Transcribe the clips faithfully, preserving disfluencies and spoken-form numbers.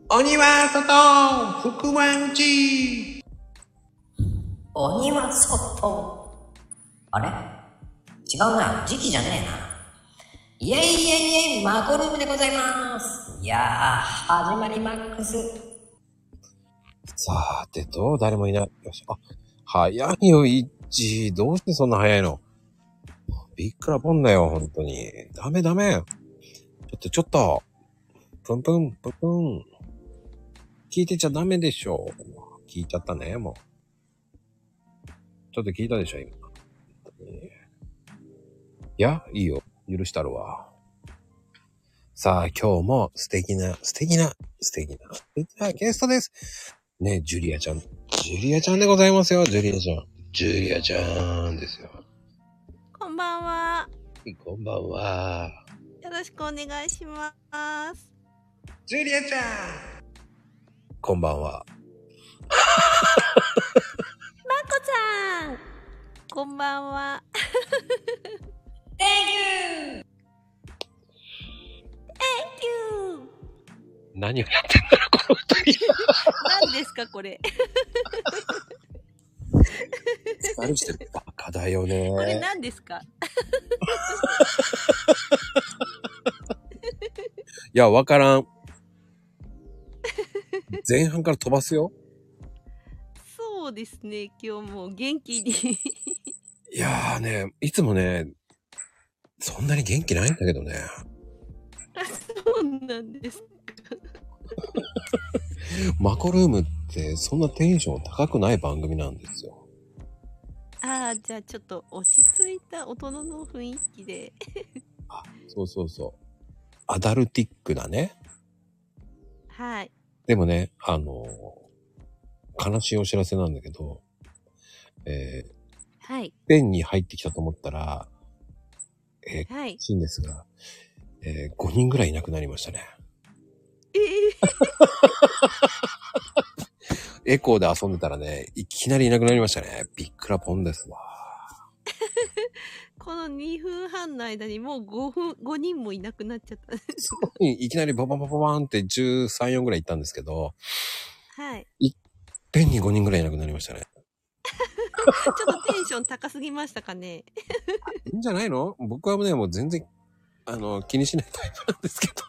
鬼は外、福は内。 鬼は外。あれ違うな。時期じゃねえな。イェイイェイイェイ、マコルームでございます。いやー、始まりマックス。 さーてと、誰もいない。よし。あ、早いよ、イッチー。どうしてそんな早いの？びっくらぽんだよ、ほんとに。ダメダメ。ちょっとちょっと。プンプン、プンプン。聞いてちゃダメでしょ。聞いちゃったね、もう。ちょっと聞いたでしょ、今。いや、いいよ。許したるわ。さあ、今日も素敵な、素敵な、素敵な、素敵なゲストです。ね、ジュリアちゃん。ジュリアちゃんでございますよ、ジュリアちゃん。ジュリアちゃんですよ。 こんばんは。 こんばんは。 よろしくお願いします。 ジュリアちゃん。こんばんは。 まこちゃん。こんばんは。 Thank you! Thank you! 何をやってんだろう、この二人。 何ですか、これ。 何してる？バカだよね。 これ何ですか？ いや、わからん。前半から飛ばすよ。 そうですね、今日も元気に。 いやーね、いつもね、そんなに元気ないんだけどね。 そうなんですか。 マコルームってそんなテンション高くない番組なんですよ。 ああ、じゃあちょっと落ち着いた大人の雰囲気で。 あ、そうそうそう。アダルティックだね。 はい。 でもね、あのー、悲しいお知らせなんだけど、えー、 はい。 ペンに入ってきたと思ったら、えー、 はい。 悲しいんですが、えー、ごにんぐらいいなくなりましたね。 えエコーで遊んでたらね、いきなりいなくなりましたね。びっくらぽんですわ。 このにふんはんの間にもうごふん、ごにんもいなくなっちゃったんですか？ いきなりバババババーンってじゅうさん、よんぐらい行ったんですけど、 はい。 いっぺんにごにんぐらいいなくなりましたね。 ちょっとテンション高すぎましたかね。 いいんじゃないの？僕はね、もう全然、あの、気にしないタイプなんですけど。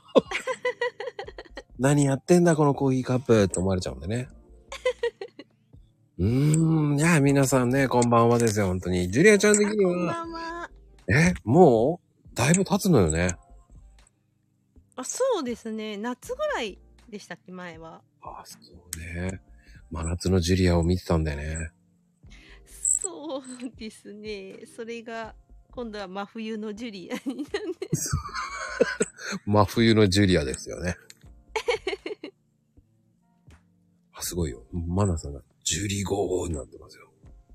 何やってんだこのコーヒーカップって思われちゃうんでね。うーん、いや、皆さんね、こんばんはですよ、本当に。ジュリアちゃん的にこんは、 ばんは。 え、もうだいぶ経つのよね。 あ、そうですね。夏ぐらいでしたっけ、前は。 あ、そうね。真夏のジュリアを見てたんだよね。 そうですね。それが、今度は真冬のジュリアになって。 真冬のジュリアですよね。あ、すごいよ。マナさんがジュリゴーになってますよ。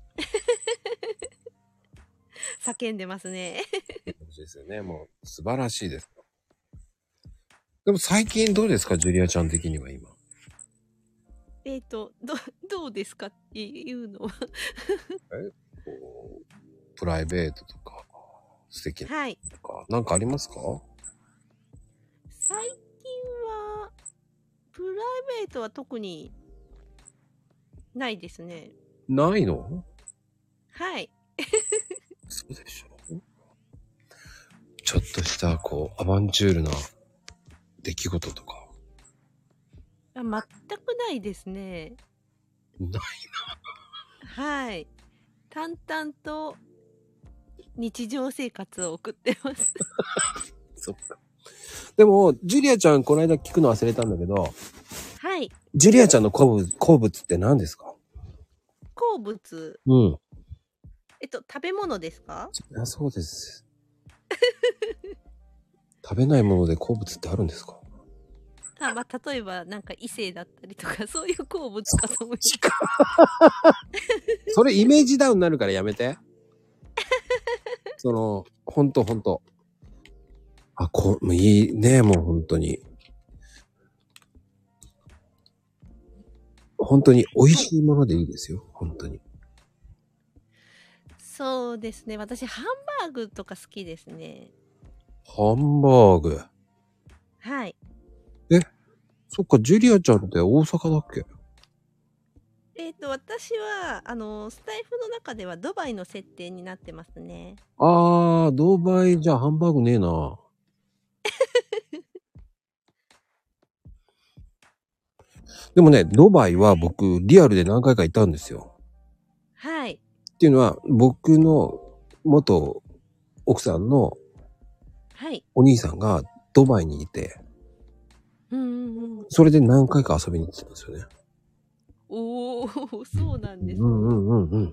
叫んでますね。 ですよね。もう素晴らしいです。でも最近どうですか、ジュリアちゃん的には今。 えっと、ど、どうですかっていうのは。 えこうプライベートとか、素敵なはい。 とか、なんかありますか？ 最近は、プライベートは特にないですね。 ないの？ はい。 そうでしょ？ちょっとした、こう、アバンチュールな出来事とか。 あ、全くないですね。 ないな。 はい。淡々と日常生活を送ってます。 そっか。でも、ジュリアちゃん、この間聞くの忘れたんだけど、 はい。 ジュリアちゃんの好物、好物って何ですか？ 好物。 うん。 えっと、食べ物ですか？ そりゃそうです。食べないもので好物ってあるんですか？ あ、まあ、例えば、なんか異性だったりとか、そういう好物かと思います。 それイメージダウンになるからやめて。その、ほんとほんと。あ、こう、もういいね、もう本当に。本当に美味しいものでいいですよ、本当に。 そうですね。私、ハンバーグとか好きですね。 ハンバーグ。 はい。 え、 そっか、ジュリアちゃんって大阪だっけ？ えっ、と、私は、あの、スタイフの中ではドバイの設定になってますね。 あー、ドバイじゃハンバーグねえな。でもね、ドバイは僕、リアルで何回か行ったんですよ。 はい。 っていうのは、僕の元奥さんのはい。 お兄さんがドバイにいて、 うんうんうん。 それで何回か遊びに行ってたんですよね。 おー、そうなんですね。 うんうんうんうん。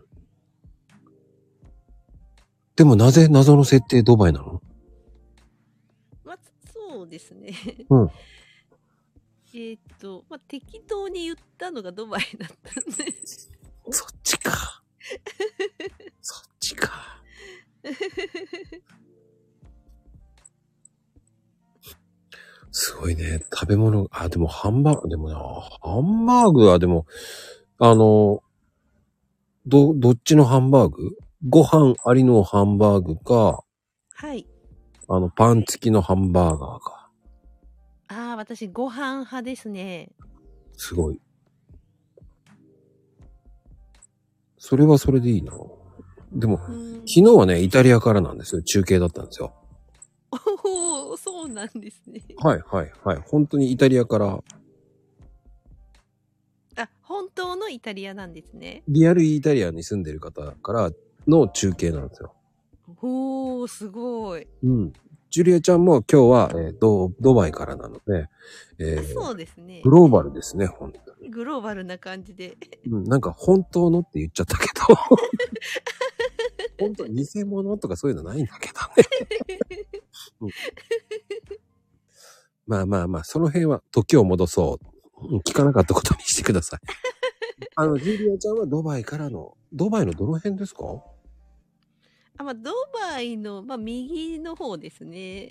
でもなぜ謎の設定ドバイなの？ まあ、そうですね。 うん。 えっと、まあ、適当に言ったのがドバイだったんで。 そっちか。そっちか。すごいね。食べ物、あ、でもハンバーグ、でもな、ハンバーグはでも、あの、ど、どっちのハンバーグ？ご飯ありのハンバーグか、 はい。 あの、パン付きのハンバーガーか。 ああ、私、ご飯派ですね。 すごい。それはそれでいいな。でも、昨日はね、イタリアからなんですよ。中継だったんですよ。 おお、そうなんですね。 はいはいはい。本当にイタリアから、 あ、本当のイタリアなんですね。 リアルイタリアに住んでる方からの中継なんですよ。 おお、すごい。 うん。ジュリアちゃんも今日は、えー、ド、ドバイからなので、えー、 そうですね。 グローバルですね、本当に。 グローバルな感じで。 うん、なんか本当のって言っちゃったけど、本当偽物とかそういうのないんだけどね。うん、まあまあまあ、その辺は時を戻そう。うん、聞かなかったことにしてください。あの、ジュリアちゃんはドバイからの、ドバイのどの辺ですか？ あ、まあ、ドバイの、まあ、右の方ですね。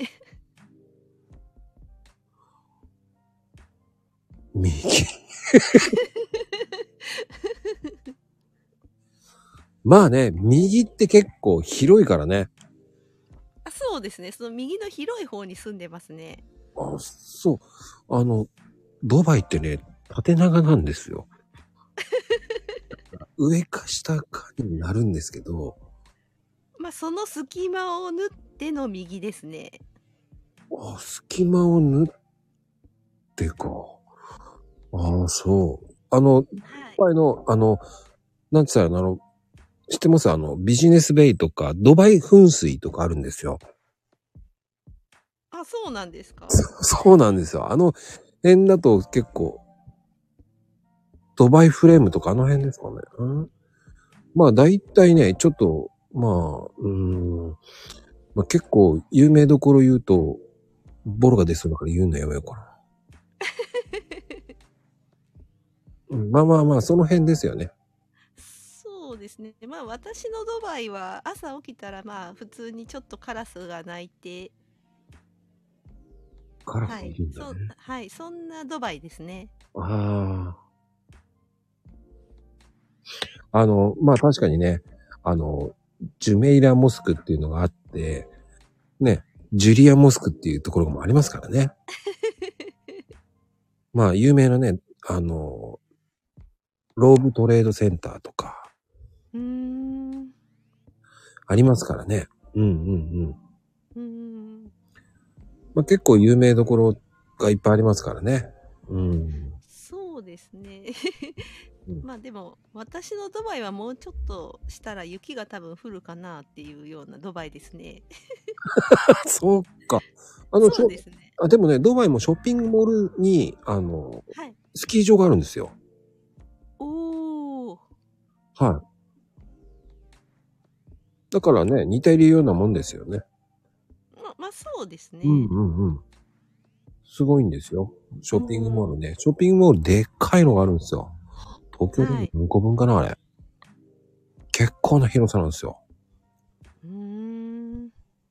右。まあね、右って結構広いからね。 あ、そうですね。その右の広い方に住んでますね。 あ、そう。あの、ドバイってね、縦長なんですよ。上か下かになるんですけど。 まあ、その隙間を縫っての右ですね。 あ、隙間を縫ってか。ああ、そう。あの、ドバイの、あの、なんつったら、あの、知ってます？あの、ビジネスベイとか、ドバイ噴水とかあるんですよ。 あ、そうなんですか？ そうなんですよ。あの辺だと結構、ドバイフレームとかあの辺ですかね。うん、まあ大体ね、ちょっと、まあ、うーん、まあ、結構有名どころ言うと、ボロが出そうだから言うのやめようかな。うん、まあまあまあ、その辺ですよね。 そうですね。まあ私のドバイは朝起きたらまあ普通にちょっとカラスが鳴いて、 カラスいるんだね。 はい、そ、はい、そんなドバイですね。 ああ。あの、まあ確かにね、あの、ジュメイラモスクっていうのがあって、ね、ジュリアモスクっていうところもありますからね。まあ有名なね、あの、ローブトレードセンターとか、 うーん。 ありますからね。うんうんうん。 うーん。 まあ結構有名どころがいっぱいありますからね。うん。 そうですね。まあでも私のドバイはもうちょっとしたら雪が多分降るかなっていうようなドバイですね。 そうか。あの、 そうですね。 あ、でもね、ドバイもショッピングモールに、あの、 はい。 スキー場があるんですよ。 おー。 はい。だからね、似ているようなもんですよね。 ま、まあそうですね。 うんうんうん。すごいんですよ。ショッピングモールね。ショッピングモールでっかいのがあるんですよ。東京で何個分かな、あれ。結構な広さなんですよ。 うーん。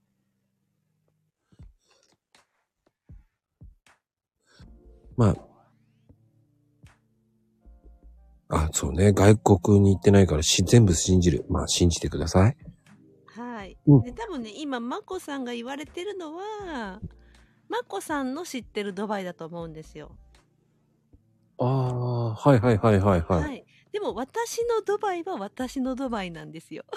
まあ、あ、そうね。外国に行ってないからし、全部信じる。まあ、信じてください。 はい。 うん、 で、多分ね、今、まこさんが言われてるのは、まこさんの知ってるドバイだと思うんですよ。 ああ、はいはいはいはいはい。 はい。でも私のドバイは私のドバイなんですよ。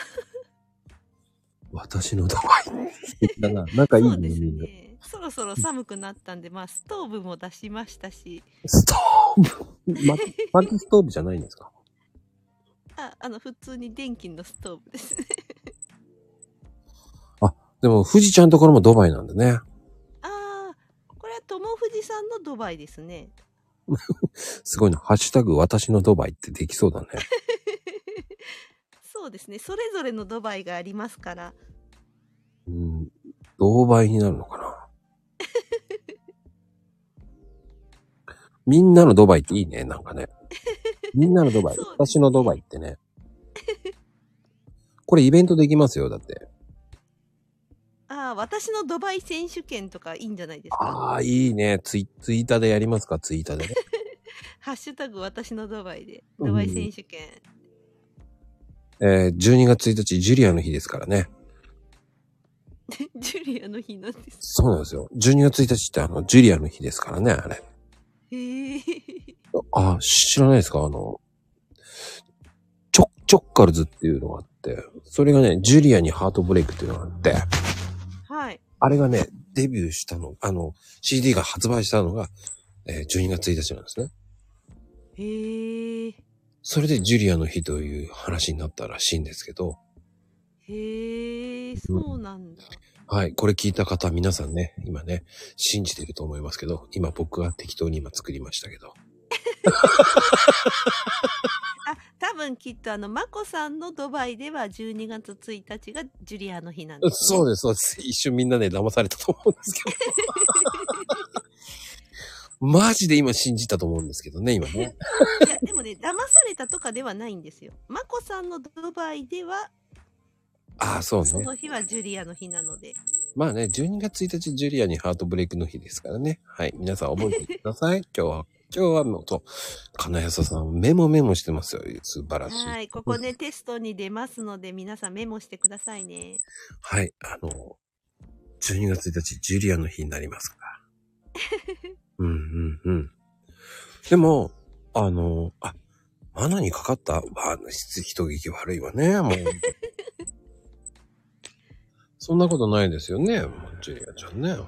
私のドバイ。素敵だな。仲いいね、 そうですみんな。 ね。そろそろ寒くなったんで、まあ、ストーブも出しましたし。 ストーブま、薪ストーブじゃないんですか？ あ、あの、普通に電気のストーブですね。 あ、でも、富士ちゃんのところもドバイなんだね。 ああ、これは友藤さんのドバイですね。 すごいな。ハッシュタグ私のドバイってできそうだね。 そうですね。それぞれのドバイがありますから。 うん。ドバイになるのかな。みんなのドバイっていいね、なんかね。みんなのドバイ。 そうです私のドバイね。 ってね。これイベントできますよ、だって。 ああ、私のドバイ選手権とかいいんじゃないですか？ ああ、いいね。ツイ、ツイーターでやりますか、ツイーターでね。 ハッシュタグ私のドバイで。ドバイうん。 選手権。 えー、じゅうにがつついたち、ジュリアの日ですからね。 ジュリアの日なんです。 そうなんですよ。じゅうにがつついたちってあの、ジュリアの日ですからね、あれ。 へえ。 あ、知らないですか？あの、チョ、チョッカルズっていうのがあって、それがね、ジュリアにハートブレイクっていうのがあって、 はい。 あれがね、デビューしたの、あの、シーディー が発売したのが、えー、じゅうにがつついたちなんですね。 へえ。 それでジュリアの日という話になったらしいんですけど、 へえ、 うん、 そうなんだ。 はい。これ聞いた方、皆さんね、今ね、信じてると思いますけど、今僕が適当に今作りましたけど。 あ、多分きっとあの、マコさんのドバイではじゅうにがつついたちがジュリアの日なんですね。 そうです、そうです。一瞬みんなで騙されたと思うんですけど。マジで今信じたと思うんですけどね、今ね。 いや、でもね、騙されたとかではないんですよ。マコさんのドバイでは、 ああ、そうね。 その日はジュリアの日なので。 まあね、じゅうにがつついたち、ジュリアにハートブレイクの日ですからね。はい。皆さん覚えてください。今日は、今日はもうと、金谷さんメモメモしてますよ。素晴らしい。 はい。ここね、テストに出ますので、皆さんメモしてくださいね。 はい。あの、じゅうにがつついたち、ジュリアの日になりますから。うんうんうん。でも、あの、あ、罠にかかったわ、人聞き悪いわね、もう。そんなことないですよね、ジュリアちゃんね。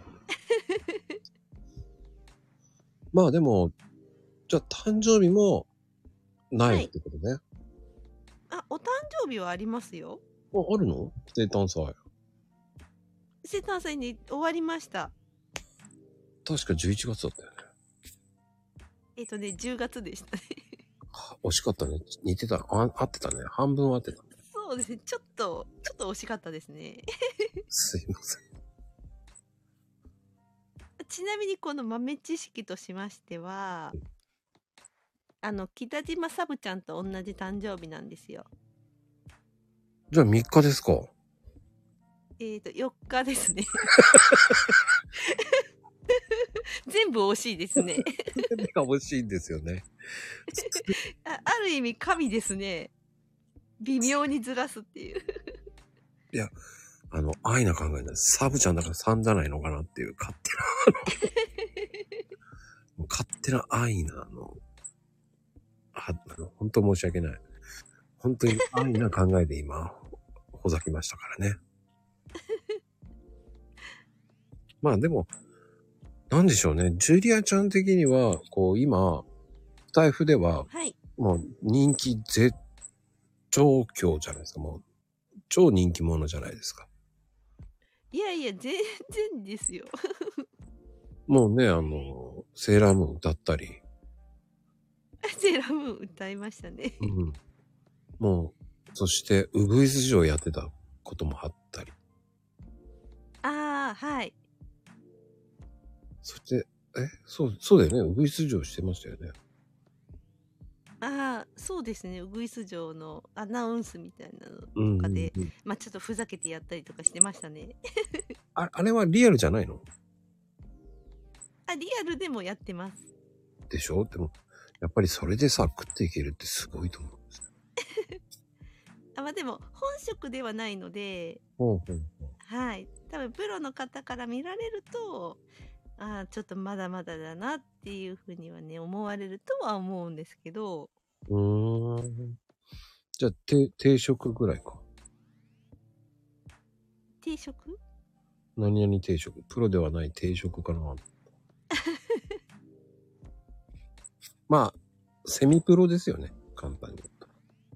まあでも、じゃあ誕生日もないってことね。はい、 あ、お誕生日はありますよ。 あ、あるの？生誕祭。 生誕祭に終わりました。 確かじゅういちがつだったよね。 えっとね、じゅうがつでしたね。 惜しかったね。似てた。あ、合ってたね。半分合ってた。 そうですね。ちょっと、ちょっと惜しかったですね。 すいません。 ちなみにこの豆知識としましては、あの、北島サブちゃんと同じ誕生日なんですよ。 じゃあみっかですか？ えっと、よっかですね。全部惜しいですね。 全部が惜しいんですよね。 あ、ある意味神ですね。微妙にずらすっていう。 いや、あの、愛な考えない。サブちゃんだからさんじゃないのかなっていう勝手な、勝手な愛なの。あ、あの、本当申し訳ない。本当に愛な考えで今、ほざきましたからね。まあでも、なんでしょうね。ジュリアちゃん的には、こう今、スタイフでは、 はい。 もう人気絶頂強じゃないですか。もう、超人気者じゃないですか。 いやいや、全然ですよ。 もうね、あの、セーラームーン歌ったり。 セーラームーン歌いましたね。 うん。もう、そして、ウグイス嬢やってたこともあったり。 ああ、はい。 そして、え、そう、そうだよね。ウグイス嬢してましたよね。 ああ、そうですね。ウグイス嬢のアナウンスみたいなのとかで、 うんうんうん、 まあちょっとふざけてやったりとかしてましたね。 あ、あれはリアルじゃないの？ あ、リアルでもやってます。 でしょ？でも、やっぱりそれでさ、食っていけるってすごいと思うんですよ。 あ、まあでも、本職ではないので、 ほうほうほう。 はい。多分、プロの方から見られると、 ああ、ちょっとまだまだだなっていうふうにはね、思われるとは思うんですけど。 うーん。じゃあ、定定食ぐらいか。 定食？ 何々定食。プロではない定食かな。まあ、セミプロですよね。簡単に言うと。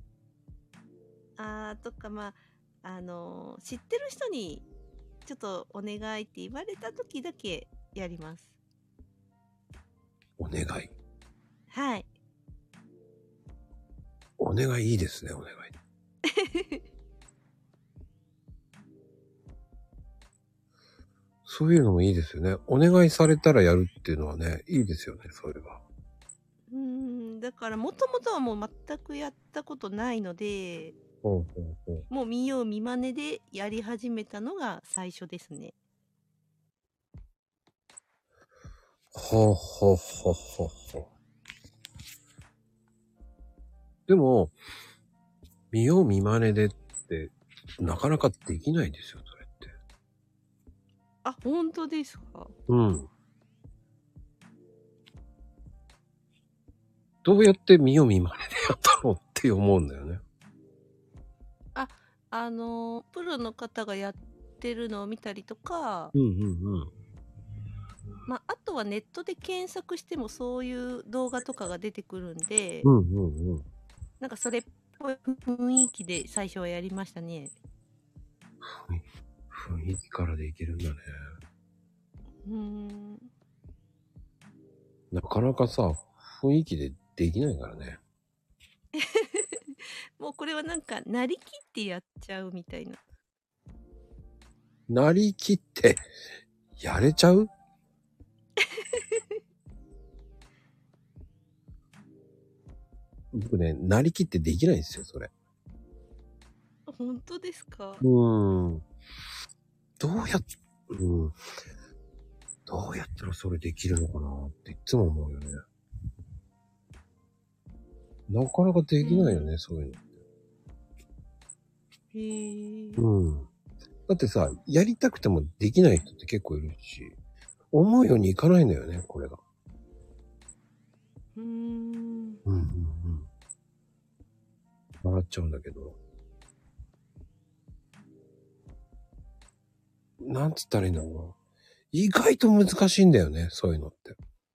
ああ、とか、まあ、あのー知ってる人に、ちょっとお願いって言われた時だけやります。 お願い。 はい。 お願いいいですね、お願い。そういうのもいいですよね。お願いされたらやるっていうのはね、いいですよね、それは。 うーん、だからもともとはもう全くやったことないので、 ほうほうほう。 もう見よう見まねでやり始めたのが最初ですね。 ほうほうほうほうほう。でも、見よう見まねでって、なかなかできないですよ、それって。 あ、本当ですか？ うん。どうやって見よう見まねでやったのって思うんだよね。 あ、あのープロの方がやってるのを見たりとか、 うんうんうん。 まあ、あとはネットで検索してもそういう動画とかが出てくるんで、 うんうんうん。 なんかそれっぽい雰囲気で最初はやりましたね。 雰囲気からできるんだね。 うーん。 なかなかさ、雰囲気でできないからね。 もうこれはなんか、なりきってやっちゃうみたいな。 なりきって、やれちゃう僕ね、なりきってできないんですよ、それ。 本当ですか？ うーん。どうやっ、うん。どうやったらそれできるのかなっていつも思うよね。なかなかできないよね、そういうの。 へえ。 うん。だってさ、やりたくてもできない人って結構いるし、思うようにいかないんだよね、これが。 うーん。 うんうんうん。笑っちゃうんだけど。なんつったらいいんだろうな。意外と難しいんだよね、そういうのって。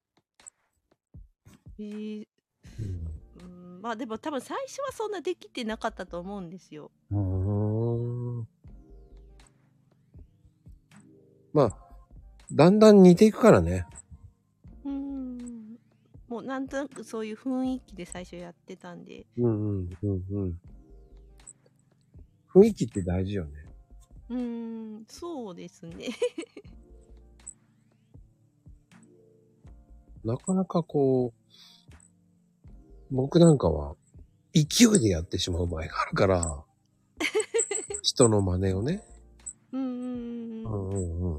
へえ。 うん。 うん、まあでも多分最初はそんなできてなかったと思うんですよ。 うーん。まあ、だんだん似ていくからね。 うーん。もうなんとなくそういう雰囲気で最初やってたんで。 うんうんうんうん。雰囲気って大事よね。 うーん、そうですね。 なかなかこう、僕なんかは勢いでやってしまう場合があるから、人の真似をね。 うんうんうんううん。 んうんうん。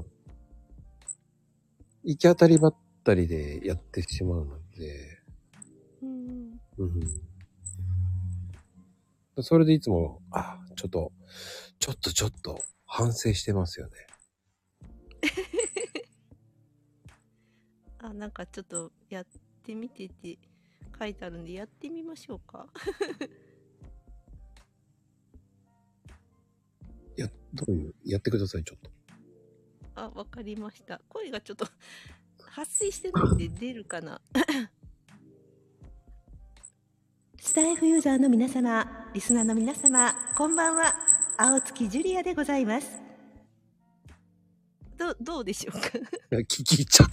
行き当たりばったりでやってしまうので、 うんうん。それでいつも、あ、ちょっと、ちょっとちょっと反省してますよね。 あ、なんかちょっとやってみてって書いてあるんでやってみましょうか。 や、どういう、やってください、ちょっと。 あ、わかりました。声がちょっと発声してないんで出るかな。スタイフユーザーの皆様、リスナーの皆様、こんばんは。青月ジュリアでございます。ど、どうでしょうか。 いや、聞き入っちゃった。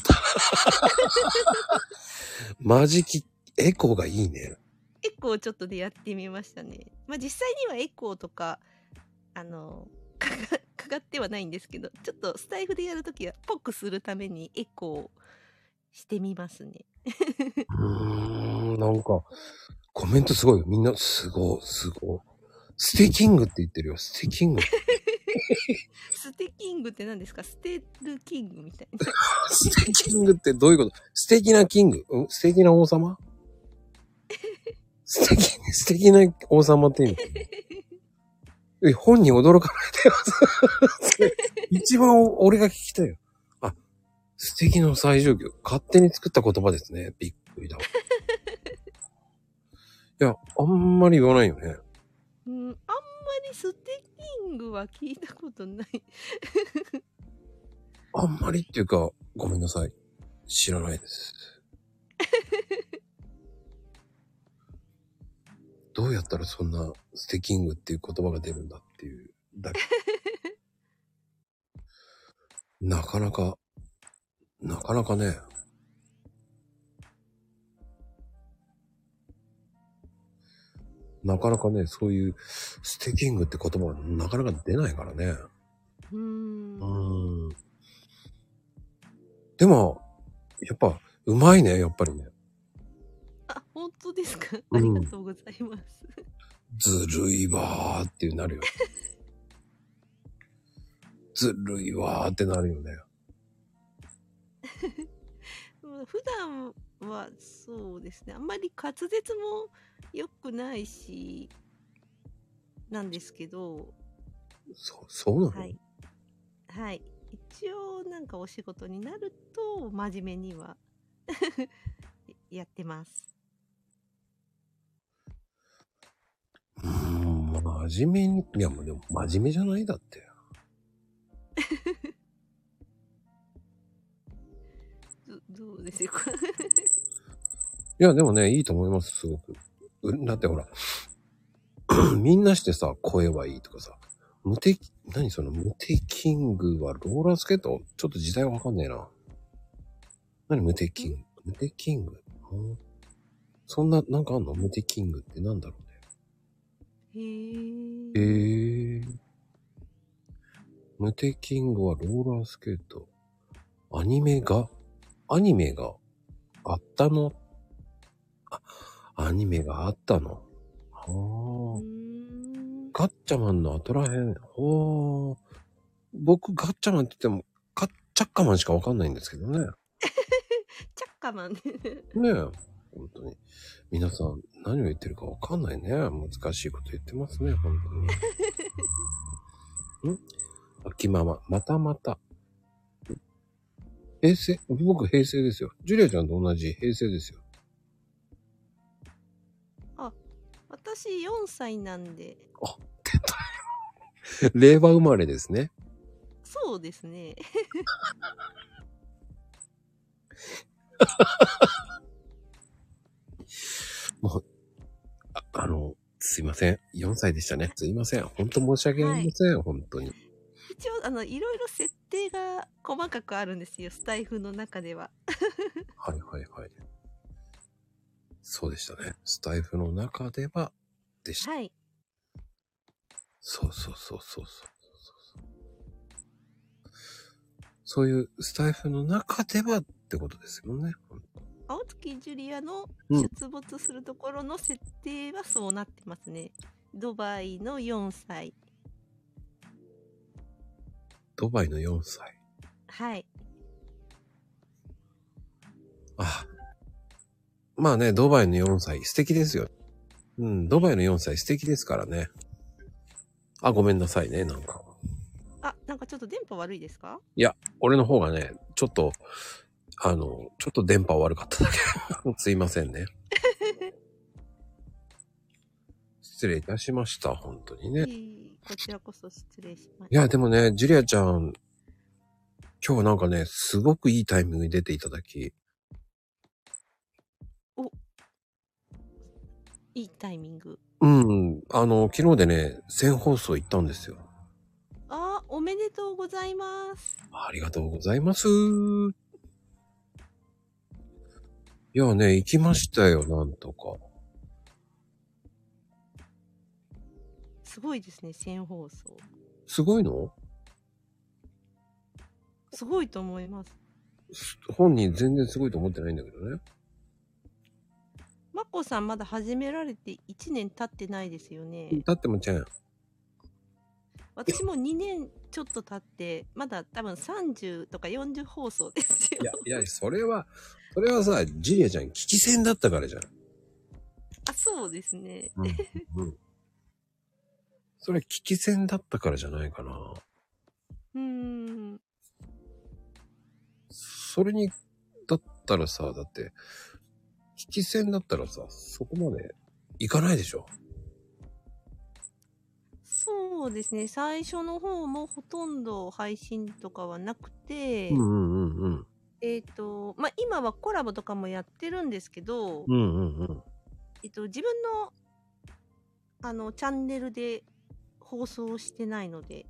マジき、エコーがいいね。 エコーちょっとでやってみましたね。まあ実際にはエコーとか、あの、かか、かかってはないんですけど、ちょっとスタイフでやるときは、ポックするためにエコーしてみますね。 うーん、なんか、コメントすごいよ。みんな、すごい、すごい。ステキングって言ってるよ。ステキング。 ステキングって何ですか？ステルキングみたいな。 ステキングってどういうこと？素敵なキング？うん、素敵な王様？素敵、素敵な王様って意味？え、本に驚かないでよ。一番俺が聞きたいよ。あ、 素敵の最上級。勝手に作った言葉ですね。びっくりだわ。いや、あんまり言わないよね。 うん、あんまりステッキングは聞いたことない。 あんまりっていうか、ごめんなさい。知らないです。どうやったらそんなステッキングっていう言葉が出るんだっていうだけ。なかなか、なかなかね。なかなかね、そういうステッキングって言葉はなかなか出ないからね。 うーん。 うーん。でも、やっぱ、うまいね、やっぱりね。 あ、本当ですか？ うん、 ありがとうございます。 ずるいわーってなるよ。ずるいわーってなるよね。 普段はそうですね。あんまり滑舌も良くないし、なんですけど。 そう、そうなの？ はい。はい。一応なんかお仕事になると真面目にはやってます。 うーん、真面目に、いやもうでも真面目じゃないだって。 ど、どうですよ。 いやでもね、いいと思います、すごく。だってほら、みんなしてさ、声はいいとかさ、無敵、何その無敵キングはローラースケート？ちょっと時代わかんねえな。何無敵キング？無敵キング、うん、そんな、なんかあんの？無敵キングってなんだろうね。 へー。 へー。無敵キングはローラースケート。アニメが、アニメがあったの？あ、アニメがあったの。はあ。ガッチャマンの後らへん。ほー。僕、ガッチャマンって言っても、ガッチャッカマンしかわかんないんですけどね。 チャッカマンね。 ねえ。本当に。皆さん、何を言ってるかわかんないね。難しいこと言ってますね、本当に。ん？秋ママ、またまた。平成？僕、平成ですよ。ジュリアちゃんと同じ平成ですよ。 あ、私よんさいなんで。 あ、出たよ。令和生まれですね。 そうですね。 もう、あ、あの、すいません。よんさいでしたね。すいません。本当申し訳ありません。はい、本当に。 一応、あの、いろいろ設定が細かくあるんですよ。スタイフの中では。 はいはいはい。そうでしたね。スタイフの中では、でした。 はい。 そうそうそうそうそう。そういうスタイフの中ではってことですよね。 青月ジュリアの出没するところの設定はそうなってますね。うん、ドバイのよんさい。 ドバイのよんさい。 はい。 あ、まあね、ドバイのよんさい素敵ですよ。うん、ドバイのよんさい素敵ですからね。あ、ごめんなさいね、なんか。 あ、なんかちょっと電波悪いですか？ いや、俺の方がね、ちょっと、あの、ちょっと電波悪かっただけ。すいませんね。失礼いたしました、本当にね。 いい、こちらこそ失礼しました。 いや、でもね、ジュリアちゃん、今日はなんかね、すごくいいタイミングに出ていただき。 お、いいタイミング。 うん、あの、昨日でね、せん放送行ったんですよ。 あ、おめでとうございます。 ありがとうございます。いやね、行きましたよ、なんとか。 すごいですね、せん放送。 すごいの？ すごいと思います。 本人全然すごいと思ってないんだけどね。 まこさんまだ始められていちねん経ってないですよね。 経ってもちゃん。 私もにねんちょっと経って、まだ多分さんじゅうとかよんじゅう放送ですよ。 いや、いや、それは、それはさ、ジュリアちゃん、聞き戦だったからじゃん。 あ、そうですね。 うん。うん。それ、聞き戦だったからじゃないかな。 うーん。 それに、だったらさ、だって、引き戦だったらさ、そこまでいかないでしょ。 そうですね。最初の方もほとんど配信とかはなくて、 うんうんうんうん。 えっ、と、まあ、今はコラボとかもやってるんですけど、 うんうんうん。 えっと、自分の、あの、チャンネルで放送してないので、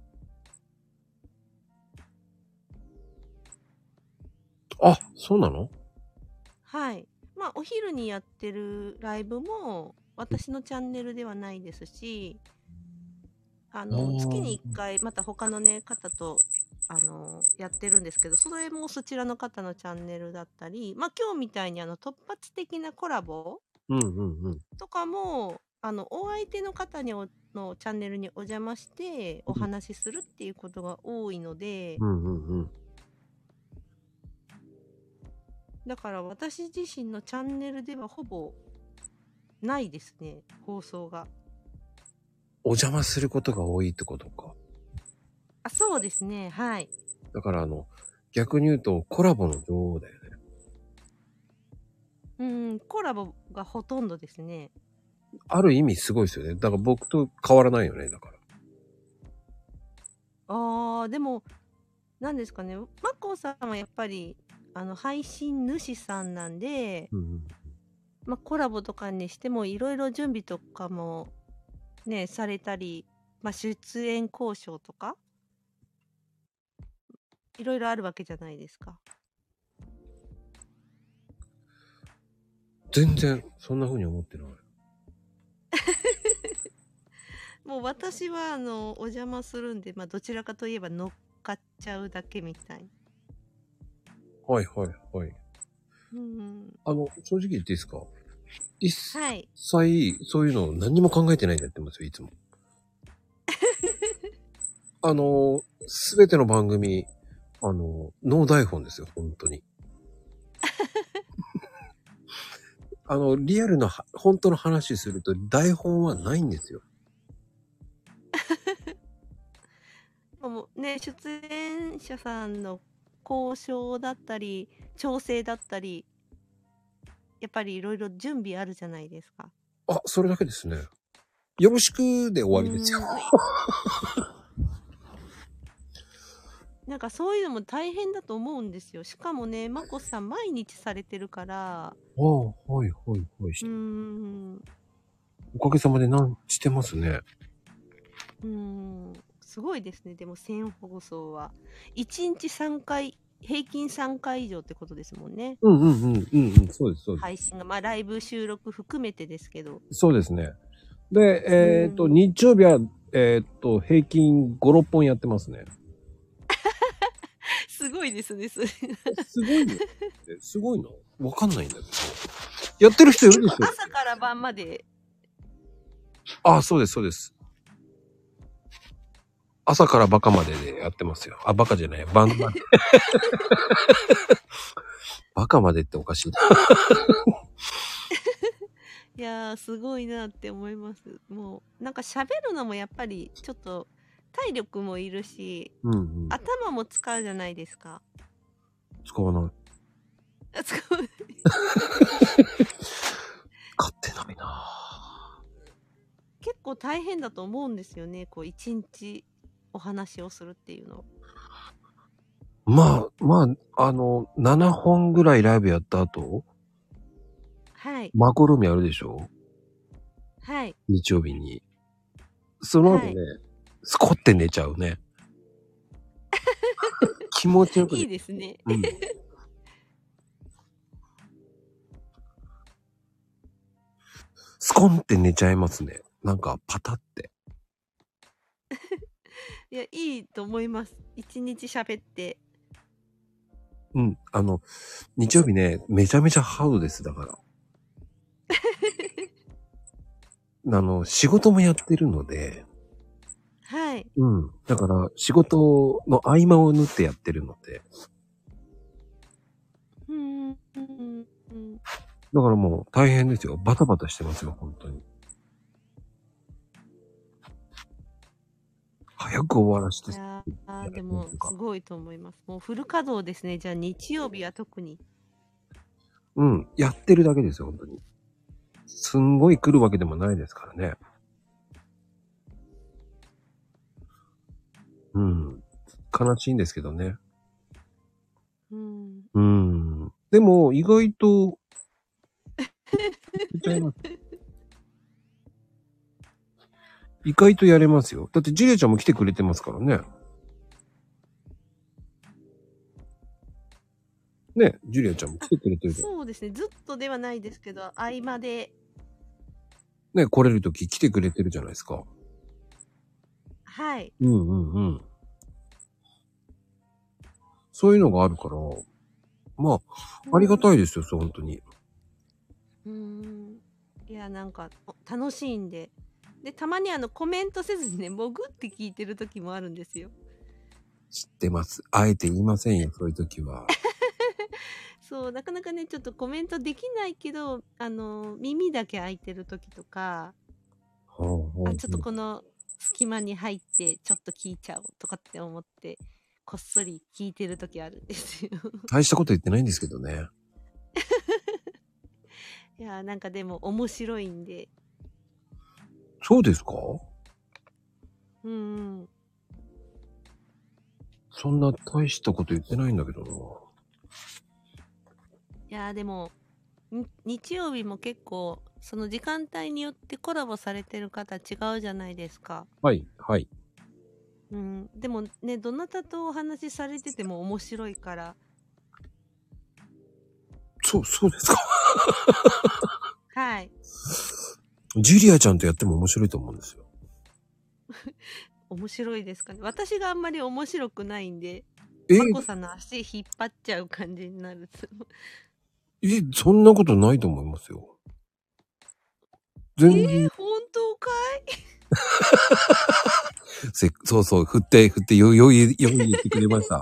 あ、そうなの？ はい。まあ、お昼にやってるライブも、私のチャンネルではないですし、ああの、月にーいっかい、また他のね、方と、あの、やってるんですけど、それもそちらの方のチャンネルだったり、まあ、今日みたいにあの、突発的なコラボうんうんうん。 とかも、あの、お相手の方におのチャンネルにお邪魔してお話しするっていうことが多いので、 うんうんうん。 だから私自身のチャンネルではほぼないですね、放送が。 お邪魔することが多いってことか。 あ、そうですね、はい。 だからあの、逆に言うとコラボの女王だよね。 うん、コラボがほとんどですね。 ある意味すごいですよね。だから僕と変わらないよね、だから。 あー、でも、何ですかね、マコさんはやっぱり、あの、配信主さんなんで、 うんうん。 まあ、コラボとかにしてもいろいろ準備とかもね、されたり、まあ、出演交渉とか、いろいろあるわけじゃないですか。 全然そんな風に思ってない。 もう私は、あの、お邪魔するんで、まあ、どちらかといえば乗っかっちゃうだけみたい。 はいはいはい。 うん。 あの、正直言っていいですか？一はい。 切そういうの何も考えてないでやってますよ、いつも。あの、すべての番組、あの、ノー台本ですよ、本当に。あの、リアルなは、本当の話すると台本はないんですよ。 もうね、出演者さんの交渉だったり、調整だったり、やっぱりいろいろ準備あるじゃないですか。 あ、それだけですね。よろしくで終わりですよ。 うーん。なんかそういうのも大変だと思うんですよ。しかもね、まこさん毎日されてるから、 ああ、はいはいはい。 うーん、 おかげさまでなんしてますね。 うーん、すごいですね。でもせん放送は。いちにちさんかい、平均さんかい以上ってことですもんね。 うんうんうんうんうん。そうですそうです。 配信が。まあライブ収録含めてですけど。 そうですね。で、えっと、 うん。 日曜日は、えっと、平均ご、ろっぽんやってますね。 すごいですね、それ。 すごいよ。すごいのわかんないんだけど。やってる人いるでしょ？ 朝から晩まで。 ああ、そうです、そうです。朝からバカまででやってますよ。あ、バカじゃない。晩まで。バカまでっておかしいな。 いやー、すごいなって思います。もう、なんか喋るのもやっぱりちょっと体力もいるし、 うんうん。 頭も使うじゃないですか。 使わない。 あ使う使ってないな結構大変だと思うんですよね。こう、一日お話をするっていうの。 まあ、まあ、あの、ななほんぐらいライブやった後、 はい。 マコルームやるでしょ？ はい。 日曜日に。その後ね、 はい。 スコって寝ちゃうね。気持ちよくね。 いいですね。 うん。スコンって寝ちゃいますね。なんかパタって。 いや、いいと思います。一日喋って。 うん。あの、日曜日ね、めちゃめちゃハードです、だから。あの、仕事もやってるので、 はい。 うん。だから、仕事の合間を縫ってやってるので、 うーん。うんうん。 だからもう大変ですよ。バタバタしてますよ、本当に。 早く終わらしていやーやでもなんかすごいと思います。もうフル稼働ですね。じゃあ日曜日は特に。 うん、やってるだけですよ、本当に。すんごい来るわけでもないですからね。うん。悲しいんですけどね。 うん。 うん。でも、意外と、意外とやれますよ。だってジュリアちゃんも来てくれてますからね。ね、ジュリアちゃんも来てくれてるから。 そうですね。ずっとではないですけど、合間で。 ね、来れるとき来てくれてるじゃないですか。 はい。 うんうんうん。そういうのがあるから、まあ、ありがたいですよ、そう、本当に。 うーん。いや、なんか、お楽しいんで。で、たまにあの、コメントせずにね、潜って聞いてる時もあるんですよ。 知ってます。あえて言いませんよ、そういうときは。 そう、なかなかね、ちょっとコメントできないけど、あの、耳だけ開いてる時とか、 ほうほうほうあ、ちょっとこの隙間に入って、ちょっと聞いちゃおうとかって思って、こっそり聞いてる時あるんですよ。 大したこと言ってないんですけどね。 いや、なんかでも面白いんで。 そうですか？ うんうん。 そんな大したこと言ってないんだけどな。 いや、でも、に日曜日も結構、その時間帯によってコラボされてる方違うじゃないですか。 はい、はい。 うん。でもね、どなたとお話しされてても面白いから。 そう、そうですか。 はい。 ジュリアちゃんとやっても面白いと思うんですよ。 面白いですかね。私があんまり面白くないんで、 えまこさんの足引っ張っちゃう感じになる。 え、そんなことないと思いますよ。全然。 えー、本当かい？ せそうそう、振って、振って、よ、よい、よい言ってくれました。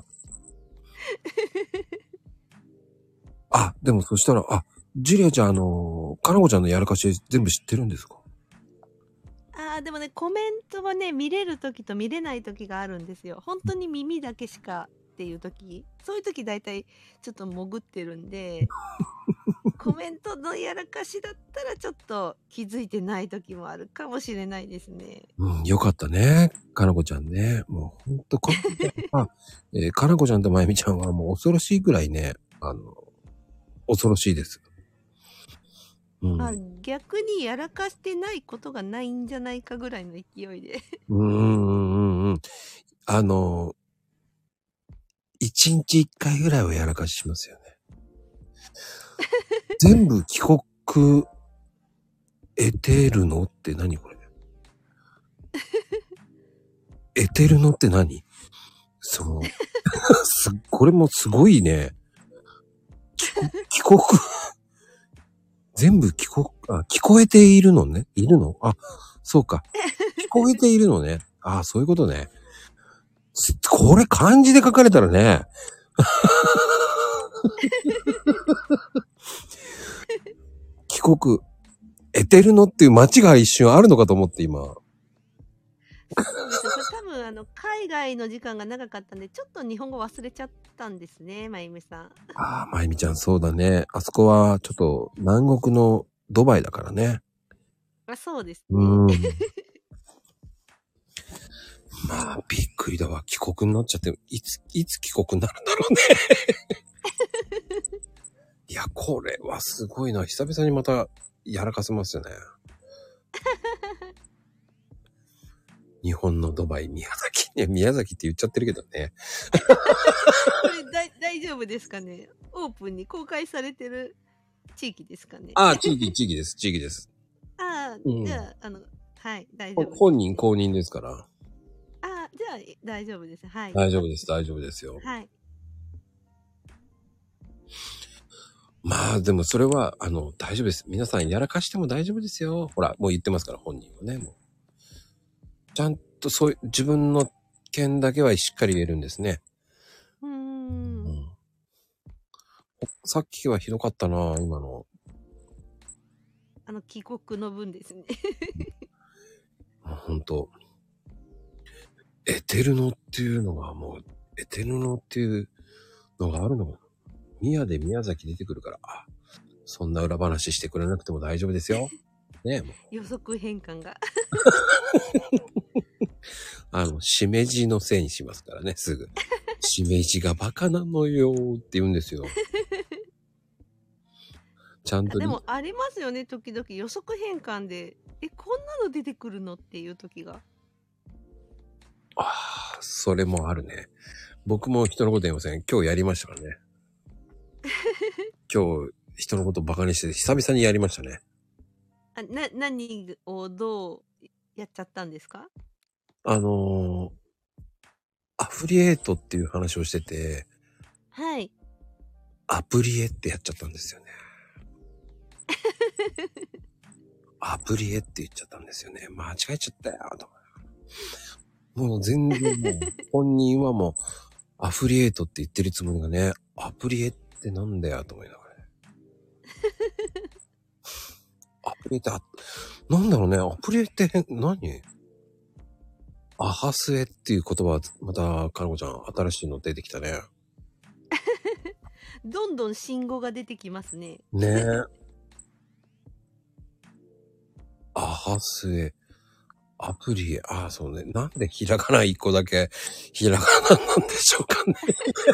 あ、でもそしたら、あ、ジュリアちゃん、あのー、かなこちゃんのやらかし全部知ってるんですか？ ああ、でもね、コメントはね、見れる時と見れない時があるんですよ。本当に耳だけしかっていう時、そういう時大体ちょっと潜ってるんで、コメントのやらかしだったらちょっと気づいてない時もあるかもしれないですね。 うん、よかったね。かなこちゃんね。もうほんと、かなこちゃんは、えーかなこちゃんとまゆみちゃんはもう恐ろしいぐらいね、あの、恐ろしいです。うん。 あ、逆にやらかしてないことがないんじゃないかぐらいの勢いで。 うんうんうんうん。あの、一日一回ぐらいはやらかししますよね。全部帰国得てるのって何これ？得てるのって何？その、す、これもすごいね。帰国、帰国全部聞こ、あ、聞こえているのね。いるの？あ、そうか。聞こえているのね。あ、そういうことね。すこれ漢字で書かれたらね。帰国、得てるのっていう街が一瞬あるのかと思って今。 そうですね。これ多分あの海外の時間が長かったんで、ちょっと日本語忘れちゃったんですね、まゆみさん。 ああ、まゆみちゃんそうだね。あそこはちょっと南国のドバイだからね。 あ、そうですね。 うん。まあ、びっくりだわ。帰国になっちゃって、いつ、いつ帰国になるんだろうね。いや、これはすごいな。久々にまたやらかせますよね。日本のドバイ、宮崎。いや、宮崎って言っちゃってるけどね。 これだ大丈夫ですかね？オープンに公開されてる地域ですかね？ ああ、地域、地域です、地域です。 ああ、 うん、 じゃあ、あの、はい、大丈夫です。 本人公認ですから。 ああ、じゃあ、大丈夫です。はい。 大丈夫です、大丈夫ですよ。 はい。 まあ、でもそれは、あの、大丈夫です。皆さんやらかしても大丈夫ですよ。ほら、もう言ってますから、本人はね。もうちゃんとそういう、自分の件だけはしっかり言えるんですね。 うーん。 うん、さっきはひどかったな、今の。 あの、帰国の分ですね。 ほんと。 エテルノっていうのがもう、エテルノっていうのがあるのが、宮で宮崎出てくるから、あ、そんな裏話してくれなくても大丈夫ですよ。ねえ、もう。 予測変換が。 あの、しめじのせいにしますからね、すぐ。しめじがバカなのよーって言うんですよ。ちゃんと。 でもありますよね、時々予測変換で、え、こんなの出てくるのっていう時が。 ああ、それもあるね。僕も人のこと言いません。今日やりましたからね。今日、人のことバカにして久々にやりましたね。 あ、な、何をどうやっちゃったんですか？ あのー、アフリエイトっていう話をしてて、 はい。 アプリエってやっちゃったんですよね。アプリエって言っちゃったんですよね。間違えちゃったよ、と。もう全然もう、本人はもう、アフリエイトって言ってるつもりがね、アプリエってなんだよ、と思いながらね。アプリエって、あ、なんだろうね、アプリエって何？アハスエっていう言葉、また、かのこちゃん、新しいの出てきたね。 どんどん信号が出てきますね。 ねえ。アハスエ。アプリ、ああ、そうね。なんでひらがな一個だけ、ひらがななんでしょうかね。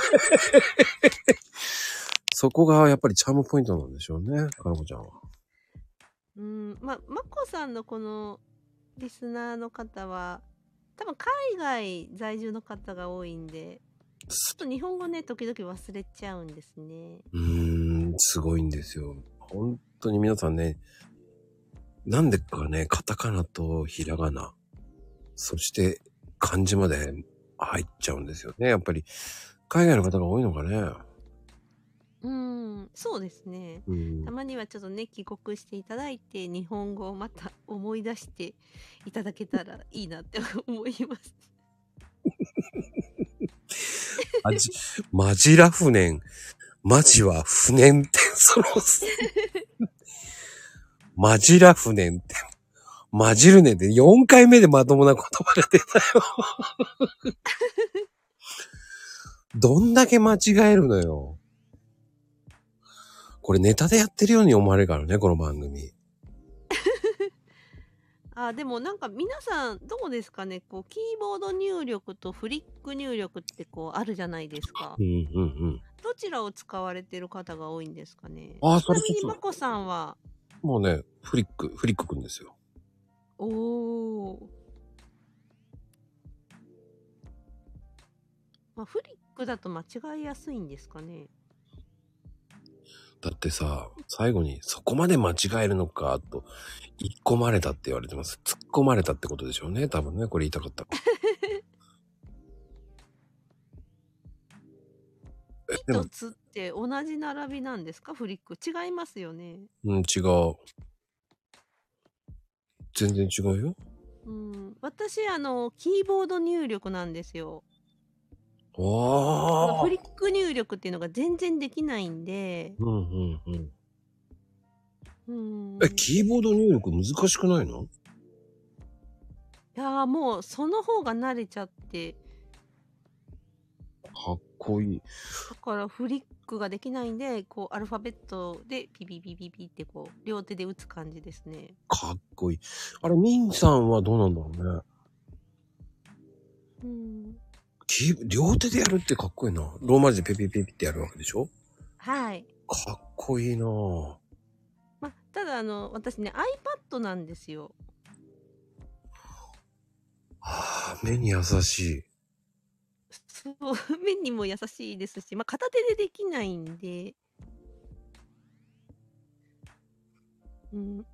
そこがやっぱりチャームポイントなんでしょうね、かのこちゃんは。 うん、まあ、まこさんのこのリスナーの方は、多分海外在住の方が多いんで、ちょっと日本語ね、時々忘れちゃうんですね。 うーん、すごいんですよ。本当に皆さんね、なんでかね、カタカナとひらがな、そして漢字まで入っちゃうんですよね。やっぱり海外の方が多いのかね。 うん、そうですね。 うん、 たまにはちょっとね、帰国していただいて、日本語をまた思い出していただけたらいいなって思います。 マジ、マジラフネン。マジは不燃って、その、マジラフネンって、マジルネンってよんかいめでまともな言葉が出たよ。どんだけ間違えるのよ。これネタでやってるように思われるからね、この番組。 あ、でもなんか皆さんどうですかね、こうキーボード入力とフリック入力ってこうあるじゃないですか。 うんうんうん。 どちらを使われてる方が多いんですかね。 あ、 ちなみにそれちょっとまこさんは。 もうね、フリック、フリックくんですよ。 おー。まあ、フリックだと間違いやすいんですかね。 だってさ、最後にそこまで間違えるのかと、一込まれたって言われてます。突っ込まれたってことでしょうね。多分ね、これ言いたかった。 いとつって同じ並びなんですか？フリック。違いますよね。 うん、違う。全然違うよ。 うん。私、あの、キーボード入力なんですよ。 わー。 フリック入力っていうのが全然できないんで。 うんうんうん。 うん。 え、キーボード入力難しくないの？ いやーもうその方が慣れちゃって。 かっこいい。 だからフリックができないんで、こうアルファベットでピピピピピってこう両手で打つ感じですね。 かっこいい。あれ、ミンさんはどうなんだろうね。 うん。 キー両手でやるってかっこいいな。ローマ字でピピピピってやるわけでしょ？ はい。 かっこいいなぁ。 ま、ただあの、私ね、iPad なんですよ。 はぁ、目に優しい。 そう、目にも優しいですし、ま、片手でできないんで。うん。 だ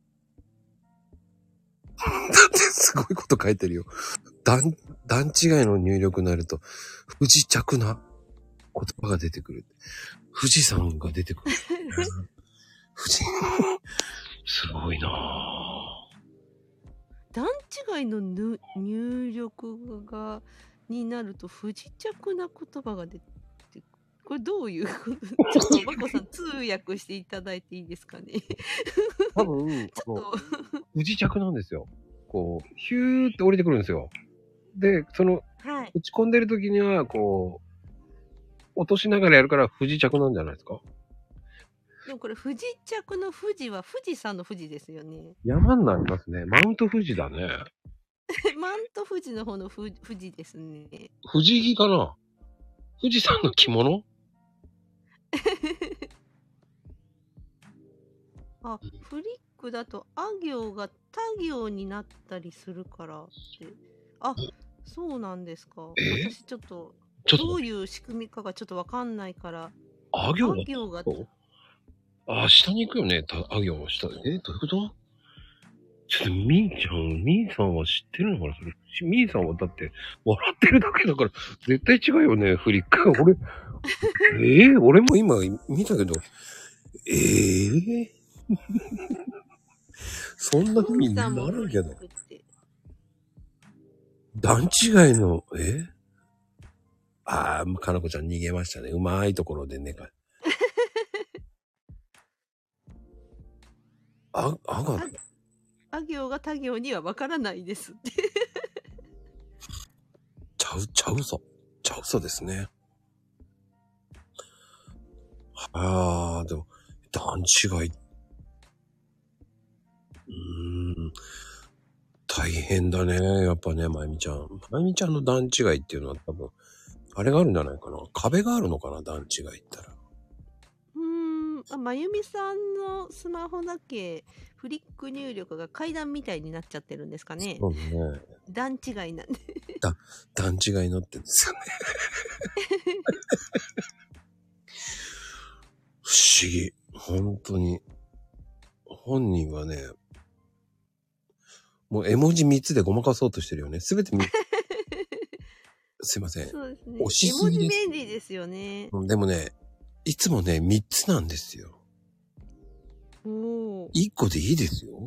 ってすごいこと書いてるよ。段、段違いの入力になると、不時着な言葉が出てくる。富士山が出てくる、ね。富士、すごいなぁ。 段違いのぬ入力が、になると不時着な言葉が出てくる。これどういうことちょっとまこさん通訳していただいていいですかね。 多分、 ちょっと不時着なんですよ。こう、ヒューって降りてくるんですよ。 で、その、 はい。 打ち込んでる時には、こう、落としながらやるから不時着なんじゃないですか？ でもこれ、不時着の富士は富士山の富士ですよね。 山になりますね。マウント富士だね。 マント富士の方の富富士ですね。 富士木かな？富士山の着物？ あ、フリックだと、あ行が他行になったりするからって。あ、そうなんですか。 え私ちょっと、 ちょっとどういう仕組みかがちょっとわかんないから、 あ行があ行が、 そうあ、下に行くよね。たあ行の下。え、どういうこと？ちょっと、みーちゃん、みーさんは知ってるのかなそれ。みーさんはだって、笑ってるだけだから、絶対違うよね、フリック。俺、えー、俺も今見たけど、えー、そんな風になるけど。段違いの、えああ、かなこちゃん逃げましたね。うまいところでね。あ、あが、 あ行が他行にはわからないですって。 ちゃう、ちゃうそ。ちゃうそですね。ああ、でも、段違い。うーん。大変だね。やっぱね、まゆみちゃん。まゆみちゃんの段違いっていうのは多分、あれがあるんじゃないかな。壁があるのかな、段違いったら。 うーん、あ、まゆみさんのスマホだけフリック入力が階段みたいになっちゃってるんですかね。 そうね。 段違いなんで。 だ、段違いのってんですよね。不思議。本当に。本人はね、もう絵文字みっつでごまかそうとしてるよね。すべてみすいません。 そうですね。 押しすぎです。 絵文字便利ですよね。 でもね、いつもね、みっつなんですよ。 おー。 いっこでいいですよ。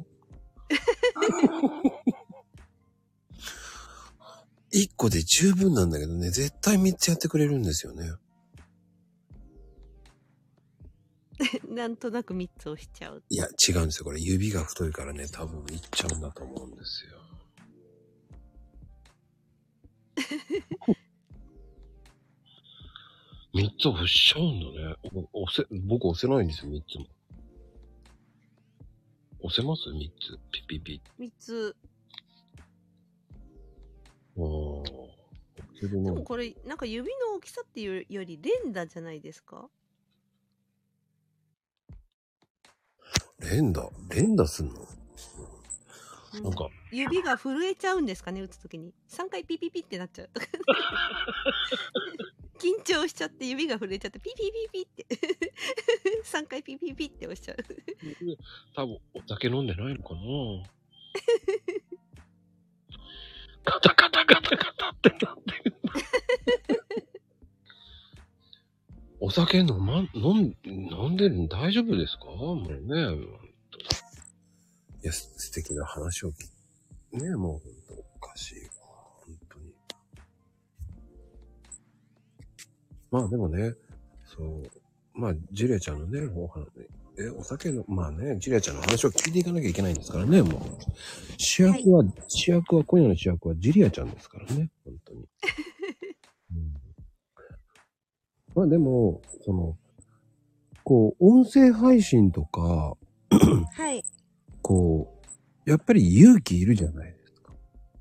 いっこで十分なんだけどね、絶対みっつやってくれるんですよね。 なんとなくみっつ押しちゃう。 いや、違うんですよ。これ指が太いからね、多分いっちゃうんだと思うんですよ。みっつ押しちゃうんだね。押せ、僕押せないんですよ、みっつも。押せます ?みっ つ。ピッピッピッ。 みっつ。 あー。ででもこれ、なんか指の大きさっていうより連打じゃないですか？ 連打連打すんの、 うん、 なんか。 指が震えちゃうんですかね、打つときに。さんかいピピピってなっちゃう。緊張しちゃって指が震えちゃってピピピピって。さんかいピピピって押しちゃう。 多分お酒飲んでないのかなカタカタカタカタってなってる。お酒飲まん、飲ん、飲んでるの大丈夫ですかもうね。いや、素敵な話を聞き、ね、もうほんとおかしいわ。本当に。まあでもね、そう、まあ、ジュリアちゃんのね、お話、え、お酒の、まあね、ジュリアちゃんの話を聞いていかなきゃいけないんですからね、もう。主役は、はい、主役は、今夜の主役はジュリアちゃんですからね、本当に。うん、まあでも、その、こう、音声配信とか、 はい。 こう、やっぱり勇気いるじゃないですか。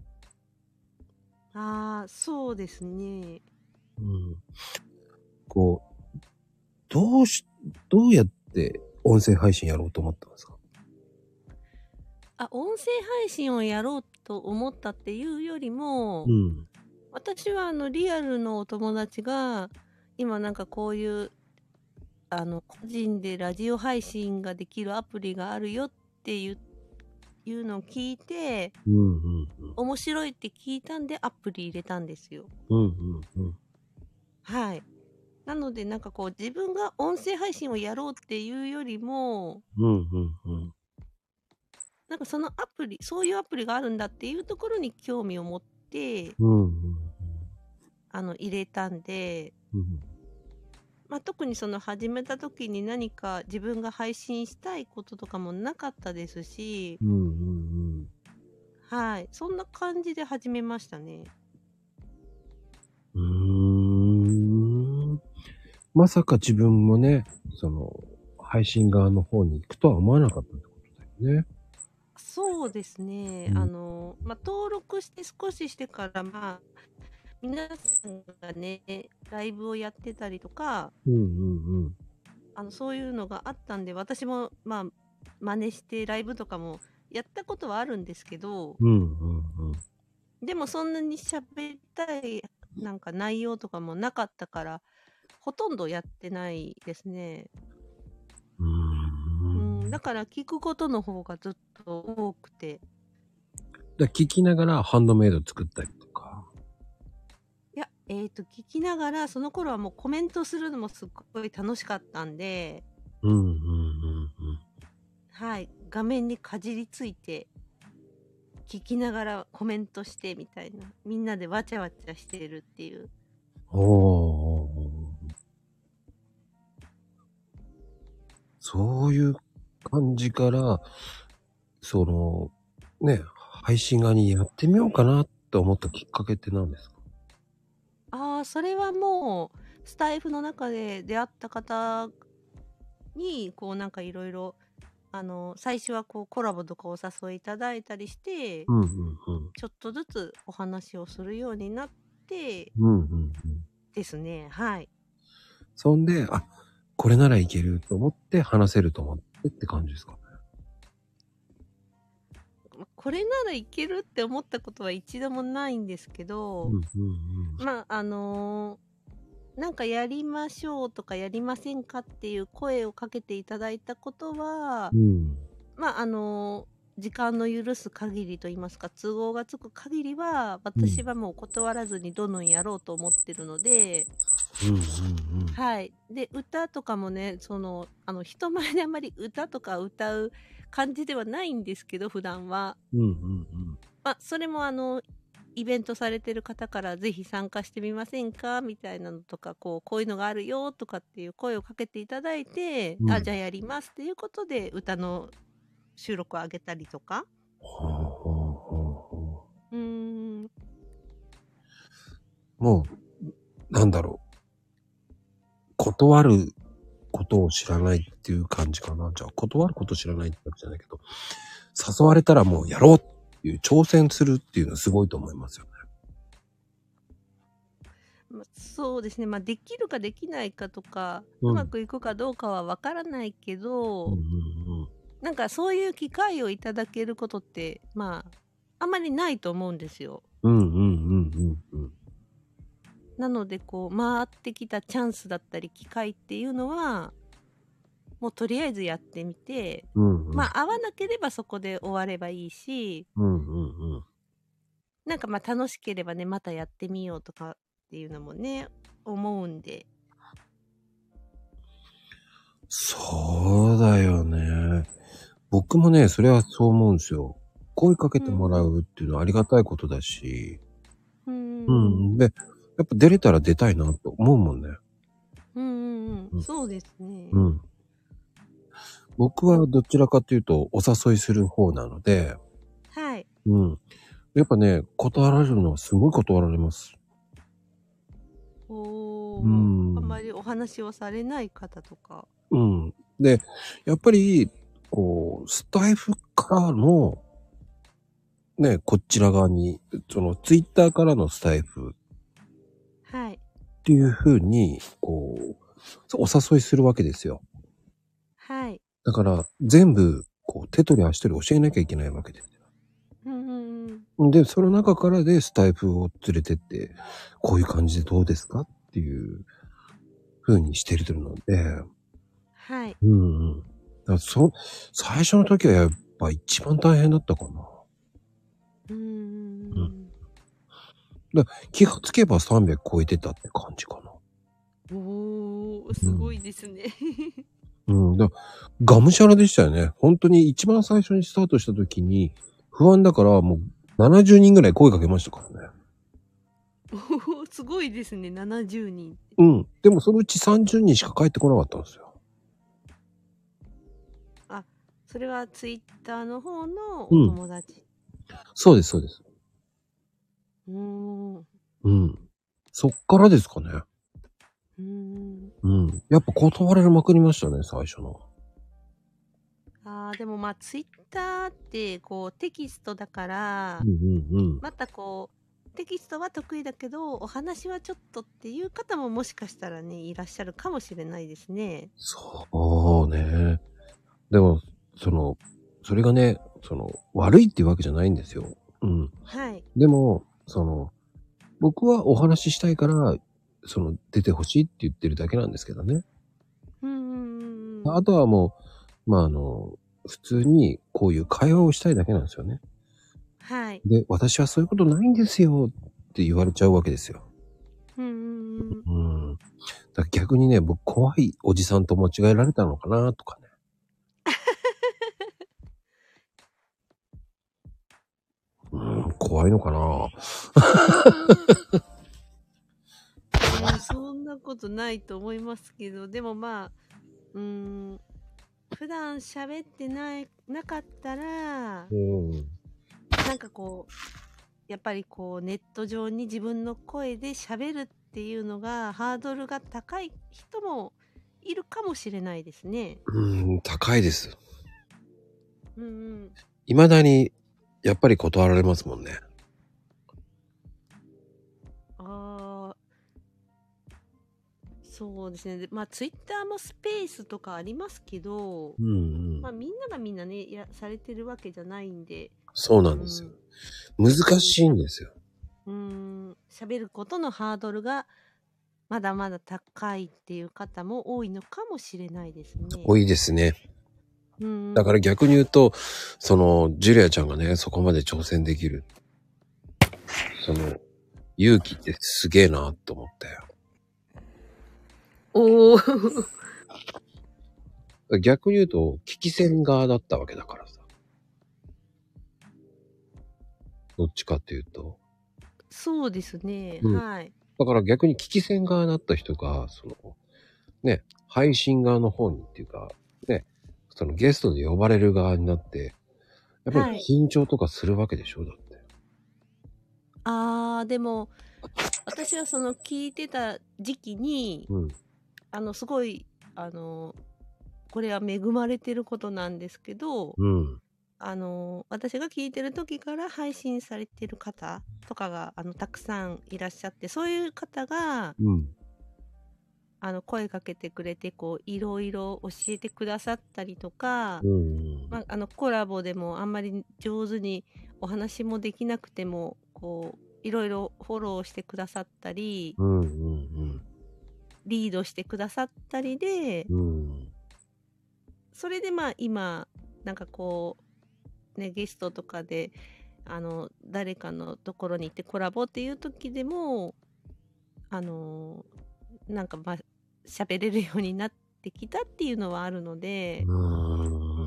ああ、そうですね。 うん。こう、どうし、どうやって音声配信やろうと思ったんですか？ あ、音声配信をやろうと思ったっていうよりも、 うん、 私はあのリアルのお友達が今なんかこういうあの個人でラジオ配信ができるアプリがあるよっていう、いうのを聞いて、 うんうんうん、 面白いって聞いたんでアプリ入れたんですよ。 うんうんうん、 はい。なのでなんかこう自分が音声配信をやろうっていうよりも、 うんうんうん、 なんかそのアプリ、そういうアプリがあるんだっていうところに興味を持って、 うんうんうん、 あの入れたんで、 うん、 まあ、特にその始めた時に何か自分が配信したいこととかもなかったですし、 うんうんうん、 はい、そんな感じで始めましたね。 まさか自分もね、その、配信側の方に行くとは思わなかったってことだよね。 そうですね。 うん、 あの、まあ、登録して少ししてから、まあ、皆さんがね、ライブをやってたりとか、 うんうんうん。 あの、そういうのがあったんで、私も、まあ、真似してライブとかもやったことはあるんですけど、 うんうんうん。 でもそんなに喋りたい、なんか内容とかもなかったから、ほとんどやってないですね。 うーん。 うん、だから聞くことの方がずっと多くて。 だ聞きながらハンドメイド作ったりとか。 いや、えっと、聞きながら、その頃はもうコメントするのもすっごい楽しかったんで、 うんうんうんうん。 はい、画面にかじりついて、聞きながらコメントしてみたいな、みんなでわちゃわちゃしてるっていう。 おー。そういう感じから、その、ね、配信側にやってみようかなって思ったきっかけって何ですか？ ああ、それはもう、スタイフの中で出会った方に、こうなんかいろいろ、あの、最初はこうコラボとかお誘いいただいたりして、 うんうんうん。 ちょっとずつお話をするようになって、 うんうんうん。 ですね、はい。 そんで、あ、これならいけると思って話せると思ってって感じですかね。 まこれならいけるって思ったことは一度もないんですけど、 うんうんうん。 まあ、あのーなんかやりましょうとかやりませんかっていう声をかけていただいたことは、 うん。 まあ、あのー時間の許す限りと言いますか、都合がつく限りは、 うん。 私はもう断らずにどんどんやろうと思ってるので、 うんうんうん。 はい。で、歌とかもね、その、あの、人前であんまり歌とか歌う感じではないんですけど、普段は。 うんうんうん。 まあ、それもあの、イベントされてる方からぜひ参加してみませんかみたいなのとか、こう、こういうのがあるよとかっていう声をかけていただいて、あ、 うん。 じゃあやりますっていうことで歌の収録を上げたりとか。 ほうほうほうほうーん。 う。もう、なんだろう。断ることを知らないっていう感じかな。じゃあ、断ることを知らないってわけじゃないけど、誘われたらもうやろうっていう挑戦するっていうのはすごいと思いますよね。 ま、そうですね。まあ、できるかできないかとか、ううん。 まくいくかどうかはわからないけど、 うんうんうん。 なんかそういう機会をいただけることって、まあ、あんまりないと思うんですよ。 うんうんうんうんうん。 なので、こう、回ってきたチャンスだったり機会っていうのは、もうとりあえずやってみて、 うんうん。 まあ、合わなければそこで終わればいいし、 うんうんうん。 なんかまあ楽しければね、またやってみようとかっていうのもね、思うんで。 そうだよね。僕もね、それはそう思うんですよ。声かけうてもらん。 うっていうのはありがたいことだし、 ううん。 ん。で、やっぱ出れたら出たいなと思うもんね。 うんうんうん。 うん。 そうですね。 うん。僕はどちらかというとお誘いする方なので、 はい。 うん。やっぱね、断られるのはすごい断られます。うおー、あんん。 まりお話をされない方とか。 うん。で、やっぱり、こう、スタイフからの、ね、こちら側に、そのツイッターからのスタイフはい。 っていう風に、こう、お誘いするわけですよ。 はい。 だから、全部、こう、手取り足取り教えなきゃいけないわけですうんうんうん。 よ。で、その中からでスタイフを連れてって、こういう感じでどうですかっていう風にしてるので、 はい。 うんうん。だからそ、最初の時はやっぱ一番大変だったかな。 うーうん。 ん。 だ気がつけばさんびゃく超えてたって感じかな。 おー、すごうん。 いですね。 うん。だがむしゃらでしたよね。本当に一番最初にスタートした時に、不安だからもうななじゅうにんぐらい声かけましたからね。 おー、すごいですね、ななじゅうにんって。 うん。でもそのうちさんじゅうにんしか帰ってこなかったんですよ。 あ、それはツイッターの方のおうん。 友達。 そうです、そうです。 うーん。ううん。そっからですかね。 ーん。 ううん。やっぱ断られまくりましたね、最初の。 ああ、でもまあ、ツイッターって、こう、テキストだかうら、 んうんうん。 またこう、テキストは得意だけど、お話はちょっとっていう方ももしかしたらね、いらっしゃるかもしれないですね。 そうね。でも、その、それがね、その、悪いっていうわけじゃないんですよ。うん。 はい。 でも、その、僕はお話ししたいから、その、出てほしいって言ってるだけなんですけどね。 うんうんうんうん。 あとはもう、まあ、あの、普通にこういう会話をしたいだけなんですよね。 はい。 で、私はそういうことないんですよって言われちゃうわけですよ。 うんうんうん。 うん。だから逆にね、僕怖いおじさんと間違えられたのかなとかね。うん、怖いのかな。 ね、そんなことないと思いますけど、でもまあ、うーん、普段喋ってない、なかったら、 うん。 なんかこう、やっぱりこう、ネット上に自分の声で喋るっていうのが、ハードルが高い人もいるかもしれないですね。 うん、高いです。 うんうん。 未だに、やっぱり断られますもんね。 ああ、そうですね。でまあ、ツイッターもスペースとかありますけど、 うんうん。 まあ、みんながみんなね、や、されてるわけじゃないんで、 そうなうんですよ。 ん。 難うん、 ししゃ、 いんですよ。 うーん、喋ることのハードルがまだまだ高いっていう方も多いのかもしれないですね。 多いですね。 うんうん。 だから逆に言うと、その、ジュリアちゃんがね、そこまで挑戦できる。その、勇気ってすげえなと思ったよ。 おー。 逆に言うと、聞き戦側だったわけだからさ。どっちかっていうと。 そうですね。 うん。 はい。 だから逆に聞き戦側だった人が、その、ね、配信側の方にっていうか、ね、そのゲストで呼ばれる側になって、やっぱりはい。 緊張とかするわけでしょだって。 あー、でも、私はその聞いてた時期に、 うん。 あの、すごい、あの、これは恵まれてることなんですけど、 うん。 あの、私が聞いてる時から配信されてる方とかが、あの、たくさんいらっしゃって、そういう方が、 うん。 あの、声かけてくれて、こう、いろいろ教えてくださったりとか、 うん。 まあ、あの、コラボでもあんまり上手にお話もできなくても、こう、いろいろフォローしてくださったり、 うん。うん。 リードしてくださったりで、 うん。 それでまあ今、なんかこう、ね、ゲストとかで、あの、誰かのところに行ってコラボっていう時でも、あの、なんかまあ、喋れるようになってきたっていうのはあるので、 うん。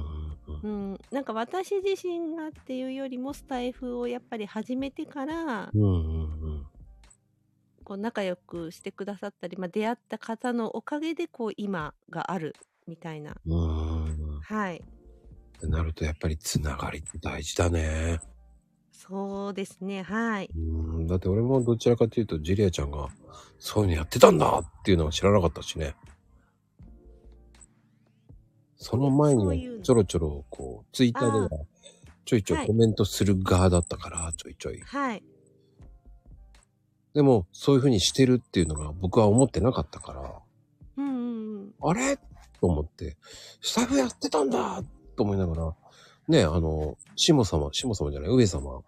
うん、なんか私自身がっていうよりもスタイフをやっぱり始めてから、 うん。うん。 こう仲良くしてくださったり、まあ、出会った方のおかげでこう今があるみたいな。 うん。 はい。 ってなるとやっぱりつながりって大事だね。 そうですね。はい。 うん。だって俺もどちらかというとジュリアちゃんがそういうのやってたんだっていうのは知らなかったしね。その前にはそういうの。 ちょろちょろこうツイッターではあちょいちょいはい。 コメントする側だったからちょいちょい。 はい。 でもそういう風にしてるっていうのが僕は思ってなかったから、 うんうんうん。 あれと思って、スタイフやってたんだと思いながら、ね、あの、シモ様、シモ様じゃない、上様。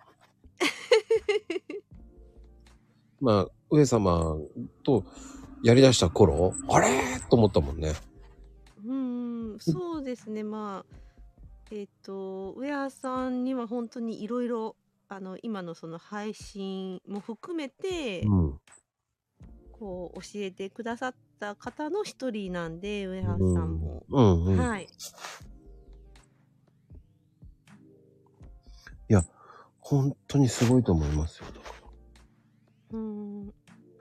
まあ、上様とやり出した頃、あれと思ったもんね。 うんうん。そうですね。まあ、えっと、ウェアさんには本当にいろいろ、あの、今のその配信も含めて、 うん。 こう、教えてくださった方の一人なんで、ウェアうん。 さんも。 うんうん。いはい。 や、本当にすごいと思いますよ。 うん。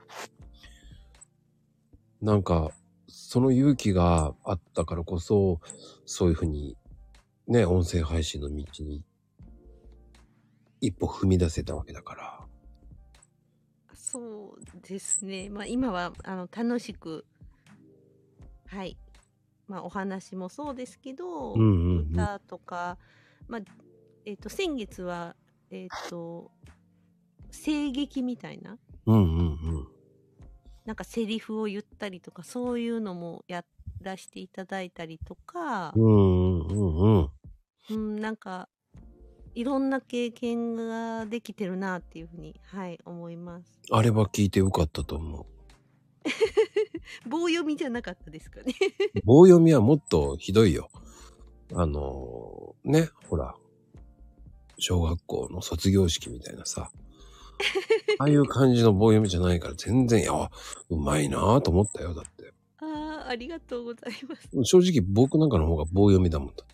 なんか、その勇気があったからこそ、そういうふうに、ね、音声配信の道に一歩踏み出せたわけだから。 そうですね。まあ今は、あの、楽しく、 はい。まあ、お話もそうですけど、 うんうんうん、 歌とか、まあ、えっ、ー、と、先月は、えっ、ー、と、声劇みたいな、 うんうんうん、 なんかセリフを言ったりとか、そういうのもやらせていただいたりとか、 うんうんうんうん、 うん、なんか、いろんな経験ができてるなっていうふうに、はい、思います。 あれは聞いてよかったと思う。 棒読みじゃなかったですかね。 棒読みはもっとひどいよ。あのー、ね、ほら、小学校の卒業式みたいなさ、ああいう感じの棒読みじゃないから全然、いや、うまいなぁと思ったよ、だって。 ああ、ありがとうございます。 正直僕なんかの方が棒読みだもんだって。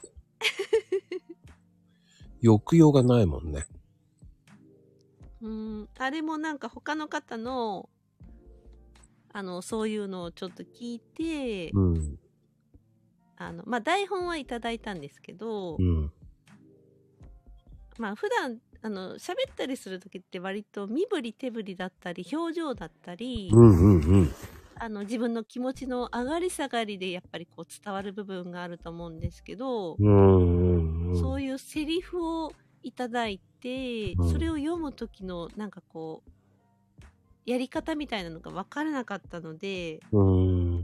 抑揚がないもんね。 うん、あれもなんか他の方の、あの、そういうのをちょっと聞いて、 うん、 あの、まあ、台本はいただいたんですけど、 うん、 まあ、普段、あの、喋ったりするときって割と身振り手振りだったり、表情だったり、 うんうんうん、 あの、自分の気持ちの上がり下がりでやっぱりこう伝わる部分があると思うんですけど、 うんうんうん、 そういうセリフをいただいて、 うん、 それを読む時のなんかこうやり方みたいなのが分からなかったので、 うんうん、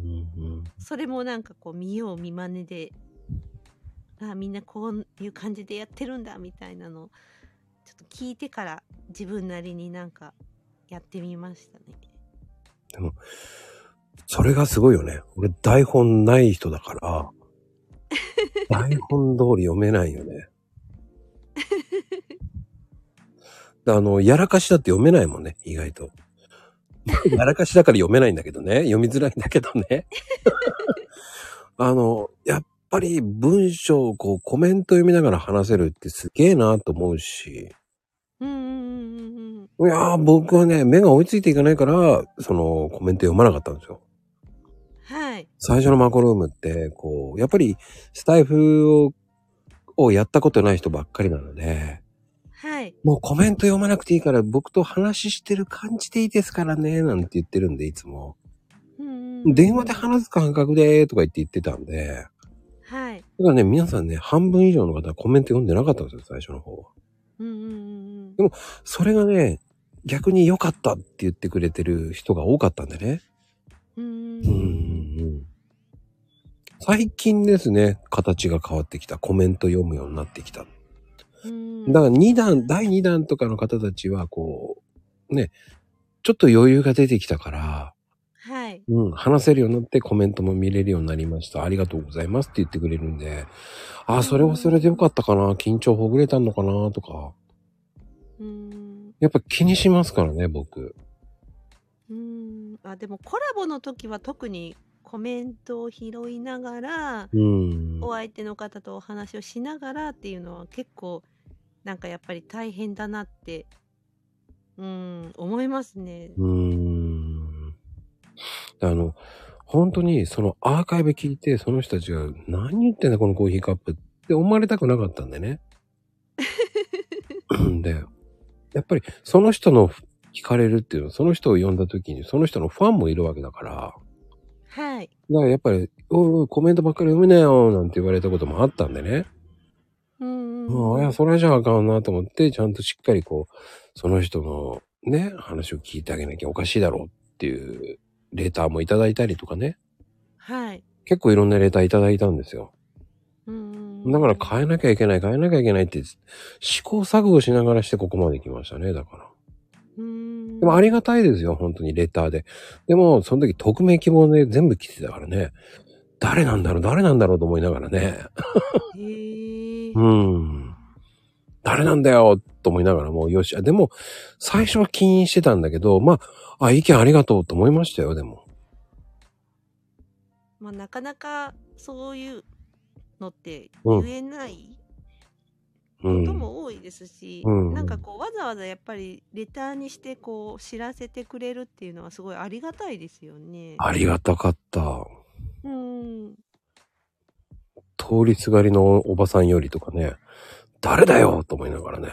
それもなんかこう見よう見まねで、あ、みんなこういう感じでやってるんだみたいなのをちょっと聞いてから自分なりになんかやってみましたね。 でもそれがすごいよね。俺台本ない人だから台本通り読めないよね。あのやらかしだって読めないもんね、意外と。やらかしだから読めないんだけどね、読みづらいんだけどね。あのやっぱり文章をこうコメント読みながら話せるってすげえなと思うし。 うんうんうんうん。 いやー、僕はね、目が追いついていかないから、そのコメント読まなかったんですよ。 はい。 最初のマコルームって、こう、やっぱりスタイフを、をやったことない人ばっかりなので、 はい。 もうコメント読まなくていいから僕と話してる感じでいいですからね、なんて言ってるんで、いつも。 うんうんうん、 電話で話す感覚でーとか言って言ってたんで、 はい。 だからね、皆さんね、半分以上の方はコメント読んでなかったんですよ、最初の方は。 うんうんうんうん。 でも、それがね、逆に良かったって言ってくれてる人が多かったんでね。 うんうんうんうん、最近ですね、形が変わってきた。コメント読むようになってきた。 うん、 だからに段、だいにだんとかの方たちは、こう、ね、ちょっと余裕が出てきたから、 はい。 うん、話せるようになってコメントも見れるようになりました。ありがとうございますって言ってくれるんで、ああ、それはそれでよかったかな、緊張ほぐれたのかなとか。 うん、 やっぱ気にしますからね、僕。 うん、あ、でもコラボの時は特にコメントを拾いながら、 うん、 お相手の方とお話をしながらっていうのは結構なんかやっぱり大変だなって、うん、思いますね。 うーん。あの、本当にそのアーカイブ聞いて、その人たちが何言ってんだこのコーヒーカップって思われたくなかったんでね。で、やっぱりその人の聞かれるっていうのは、その人を呼んだ時にその人のファンもいるわけだから。 はい。 だからやっぱり、おいおいコメントばっかり読めなよなんて言われたこともあったんでね。 うんうん、いや、それじゃあかんなと思って、ちゃんとしっかりこう、その人のね、話を聞いてあげなきゃおかしいだろうっていうレターもいただいたりとかね。 はい。 結構いろんなレターいただいたんですよ。 うんだから変えなきゃいけない、変えなきゃいけないって試行錯誤しながらしてここまで来ましたね、だから。 うんでもありがたいですよ、本当にレターで。でも、その時匿名希望で全部来てたからね。誰なんだろう、誰なんだろうと思いながらね。 へー。 うん。誰なんだよと思いながらも、よし。あ、でも、最初は起因してたんだけど、まあ、あ、意見ありがとうと思いましたよ、でも。 まあ、なかなかそういうのってうん言えないうんことも多いですし、 うんなんかこうわざわざやっぱりレターにしてこう知らせてくれるっていうのはすごいありがたいですよね。 ありがたかった。 うん。 通りすがりのおばさんよりとかね、誰だよと思いながらね。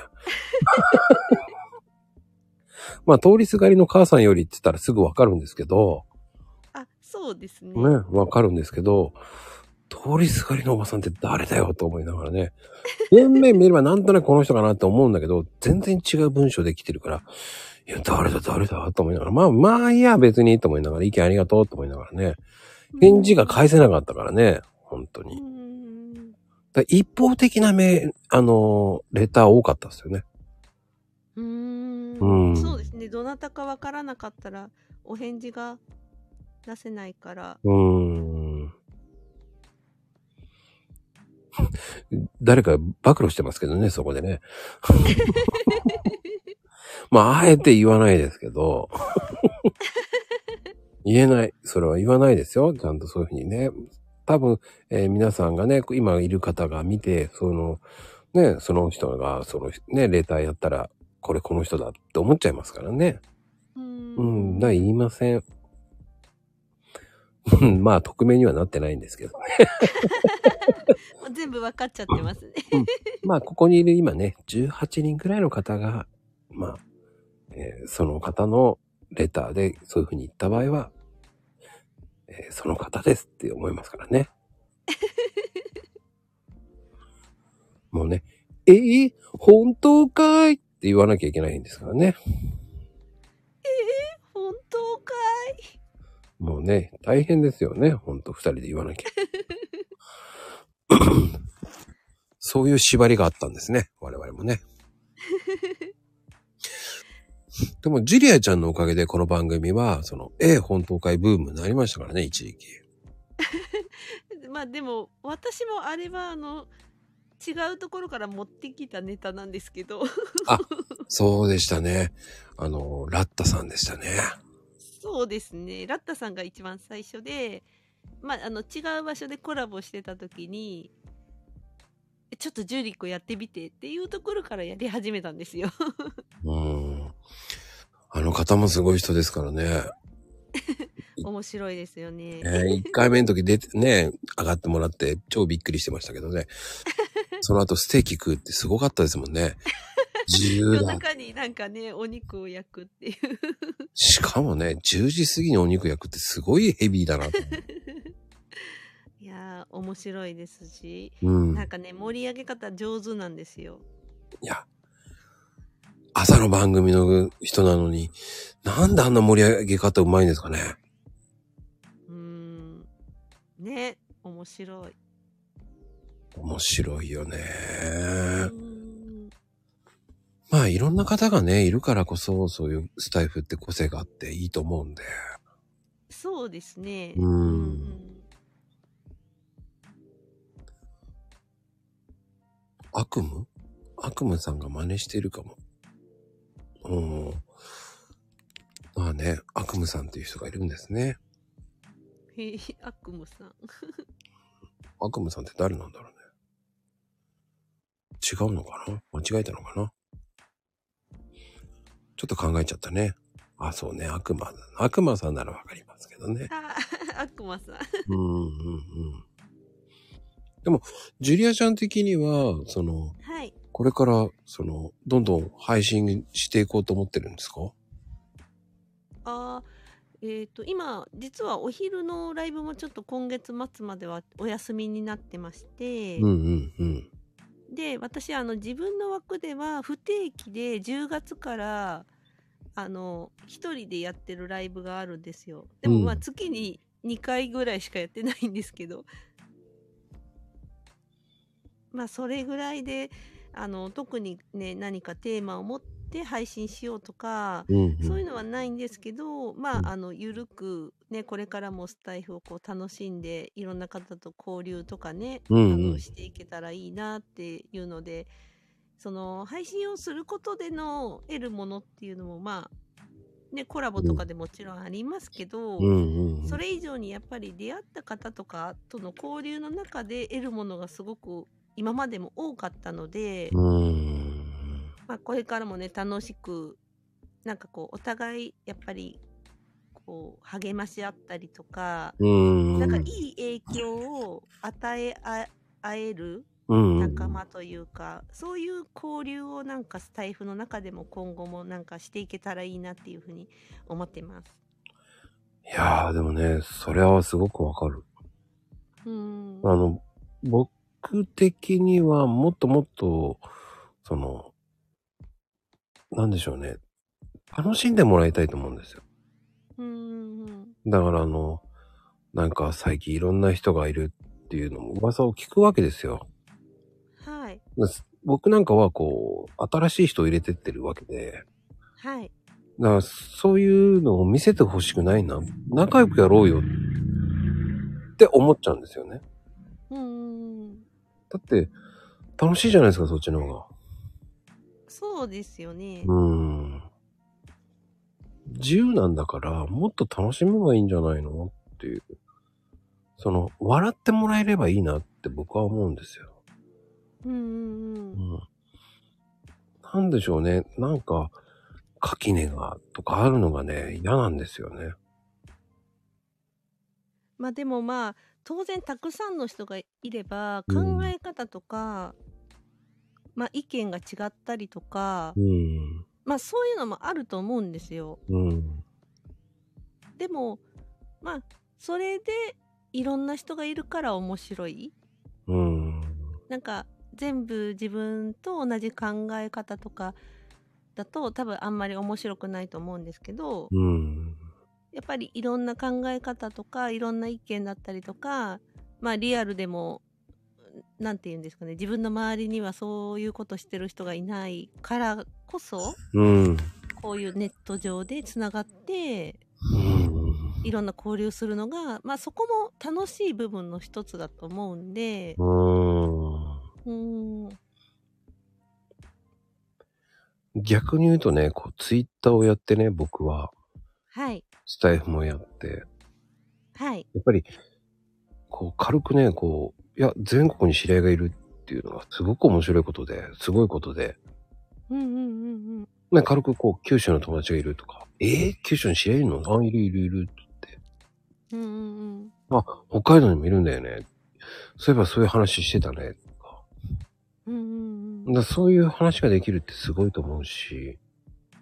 まあ、通りすがりの母さんよりって言ったらすぐわかるんですけど。 あ、 そうですね。 ね、わかるんですけど、通りすがりのおばさんって誰だよと思いながらね。文面見ればなんとなくこの人かなって思うんだけど、全然違う文章で来てるから、いや、誰だ誰だと思いながら、まあまあいいや別にと思いながら、意見ありがとうと思いながらね。返事が返せなかったからね、本当に。だ一方的なメあの、レター多かったですよね。 うーんうんそうですね。どなたかわからなかったら、お返事が出せないから。 うーん。誰か暴露してますけどね、そこでね。まあ、あえて言わないですけど。言えない。それは言わないですよ。ちゃんとそういうふうにね。多分、えー皆さんがね、今いる方が見て、その、ね、その人が、その、ね、レターやったら、これこの人だって思っちゃいますからね。うん、だから言いません。うんまあ、匿名にはなってないんですけどね。 もう全部わかっちゃってますね。 うんまあ、ここにいる今ね、じゅうはちにんくらいの方が、まあ、えーその方のレターでそういうふうに言った場合は、えーその方ですって思いますからね。もうね、えー、本当かいって言わなきゃいけないんですからね。 本当かい。 もうね、大変ですよね。ほんと、二人で言わなきゃ。そういう縛りがあったんですね。我々もね。でも、ジュリアちゃんのおかげでこの番組は、その、えー、本当かいブームになりましたからね、一時期。 まあでも私もあれはあの違うところから持ってきたネタなんですけどあ、そうでしたね。あの、ラッタさんでしたね。 そうですね。ラッタさんが一番最初で、まああの違う場所でコラボしてた時に、ちょっとジュリコやってみてっていうところからやり始めたんですよ。 うん。あの方もすごい人ですからね。 面白いですよね。 えー、いっかいめの時出てね、上がってもらって超びっくりしてましたけどね。その後ステーキ食うってすごかったですもんね。自由夜だ。 中になんかね、お肉を焼くっていう。 しかもね、じゅうじ過ぎにお肉焼くってすごいヘビーだなと。 いやー、面白いですし、 うんなんかね、盛り上げ方上手なんですよ。 いや、朝の番組の人なのに、なんであんな盛り上げ方うまいんですかね。 うーん。ね、面白い。 面白いよね。 うーん。 まあいろんな方がね、いるからこそ、そういうスタイフって個性があっていいと思うんで。 そうですね。 うーんうんうん悪夢悪夢さんが真似してるかも。うん。まあね、悪夢さんっていう人がいるんですね。 へえ、悪夢さん。 悪夢さんって誰なんだろうね。違うのかな間違えたのかなちょっと考えちゃったね。あ、そうね、悪魔だ。悪魔さんならわかりますけどね。 あ、悪魔さん。 うんうんうん。でも、ジュリアちゃん的には、その、 はい。 これから、その、どんどん配信していこうと思ってるんですか？ あー、えっと、今、実はお昼のライブもちょっと今月末まではお休みになってまして、 うんうんうん。 で、私、あの、自分の枠では不定期でじゅうがつから、あの、一人でやってるライブがあるんですよ。でも、まあ、 うん月ににかいぐらいしかやってないんですけど、まあ、それぐらいで、あの、特にね、何かテーマを持って配信しようとか、 うんうん。 そういうのはないんですけど、まうんあ、あの、ゆるく、ね、これからもスタイフをこう楽しんで、いろんな方と交流とかね、 うんうんあの、していけたらいいなっていうので、その、配信をすることでの得るものっていうのも、まあ、ね、コラボとかでもちろんありますけど、 うんうんうん。 それ以上にやっぱり出会った方とかとの交流の中で得るものがすごく今までも多かったので、 うーん。 まあ、これからもね楽しくなんかこうお互いやっぱりこう励まし合ったりとか、 うーん。 なんかいい影響を与えあ合えるうんうん。 仲間というか、そういう交流をなんかスタイフの中でも今後もなんかしていけたらいいなっていうふうに思ってます。 いやーでもね、それはすごくわかる。 うん。 あの、僕的にはもっともっと、その、なんでしょうね。楽しんでもらいたいと思うんですよ。 うん。 だからあの、なんか最近いろんな人がいるっていうのも噂を聞くわけですよ。 はい。 です僕なんかはこう、新しい人を入れてってるわけで、 はい。 だからそういうのを見せてほしくないな。仲良くやろうよって思っちゃうんですよね。 うん。 だって、楽しいじゃないですか、そっちの方が。 そうですよね。 うーん。自由なんだから、もっと楽しめばいいんじゃないのっていう。その、笑ってもらえればいいなって僕は思うんですよ。 うんうんうん。 うん。なんでしょうね。なんか、垣根がとかあるのがね、嫌なんですよね。 まあでもまあ、当然たくさんの人がいれば、考うん。 え方とか、まあ意見が違ったりとか、 うん。 まあそういうのもあると思うんですよ。 うん。 でも、まあ、それでいろんな人がいるから面白い。 うん。 なんか、全部自分と同じ考え方とかだと多分あんまり面白くないと思うんですけど、 うん。 やっぱりいろんな考え方とかいろんな意見だったりとか、まあリアルでも、なんて言うんですかね、自分の周りにはそういうことしてる人がいないからこそ、 うん。 こういうネット上でつながって、 うん。 いろんな交流するのが、まあそこも楽しい部分の一つだと思うんで、 うん。 うーん、 逆に言うとね、こう、ツイッターをやってね、僕は、 はい、 スタイフもやって、 はい、 やっぱり、こう、軽くね、こう、いや、全国に知り合いがいるっていうのがすごく面白いことで、すごいことで、 うんうんうんうん、 ね、軽くこう、九州の友達がいるとか、えー、九州に知り合いいるのあ、いるいるいるって。 うんうんうん、 あ、北海道にもいるんだよね。そういえばそういう話してたね。とか。 うんうんうん、 だそういう話ができるってすごいと思うし、 うん、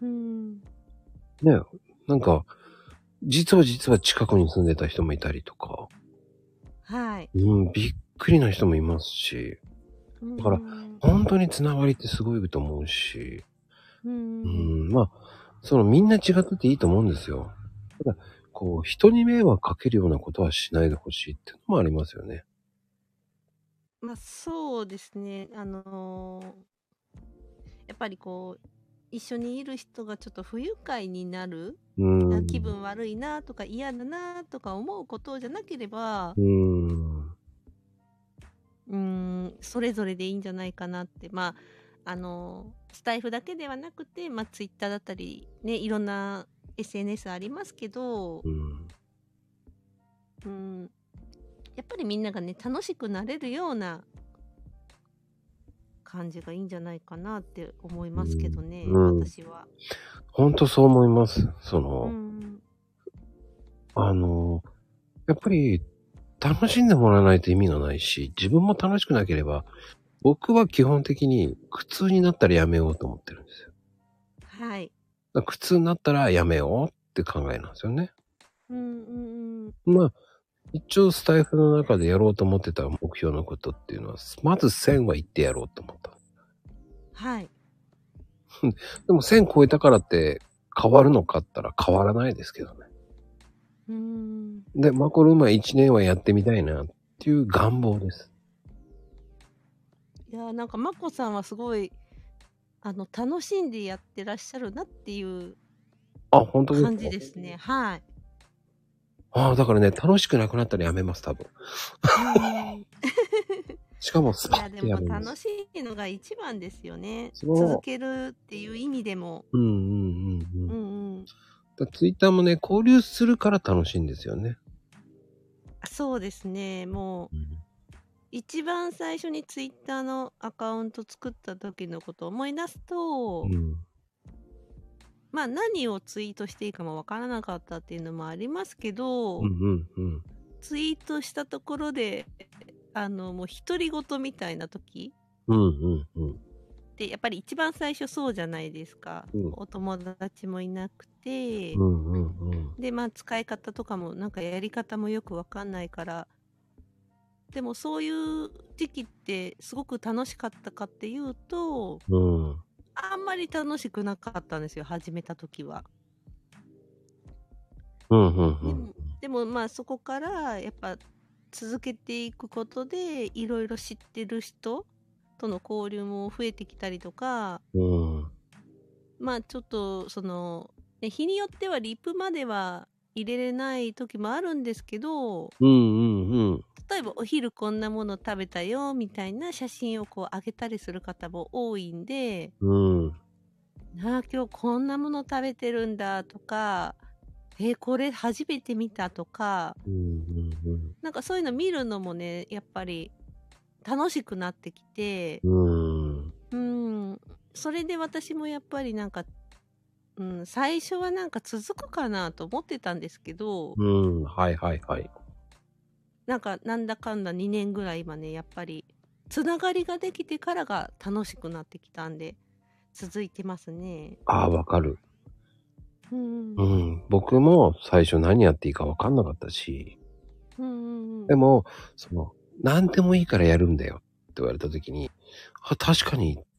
ね、なんか、実は実は近くに住んでた人もいたりとか、 はい、 うん、びっくりな人もいますし、 うんだから、 うんうん、 本当につながりってすごいと思うし、 うんううん、 ん、まあ、そのみんな違ってていいと思うんですよ。ただ、こう、人に迷惑かけるようなことはしないでほしいっていうのもありますよね。 まあそうですね、あのーやっぱりこう、一緒にいる人がちょっと不愉快になる、 うあ気ん。 分悪いなとか嫌だなとか思うことじゃなければ、 うーん。 うーん、それぞれでいいんじゃないかなって。まあ、あの、スタイフだけではなくて、まあ、ツイッターだったり、ね、いろんな エスエヌエス ありますけど、 うん。 うん、やっぱりみんながね、楽しくなれるような感じがいいんじゃないかなって思いますけどね、 うん。うん。 私は。 ほんとそう思います。そうの、 ん、 あの、やっぱり楽しんでもらわないと意味がないし、自分も楽しくなければ、僕は基本的に苦痛になったらやめようと思ってるんですよ。 はい。 だから苦痛になったらやめようって考えなんですよね。 うんうんうん。 まあ、一応スタイフの中でやろうと思ってた目標のことっていうのは、まずせんは行ってやろうと思った。 はい。 でもせん超えたからって変わるのかったら変わらないですけどね。 うん。 で、マコルームはいちねんはやってみたいなっていう願望です。 いやー、なんか、まこさんはすごい、あの、楽しんでやってらっしゃるなっていうあ、本当です感じか？ ですね。はい。 ああ、だからね、楽しくなくなったらやめます、多分。 うーん。 しかもスいや、でパッてやも楽めます。 しいのが一番ですよね。続そけるっていう意味でも。 う。うんうんうんうん。 うんうん。 だツイッターもね、交流するから楽しいんですよね。 そうですね。もう、 うん。 一番最初にツイッターのアカウント作った時のことを思い出すと、 うん。 まあ何をツイートしていいかもわからなかったっていうのもありますけど、 うんうんうん。 ツイートしたところで、あの、もう独り言みたいな時うんうんうん。 って、やっぱり一番最初そうじゃないですか。 うん。 お友達もいなくて、 うんうんうん。 で、まあ使い方とかもなんかやり方もよくわかんないから、でもそういう時期ってすごく楽しかったかっていうと、 うん。 あんまり楽しくなかったんですよ、始めた時は。 うんうんうん。 でも、でもまあそこからやっぱ続けていくことでいろいろ知ってる人との交流も増えてきたりとか、 うん。 まあちょっとその、ね、日によってはリップまでは入れれない時もあるんですけど、 うんうんうん。 例えばお昼こんなもの食べたよみたいな写真をこう上げたりする方も多いんで、 うん。 ああ今日こんなもの食べてるんだとか、えーこれ初めて見たとか、 うんうんうん。 なんかそういうの見るのもね、やっぱり楽しくなってきて、 うん。 うん、それで私もやっぱりなんか、うん、最初はなんか続くかなと思ってたんですけど、 うん。はいはいはい。 なんかなんだかんだにねんぐらい今ね、やっぱりつながりができてからが楽しくなってきたんで、続いてますね。 ああ、わかる。 うんうん。僕も最初何やっていいかわかんなかったし、 うんうんうんでも、その、何でもいいからやるんだよって言われた時に、あ、確かに、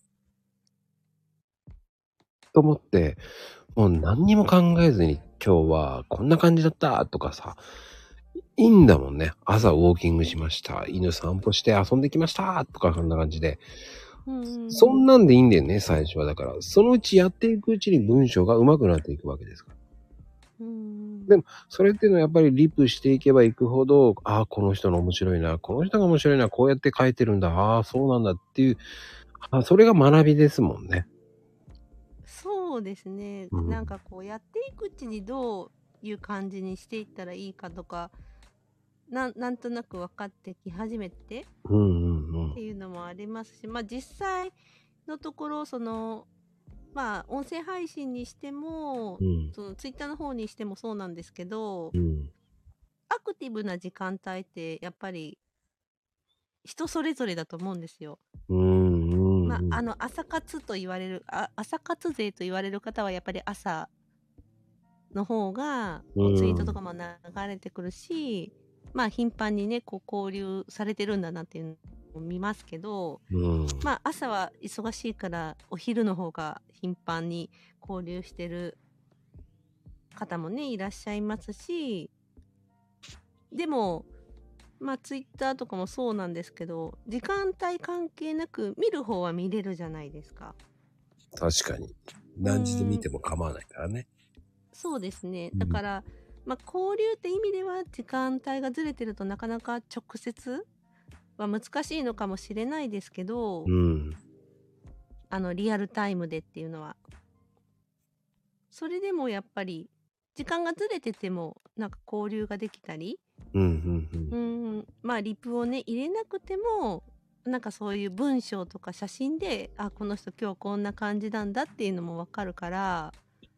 と思って、もう何にも考えずに今日はこんな感じだったとかさ、いいんだもんね。朝ウォーキングしました。犬散歩して遊んできましたとかそんな感じで。 うんうんうんそんなんでいいんだよね、最初は。だから、そのうちやっていくうちに文章が上手くなっていくわけですから。 うんでも、それっていうのはやっぱりリプしていけばいくほど、ああ、この人の面白いな、この人が面白いな、こうやって書いてるんだ、ああ、そうなんだっていう、あ、それが学びですもんね。 そうですね。 うん。 なんかこうやっていくうちにどういう感じにしていったらいいかとか、なんなんとなく分かってき始めてうんうんうんっていうのもありますし、まあ実際のところ、その、まあ音声配信にしても、 うんそのツイッターの方にしてもそうなんですけど、 うんアクティブな時間帯ってやっぱり人それぞれだと思うんですよ。 うんうんまあ、 うんあの朝活と言われるあ朝活勢と言われる方はやっぱり朝の方がこうツイートとかも流れてくるし、まあ頻繁にねこう交流されてるんだなっていうのを見ますけど、 うんまあ朝は忙しいからお昼の方が頻繁に交流してる方もねいらっしゃいますし、でもまあツイッターとかもそうなんですけど、時間帯関係なく見る方は見れるじゃないですか。 確かに。何時で見ても構わないからね。 そうですね。 うんだから、まあ、交流って意味では時間帯がずれてるとなかなか直接は難しいのかもしれないですけど、 うん。 あのリアルタイムでっていうのは。それでもやっぱり時間がずれててもなんか交流ができたり、 うんうんう。 うんん、まあリプをね入れなくてもなんかそういう文章とか写真で、あ、この人今日こんな感じなんだっていうのもわかるから、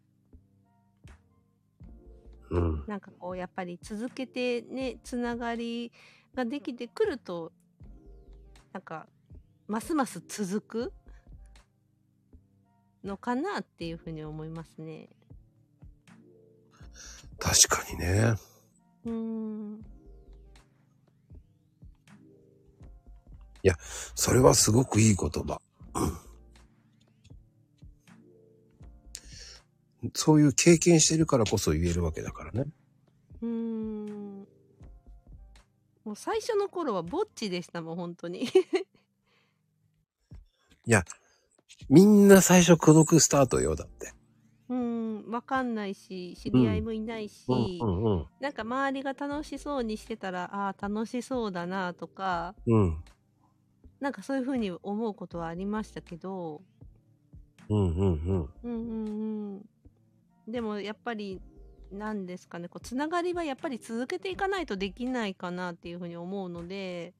うん。 なんかこうやっぱり続けてねつながりができてくるとなんかますます続くのかなっていうふうに思いますね。 確かにね。 うーん。 それはすごくいい言葉。そういう経験してるからこそ言えるわけだからね。 うーん。もう最初の頃はぼっちでしたもん本当に。 いや、みんな最初孤独スタートよ、だって。 うーん、わかんないし知り合いもいないし、 うんうんなんか周りが楽しそうにしてたら、ああ楽しそうだなとか、 うん。 なんかそういうふうに思うことはありましたけど、 うんうんうん。 うんうんうん。でもやっぱりなんですかね、こうつながりはやっぱり続けていかないとできないかなっていうふうに思うので、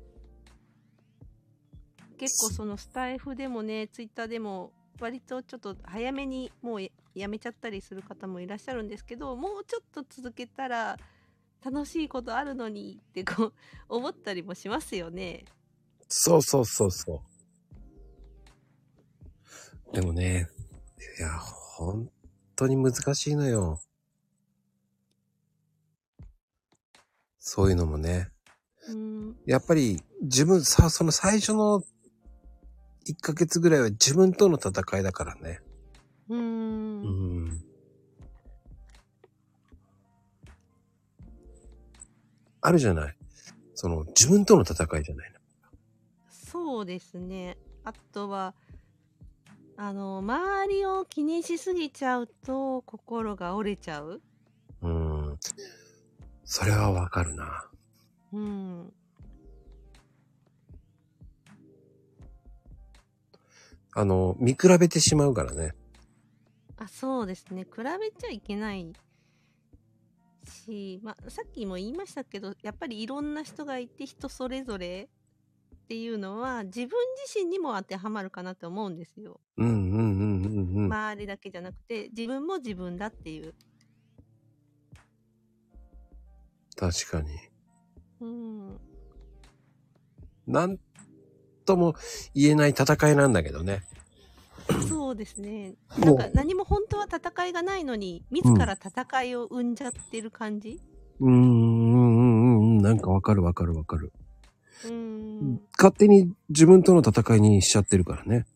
結構そのスタイフでもね、ツイッターでも割とちょっと早めにもうややめちゃったりする方もいらっしゃるんですけど、もうちょっと続けたら楽しいことあるのにってこう思ったりもしますよね。 そうそうそうそう。でもね、いや、本当に難しいのよ。そういうのもね。 うん。 やっぱり自分さ、その最初のいっかげつぐらいは自分との戦いだからね。 うー。 うんん。あるじゃない。その自分との戦いじゃないの。 そうですね。あとは、あの、周りを気にしすぎちゃうと心が折れちゃう。 うん。それはわかるな。 うん。 あの、見比べてしまうからね。 あ、そうですね。比べちゃいけないし、まあ、さっきも言いましたけど、やっぱりいろんな人がいて人それぞれっていうのは自分自身にも当てはまるかなって思うんですよ。 うんうんうんうんうん。 周りだけじゃなくて自分も自分だっていう。 確かに。 うん。 なんとも言えない戦いなんだけどね。 そうですね。なんか何も本当は戦いがないのに、自ら戦いを生んじゃってる感じ。 うーん、うんうんうん。なんかわかるわかるわかる。 うーん。 勝手に自分との戦いにしちゃってるからね。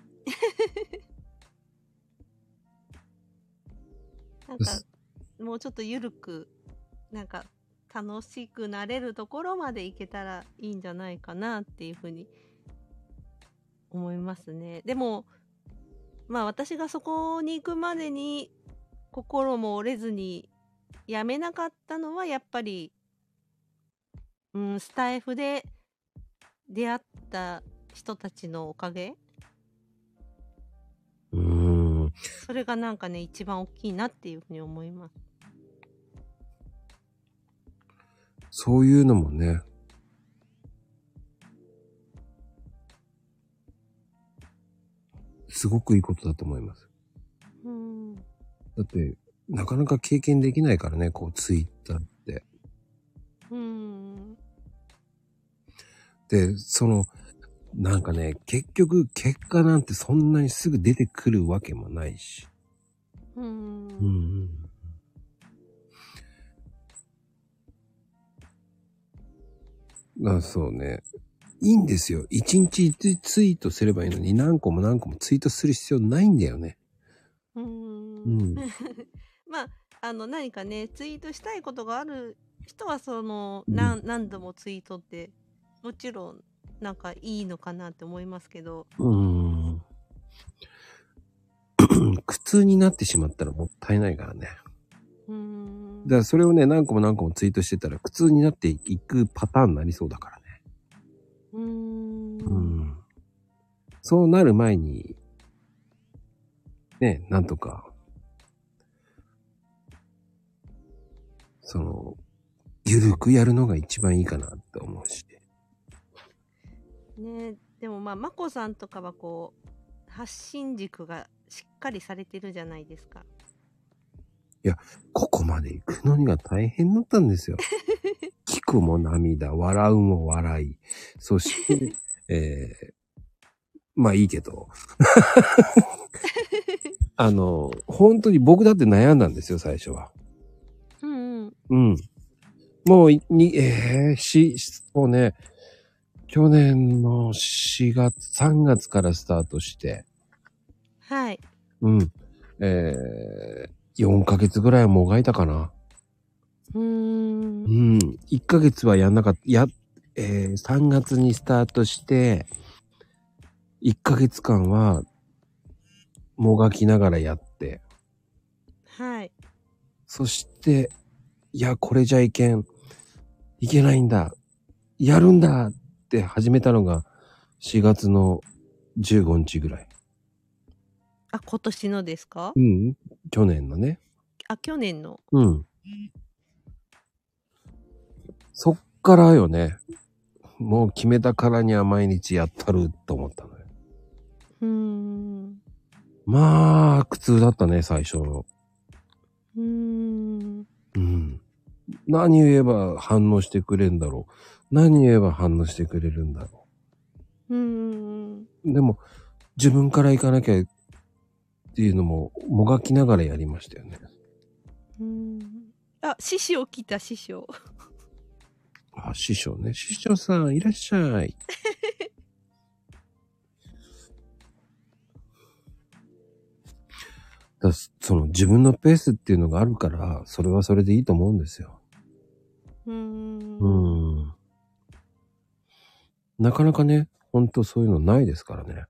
なんか、もうちょっとゆるく、なんか、楽しくなれるところまでいけたらいいんじゃないかなっていうふうに思いますね。でも、まあ私がそこに行くまでに心も折れずにやめなかったのはやっぱり、うん、スタイフで出会った人たちのおかげ。 うーん。 それがなんかね、一番大きいなっていうふうに思います。 そういうのもね。すごくいいことだと思います。 うん。 だって、なかなか経験できないからね、こう、ツイッターって。 うん。 で、その、なんかね、結局、結果なんてそんなにすぐ出てくるわけもないし。 うん。 うんうん。あ、そうね。いいんですよ。一日一ツイートすればいいのに何個も何個もツイートする必要ないんだよね。 うー。 うんん。 まあ、あの、何かね、ツイートしたいことがある人は、その、 うん何、何度もツイートって、もちろん、なんかいいのかなって思いますけど、 うーん。苦痛になってしまったらもったいないからね。 うーん。 だからそれをね、何個も何個もツイートしてたら苦痛になっていくパターンになりそうだからね。 うーん。 うん。そうなる前に、ね、なんとか、その、ゆるくやるのが一番いいかなって思うし。 ね、でもまあ、まこさんとかはこう、発信軸がしっかりされてるじゃないですか。 ここまで行くのにが大変だったんですよ。聞くも涙、笑うも笑い。そして、えー、まあいいけど。あの、本当に僕だって悩んだんですよ、最初は。 うんうん。 うん。もう、に、えー、し、もうね、去年のしがつ、さんがつからスタートして、 はい。 うん。えー、よんかげつぐらいはもがいたかな。 うーん。 うん。いっかげつはやんなかった。や、えー、さんがつにスタートして、いっかげつかんは、もがきながらやって、 はい。 そして、いや、これじゃいけん。いけないんだ。やるんだって始めたのがしがつのじゅうごにちぐらい。 あ、今年のですか？ うん。去年のね。 あ、去年の。 うん。そっからよね。もう決めたからには毎日やったると思ったのよ。 うーん。 まあ、苦痛だったね、最初の。 うーん。 うん。何言えば反応してくれるんだろう。何言えば反応してくれるんだろうーん。 う。でも、自分から行かなきゃっていうのももがきながらやりましたよね。 うーん。あ、師匠来た、師匠。 あ、師匠ね。師匠さんいらっしゃい。だその自分のペースっていうのがあるから、それはそれでいいと思うんですよ。 うーん。 うーん。なかなかね、ほんとそういうのないですからね。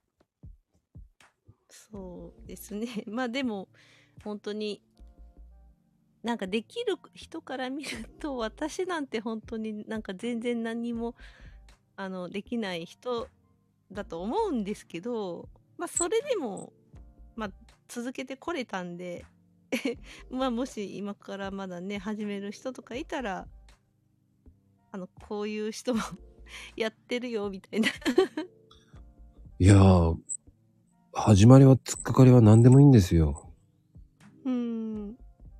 そうですね。まあでも、本当に、なんかできる人から見ると、私なんて本当になんか全然何も、あの、できない人だと思うんですけど、まあそれでも、まあ続けてこれたんで、まあもし今からまだね、始める人とかいたら、あの、こういう人もやってるよ、みたいな。 いやー、始まりは突っかかりは何でもいいんですよ。 うーん。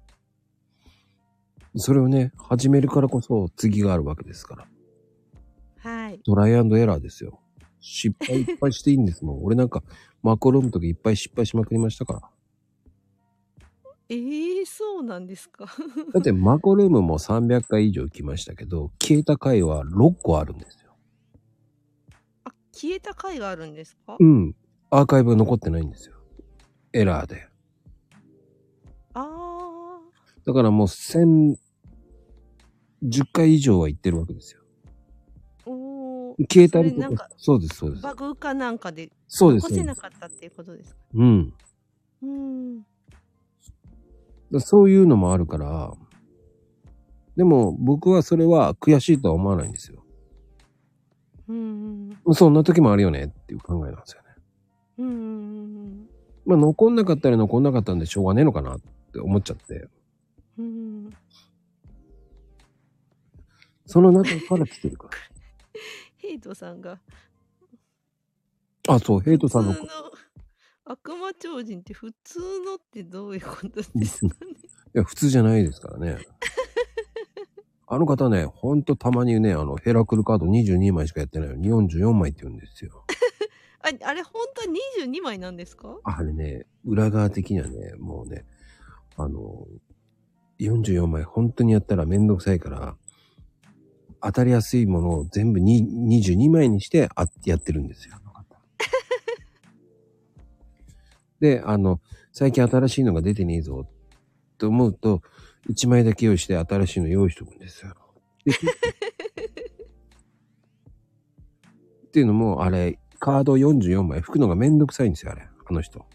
それをね、始めるからこそ次があるわけですから。 はい。 トライアンドエラーですよ。失敗いっぱいしていいんですもん。俺なんかマコロームとかいっぱい失敗しまくりましたから。 ええー、そうなんですか。 だってマコルームもさんびゃっかい以上行きましたけど、消えた回はろっこあるんですよ。 あ、消えた回があるんですか？ うん。アーカイブが残ってないんですよ。エラーで。 あだからもうせんじゅっかい以上は行ってるわけですよ。 ー、おー、 消えたりとかそれなんか、 そうです、そうです。 バグかなんかでそうです、 残せなそうです。 かったっていうことですか？ うん。 うーん。 だそういうのもあるから、でも僕はそれは悔しいとは思わないんですよ。 うーん。 そんな時もあるよねっていう考えなんですよね。 うーん。 まあ残んなかったら残んなかったんでしょうがねえのかなって思っちゃって。 うーん。 その中から来てるから。 ヘイトさんが、 あ、そう、ヘイトさんの。 普通の悪魔超人って普通のってどういうことですかね？ いや、普通じゃないですからね。あの方ね、ほんとたまにね、あの、ヘラクルカードにじゅうにまいしかやってないのによんじゅうよんまいって言うんですよ。 あ、あれ本当はにじゅうにまいなんですか？ あれね、裏側的にはね、もうね、あの、よんじゅうよんまい本当にやったらめんどくさいから、当たりやすいものを全部ににじゅうにまいにしてあやってるんですよ。で、あの、最近新しいのが出てねえぞと思うと、いちまいだけ用意して新しいの用意しとくんですよ。っていうのも、あれ、カードよんじゅうよんまい吹くのがめんどくさいんですよ、あれ。あの人。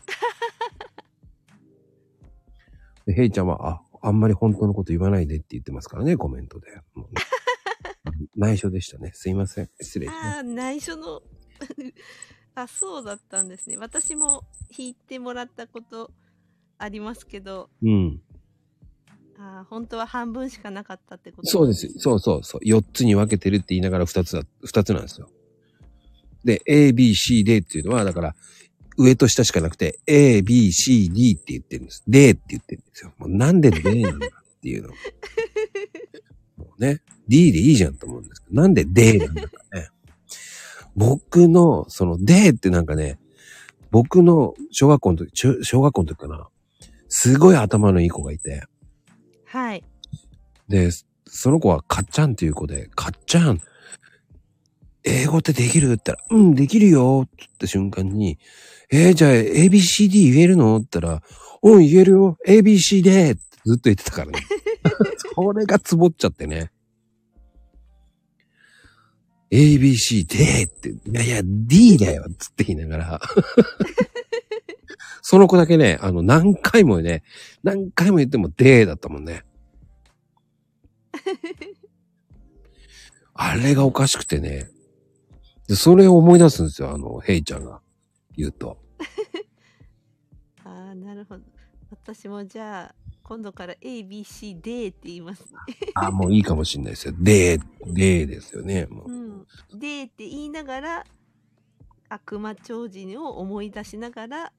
で、ヘイちゃんは、あ、あんまり本当のこと言わないでって言ってますからね、コメントで。もうね、内緒でしたね。すいません。失礼します。 ああ、内緒の。あ、そうだったんですね。私も弾いてもらったことありますけど、 うん。 あ、本当は半分しかなかったってことそうです。そうそうそう。よっつに分けてるって言いながらふたつだ、ふたつなんですよ。で、A、B、C、D っていうのは、だから、上と下しかなくて、A、B、C、D って言ってるんです。D って言ってるんですよ。もうなんで D なんだっていうの。もうね、D でいいじゃんと思うんですけど、なんで D なんだかね。僕の、その D ってなんかね、僕の小学校の時、中小学校の時かな、すごい頭のいい子がいて、 はい。 で、その子はかっちゃんっていう子で、かっちゃん、英語ってできるって言ったら、うん、できるよって言った瞬間に、えー、じゃあ エービーシーディー 言えるのって言ったら、うん、言えるよ エービーシーディー ってずっと言ってたからね。それがつぼっちゃってね。エービーシーディー って、いやいや、D だよつって言いながら。その子だけね、あの、何回もね、何回も言っても D だったもんね。あれがおかしくてね。で、それを思い出すんですよ、あの、ヘイちゃんが言うと。 ああ、なるほど。私もじゃあ、今度から A、B、C、D って言いますね。 あ、もういいかもしれないですよ。D、D ですよね。もううん。D って言いながら、悪魔超人を思い出しながら、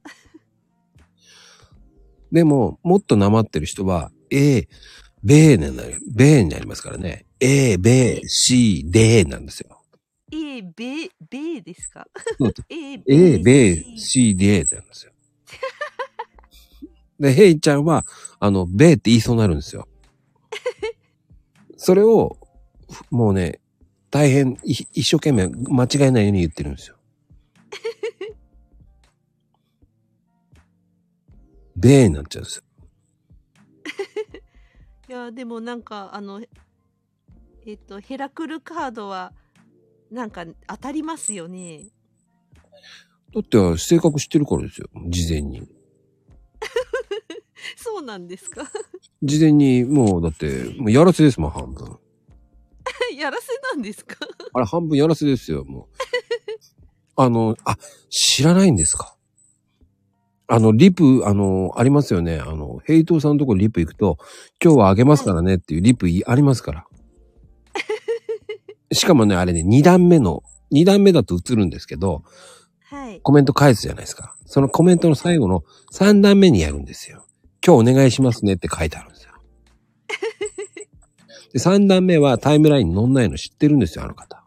でも、もっとなまってる人は、A、ベーになる、ベーになりますからね。A、ベー、C、D なんですよ。 A、ベ、ベですか？ A、 A、ベー、C、D なんですよ。 で、ヘイちゃんは、あの、ベーって言いそうになるんですよ。それを、もうね、大変、一生懸命間違えないように言ってるんですよ。ベーになっちゃうんですよ。 いや、でもなんか、あの、えっと、ヘラクルカードは、なんか当たりますよね。 だって性格知ってるからですよ。事前に。 そうなんですか？ 事前に、もうだって、もうやらせですもん、半分。 やらせなんですか？ あれ、半分やらせですよ、もう。あの、あ、知らないんですか？あの、リプ、あの、ありますよね。あの、ヘイトさんのところリプ行くと、今日はあげますからねっていうリプありますから。しかもね、あれね、二段目の、二段目だと映るんですけど、 はい。 コメント返すじゃないですか。そのコメントの最後の三段目にやるんですよ。今日お願いしますねって書いてあるんですよ。で、三段目はタイムラインに載んないの知ってるんですよ、あの方。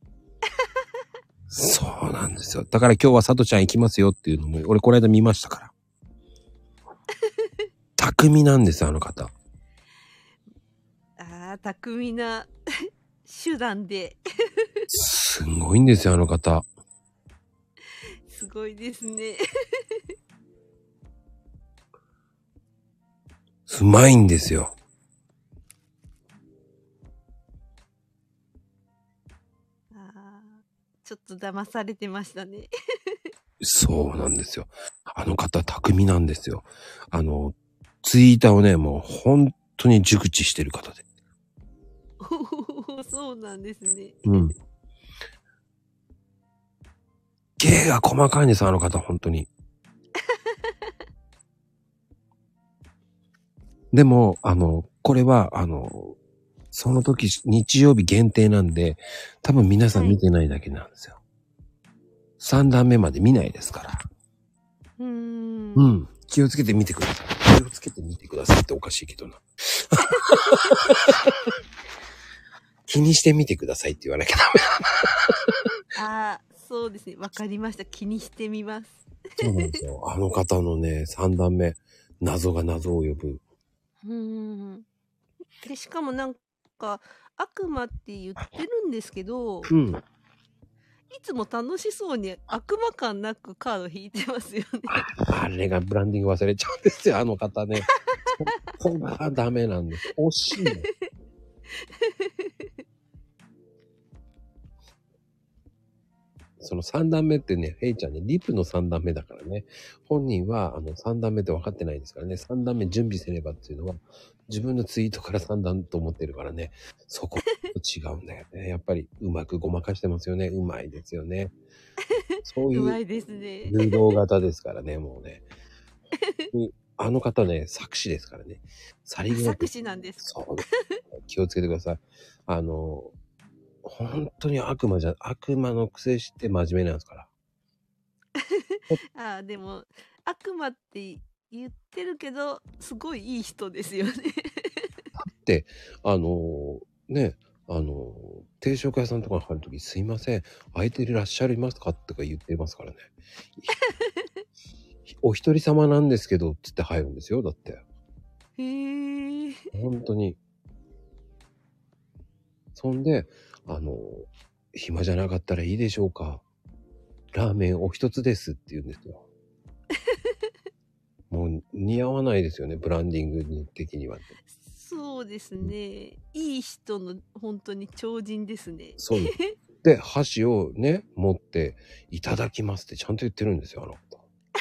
そうなんですよ。だから今日はさとちゃん行きますよっていうのも、俺この間見ましたから。巧なんですよ、あの方。 ああ、巧みな手段で。 すごいんですよ、あの方。 すごいですね。 うまいんですよ。 ああ、ちょっと騙されてましたね。 そうなんですよ。あの方、巧みなんですよ。あの、ツイーターをね、もう本当に熟知してる方で。 おお、そうなんですね。 うん。芸が細かいんです、あの方、本当に。でも、あの、これは、あの、その時、日曜日限定なんで、多分皆さん見てないだけなんですよ。さん段目まで見ないですから。 うーん。 うん。気をつけて見てください。気をつけて見てくださいっておかしいけどな。気にしてみてくださいって言わなきゃダメ。 ああ、そうですね。わかりました。気にしてみます。 そうなんですよ。あの方のね、さん段目、謎が謎を呼ぶ。 うーん。で、しかもなんか、悪魔って言ってるんですけど、 うん。 いつも楽しそうに悪魔感なくカード引いてますよね。 あれがブランディング忘れちゃうんですよ、あの方ね。そこがダメなんです。惜しいの。そのさん段目ってね、ヘイちゃんね、リプのさん段目だからね。本人は、あの、さん段目って分かってないですからね。さん段目準備すればっていうのは、自分のツイートからさん段と思ってるからね。そこと違うんだよね。やっぱり、うまくごまかしてますよね。うまいですよね。そういううまいですね。 誘導型ですからね、もうね。あの方ね、作詞ですからね。さりげなく。 作詞なんですか？ そう。気をつけてください。あの、本当に悪魔じゃ、悪魔の癖して真面目なんですから。 ああ、でも、悪魔って言ってるけど、すごいいい人ですよね。 で、あの、ね、あの、定食屋さんとかに入るとき、すいません、空いていらっしゃいますかとか言ってますからね。お一人様なんですけど、つって入るんですよ、だって。 へえ。 本当に。そんで、あの、暇じゃなかったらいいでしょうか。ラーメンお一つですって言うんですよ。もう似合わないですよね、ブランディング的には。 そうですね。いい人の本当に超人ですね。 そうです。で、箸をね、持って、いただきますってちゃんと言ってるんですよ、あの方。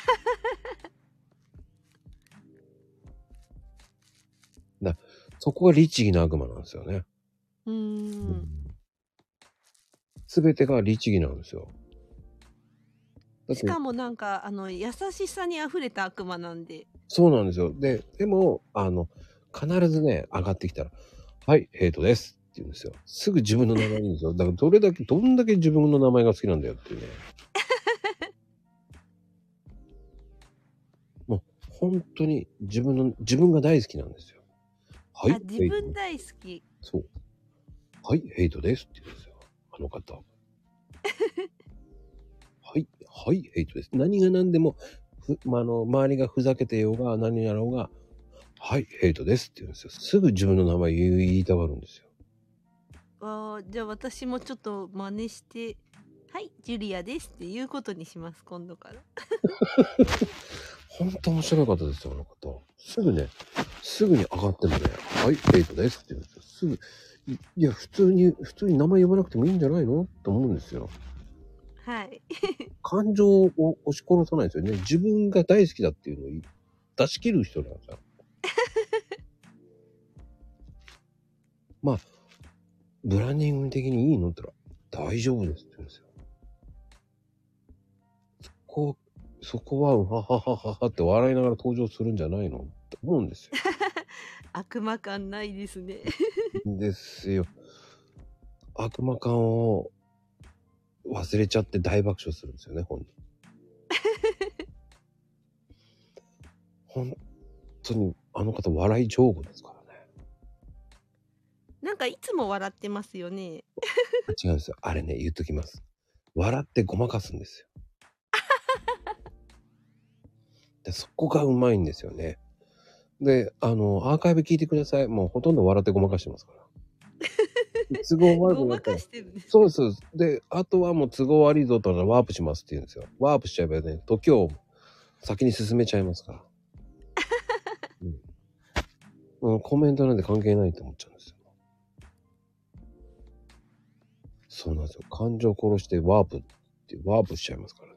だそこが律儀な悪魔なんですよね。 うーん。 すべてが律儀なんですよ。だってしかもなんか、あの、優しさに溢れた悪魔なんで。 そうなんですよ。で、でも、あの、必ずね、上がってきたら、はい、ヘイトですって言うんですよ。すぐ自分の名前言うんですよ。だからどれだけ、どんだけ自分の名前が好きなんだよっていうね。もう、本当に自分の、自分が大好きなんですよ。はい、 あ、自分大好き。 そう。はい、ヘイトですって言うんですよ。あの方。はい、はい、ヘイトです。何が何でも、 ふ、まあ、あの、周りがふざけてようが何やろうが、はい、ヘイトですって言うんですよ。すぐ自分の名前言い言いたがるんですよ。 あーじゃあ私もちょっと真似して「はいジュリアです」っていうことにします今度から。 ほんと面白い方ですよ、あの方。すぐね、すぐに上がってもね、はい、ヘイトですって言うんですよ。すぐ、いいや、普通に、普通に名前呼ばなくてもいいんじゃないのと思うんですよ。 はい感情を押し殺さないですよね。自分が大好きだっていうのを出し切る人なんですよ。まあ、ブランディング的にいいのって言ったら、大丈夫ですって言うんですよ。そこ、そこは、うはははははって笑いながら登場するんじゃないのって思うんですよ。 悪魔感ないですね。 ですよ。悪魔感を忘れちゃって大爆笑するんですよね、本人。本当に、あの方、笑い上手ですからね。 なんかいつも笑ってますよね。 違うんですよ。あれね、言っときます。笑ってごまかすんですよ。でそこがうまいんですよね。で、あの、アーカイブ聞いてください。もうほとんど笑ってごまかしてますから。都合悪くごまなったらかしてるんです。 そうそう。で、あとはもう都合悪いぞとワープしますって言うんですよ。ワープしちゃえばね、時を先に進めちゃいますから。うん、コメントなんて関係ないと思っちゃうんですよ。そうなんですよ。感情殺してワープってワープしちゃいますからね。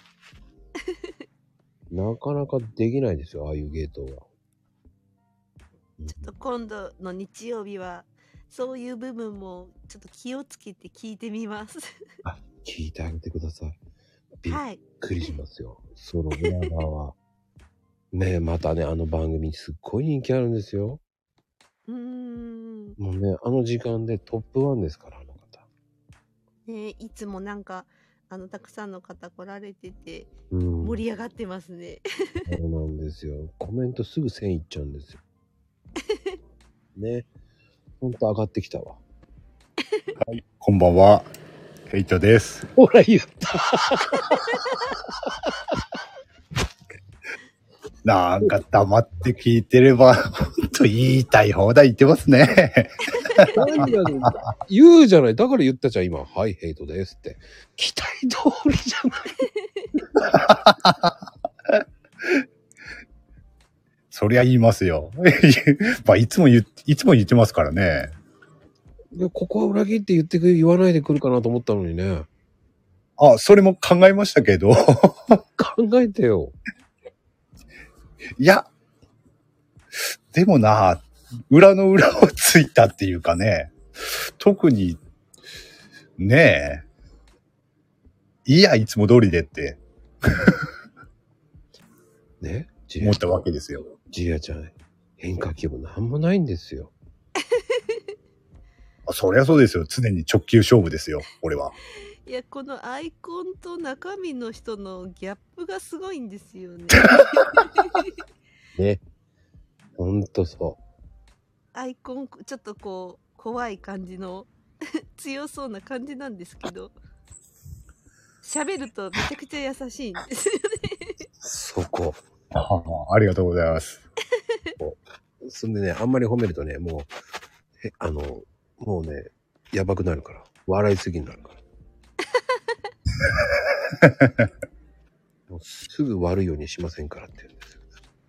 なかなかできないですよ、ああいうゲートは。 ちょっと今度の日曜日はそういう部分もちょっと気をつけて聞いてみます。 あ、聞いてあげてください。びっはい。 くりしますよ。その裏側は。ねえ、またね、あの番組すっごい人気あるんですよ。 うーん。 もうね、あの時間でトップワンですから、あの方。 ね、いつもなんかあのたくさんの方来られててうん。 盛り上がってますね。 そうなんですよ。コメントすぐせんいっちゃうんですよ。ね。ほんと上がってきたわ。 はい、こんばんは。ヘイトです。 ほら言った。 なんか黙って聞いてれば、ほんと言いたい放題言ってますね。 何がね言うじゃない。だから言ったじゃん、今。はい、ヘイトですって。期待通りじゃない。 そりゃ言いますよ。まあ、いつも言、いつも言ってますからね。 で、ここは裏切って言ってく言わないでくるかなと思ったのにね。 あ、それも考えましたけど。 考えてよ。 いや、でもな、裏の裏をついたっていうかね、特に、ねえ、いや、いつも通りでって、 ね、 思ったわけですよ。 ジリアちゃん、変化球もなんもないんですよ。 あ、そりゃそうですよ。常に直球勝負ですよ、俺は。 いやこのアイコンと中身の人のギャップがすごいんですよね。 ね。ほんとそう。 アイコンちょっとこう怖い感じの強そうな感じなんですけど喋るとめちゃくちゃ優しいんですよね。 そこ。 あ, ありがとうございます。 そんでね、あんまり褒めるとね、もう、え、あの、もうね、やばくなるから。笑いすぎになるから。もうすぐ悪いようにしませんからって言うんですよ。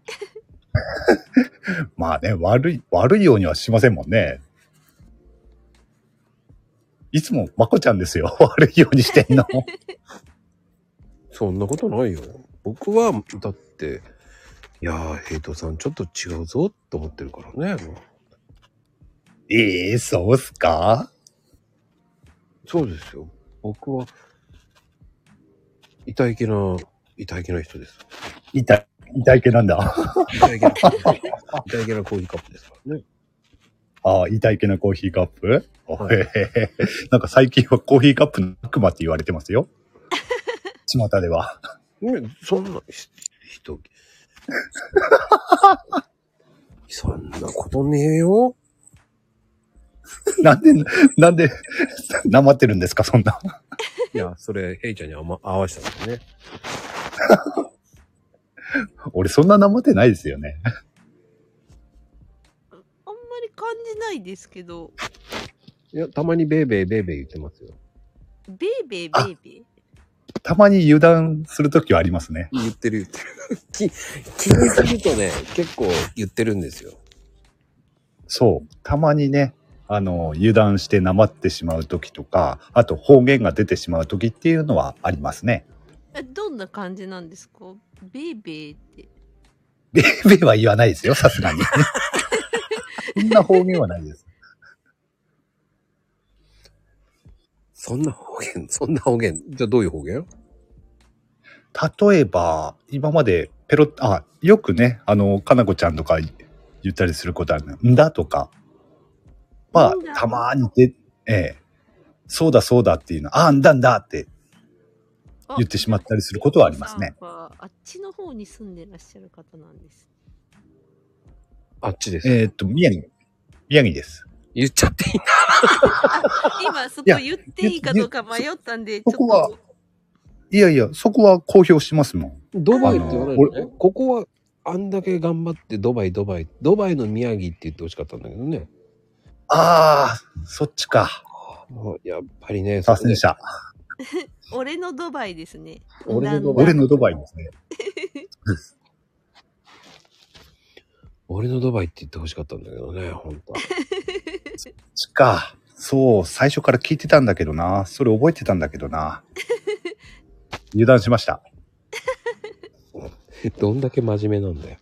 まあね、悪い、悪いようにはしませんもんね。いつもまこちゃんですよ。悪いようにしてんの。 そんなことないよ。僕は、だって、いやー、ヘイトさんちょっと違うぞと思ってるからね。もうええー、そうっすか？ そうですよ。僕は、痛い気な、痛い気な人です。 痛い、痛い系なんだ。 痛い気な、痛い気なコーヒーカップですからね。 ああ、痛い系なコーヒーカップ、 はいへへへなんか最近はコーヒーカップの悪魔って言われてますよ。巷では。 ね、そんな人、そんなことねえよ。 なんで、なんで、なまってるんですか、そんな。 いや、それ、ヘイちゃんにあま合わせたんだよね。 俺そんななまってないですよね。 あんまり感じないですけど、 いや、たまにベーベーベーベー言ってますよ。 ベーベーベーベー。 たまに油断するときはありますね。 言ってる言ってる。気、気にするとね、結構言ってるんですよ。 そう。たまにね、あの、油断してなまってしまうときとか、あと方言が出てしまうときっていうのはありますね。 え、どんな感じなんですか？ベーベーって。 ベーベーは言わないですよ、さすがに。そんな方言はないです。 そんな方言、そんな方言。じゃあどういう方言？ 例えば、今までペロッ、あ、よくね、あの、かなこちゃんとか言ったりすることあるんだとか、まあんだ、 たまにで、ええ、そうだそうだっていうの、あ、んだんだってあ言ってしまったりすることはありますね。 さんはあっちの方に住んでらっしゃる方なんです。 あっちです。 えーっと、宮城、宮城です。 言っちゃっていいな。 今そこいや言っていいかどうか迷ったんで、ちょっそこはと。 いやいや、そこは公表しますもん。 ドバイって言わないのあのね。ここはあんだけ頑張ってドバイドバイ、ドバイの宮城って言ってほしかったんだけどね。 ああ、そっちか。 もうやっぱりね、 脱線した。 俺のドバイですね。 俺のドバイ俺のドバイですね。 俺のドバイって言ってほしかったんだけどね、本当は。 そっちか。そう、最初から聞いてたんだけどな。それ覚えてたんだけどな。油断しました。 どんだけ真面目なんだよ。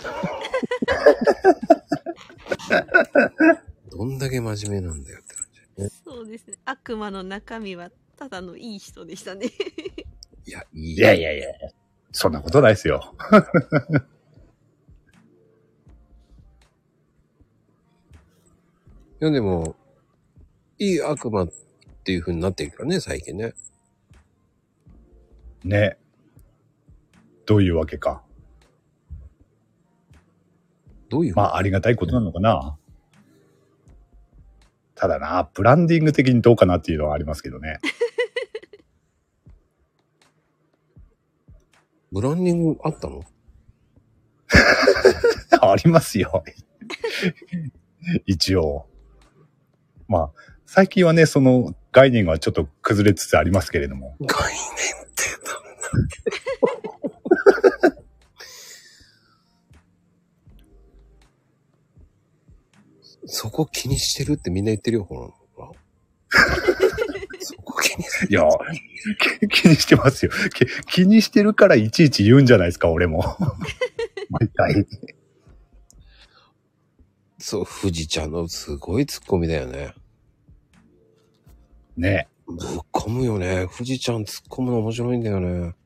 どんだけ真面目なんだよって感じ、ね。 そうですね。悪魔の中身はただのいい人でしたね。 いや、いい。 いやいやいや、そんなことないですよ。 いやでも、いい悪魔っていう風になってるからね、最近ね。 ね。どういうわけか。 どういうまあ、ありがたいことなのかな。ただな、ブランディング的にどうかなっていうのはありますけどね。 ブランディングあったの？ ありますよ。一応。まあ、最近はね、その概念がちょっと崩れつつありますけれども。 概念ってなんだそこ気にしてるってみんな言ってるよ、ほら。そこ気にしてる。 いや、気にしてますよ。気にしてるからいちいち言うんじゃないですか、俺も。毎回。 そう、富士ちゃんのすごいツッコミだよね。 ね。 ぶっ込むよね。富士ちゃん突っ込むの面白いんだよね。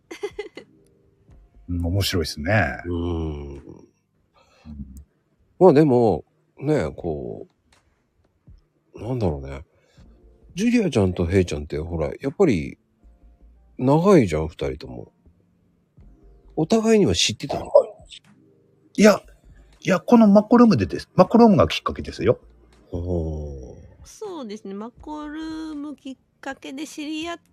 面白いですね。 うーん。まあでも、ね、こう、なんだろうね。ジュリアちゃんとヘイちゃんってほら、やっぱり、長いじゃん、二人とも。お互いには知ってたの？ いや、いや、このマコルームでです。マコルームがきっかけですよ。 おー。 そうですね。マコルームきっかけで知り合って、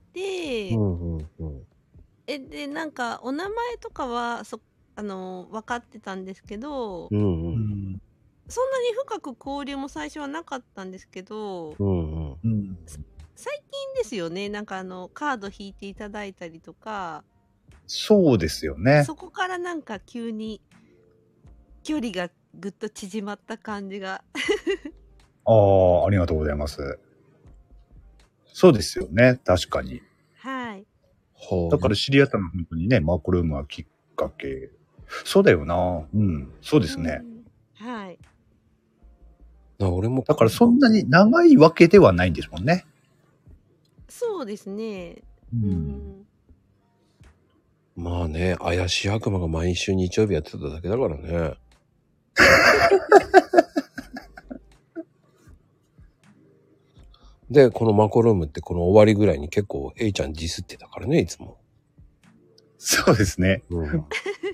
うんうんうん。 え、で、なんか、お名前とかは、そ、あの、分かってたんですけど、 うんう。 うんん。 そんなに深く交流も最初はなかったんですけど、 うんうん。 うん。 最近ですよね。なんかあの、カード引いていただいたりとか、 そうですよね。 そこからなんか急に距離がぐっと縮まった感じが。 ああ、ありがとうございます。そうですよね。確かに。 はい。 はあ。 だから知り合ったのは本当にね、マコルームがきっかけ。そうだよな。うん。そうですね。 うん。はい。 な俺も。 だからそんなに長いわけではないんですもんね。 そうですね。 う。 うんん。 まあね、怪しい悪魔が毎週日曜日やってただけだからね。で、このマコルームってこの終わりぐらいに結構ヘイちゃんディスってたからね、いつも。 そうですね。 うん。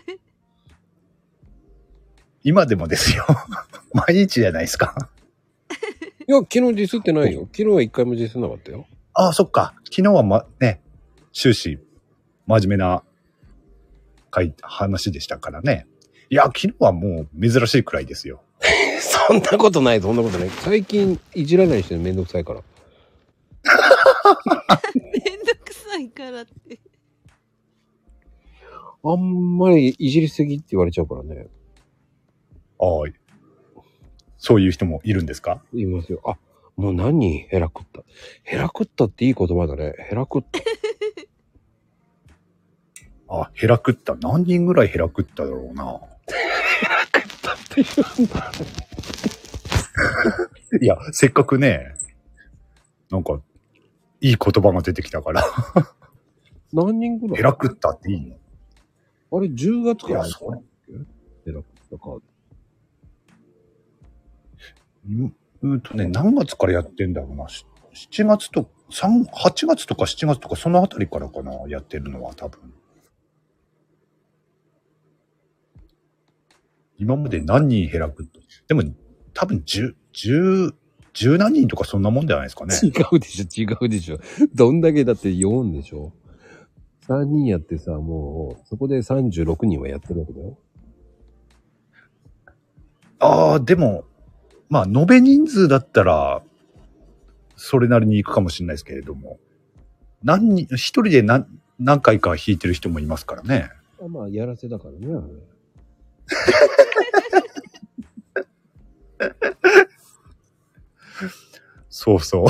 今でもですよ。毎日じゃないですか。 いや、昨日ディスってないよ。昨日は一回もディスなかったよ。 ああ、そっか。昨日はま、ね、終始、真面目な書い話でしたからね。いや、昨日はもう珍しいくらいですよ。 そんなことない、そんなことない。最近いじらない人にめんどくさいから。 めんどくさいからって。 あんまりいじりすぎって言われちゃうからね。 ああ、そういう人もいるんですか？ 言いますよ。あ、もう何人ヘラ食った。ヘラ食ったっていい言葉だね。ヘラ食った。 あ、ヘラ食った。何人ぐらいヘラ食っただろうな。 ヘラ食ったって言うんだ。 いや、せっかくね、なんか、いい言葉が出てきたから。 何人ぐらいヘラ食ったっていいの？ あれ、じゅうがつからいや、それ。 ヘラ食ったカード。 うんうんとね、何月からやってんだろうな。ししちがつと、三はちがつとかしちがつとかそのあたりからかな、やってるのは多分。今まで何人減らくって。でも、多分十、十、十何人とかそんなもんじゃないですかね。 違うでしょ、違うでしょ。どんだけだってよんでしょ。さんにんやってさ、もう、そこでさんじゅうろくにんはやってるわけだよ。 ああ、でも、まあ、延べ人数だったら、それなりに行くかもしれないですけれども、何人、一人で何、何回か弾いてる人もいますからね。 あまあ、やらせだからね、あれ。 そうそう。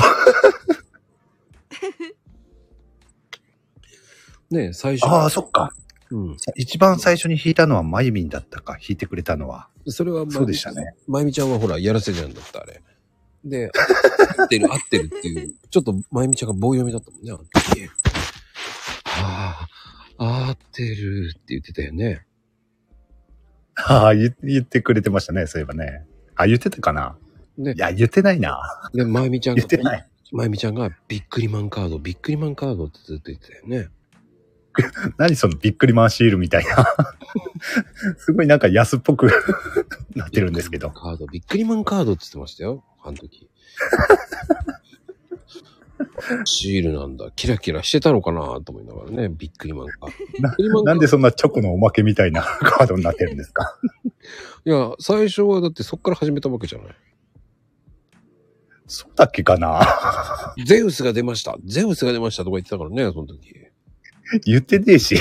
ねえ、最初。 ああ、そっか。 うん。 一番最初に弾いたのはまゆみんだったか、弾いてくれたのは。 それは、 そうでしたね。 まゆみちゃんはほら、やらせじゃんだった、あれ。で、合ってる、合ってるっていう、ちょっとまゆみちゃんが棒読みだったもんね、あの時。ああ、合ってるって言ってたよね。 ああ、言ってくれてましたね、そういえばね。あ、言ってたかな。 で、 いや、言ってないな。 で、まゆみちゃんが、 言ってない。 まゆみちゃんが、ビックリマンカード、ビックリマンカードってずっと言ってたよね。 何そのビックリマンシールみたいな。すごいなんか安っぽくなってるんですけど。 カード、ビックリマンカードって言ってましたよ、あの時。シールなんだ。キラキラしてたのかなと思いながらね、ビックリマンカード。 な, なんでそんなチョコのおまけみたいなカードになってるんですか？ いや、最初はだってそっから始めたわけじゃない。 そうだっけかな。 ゼウスが出ました。ゼウスが出ましたとか言ってたからね、その時。 言ってねえし。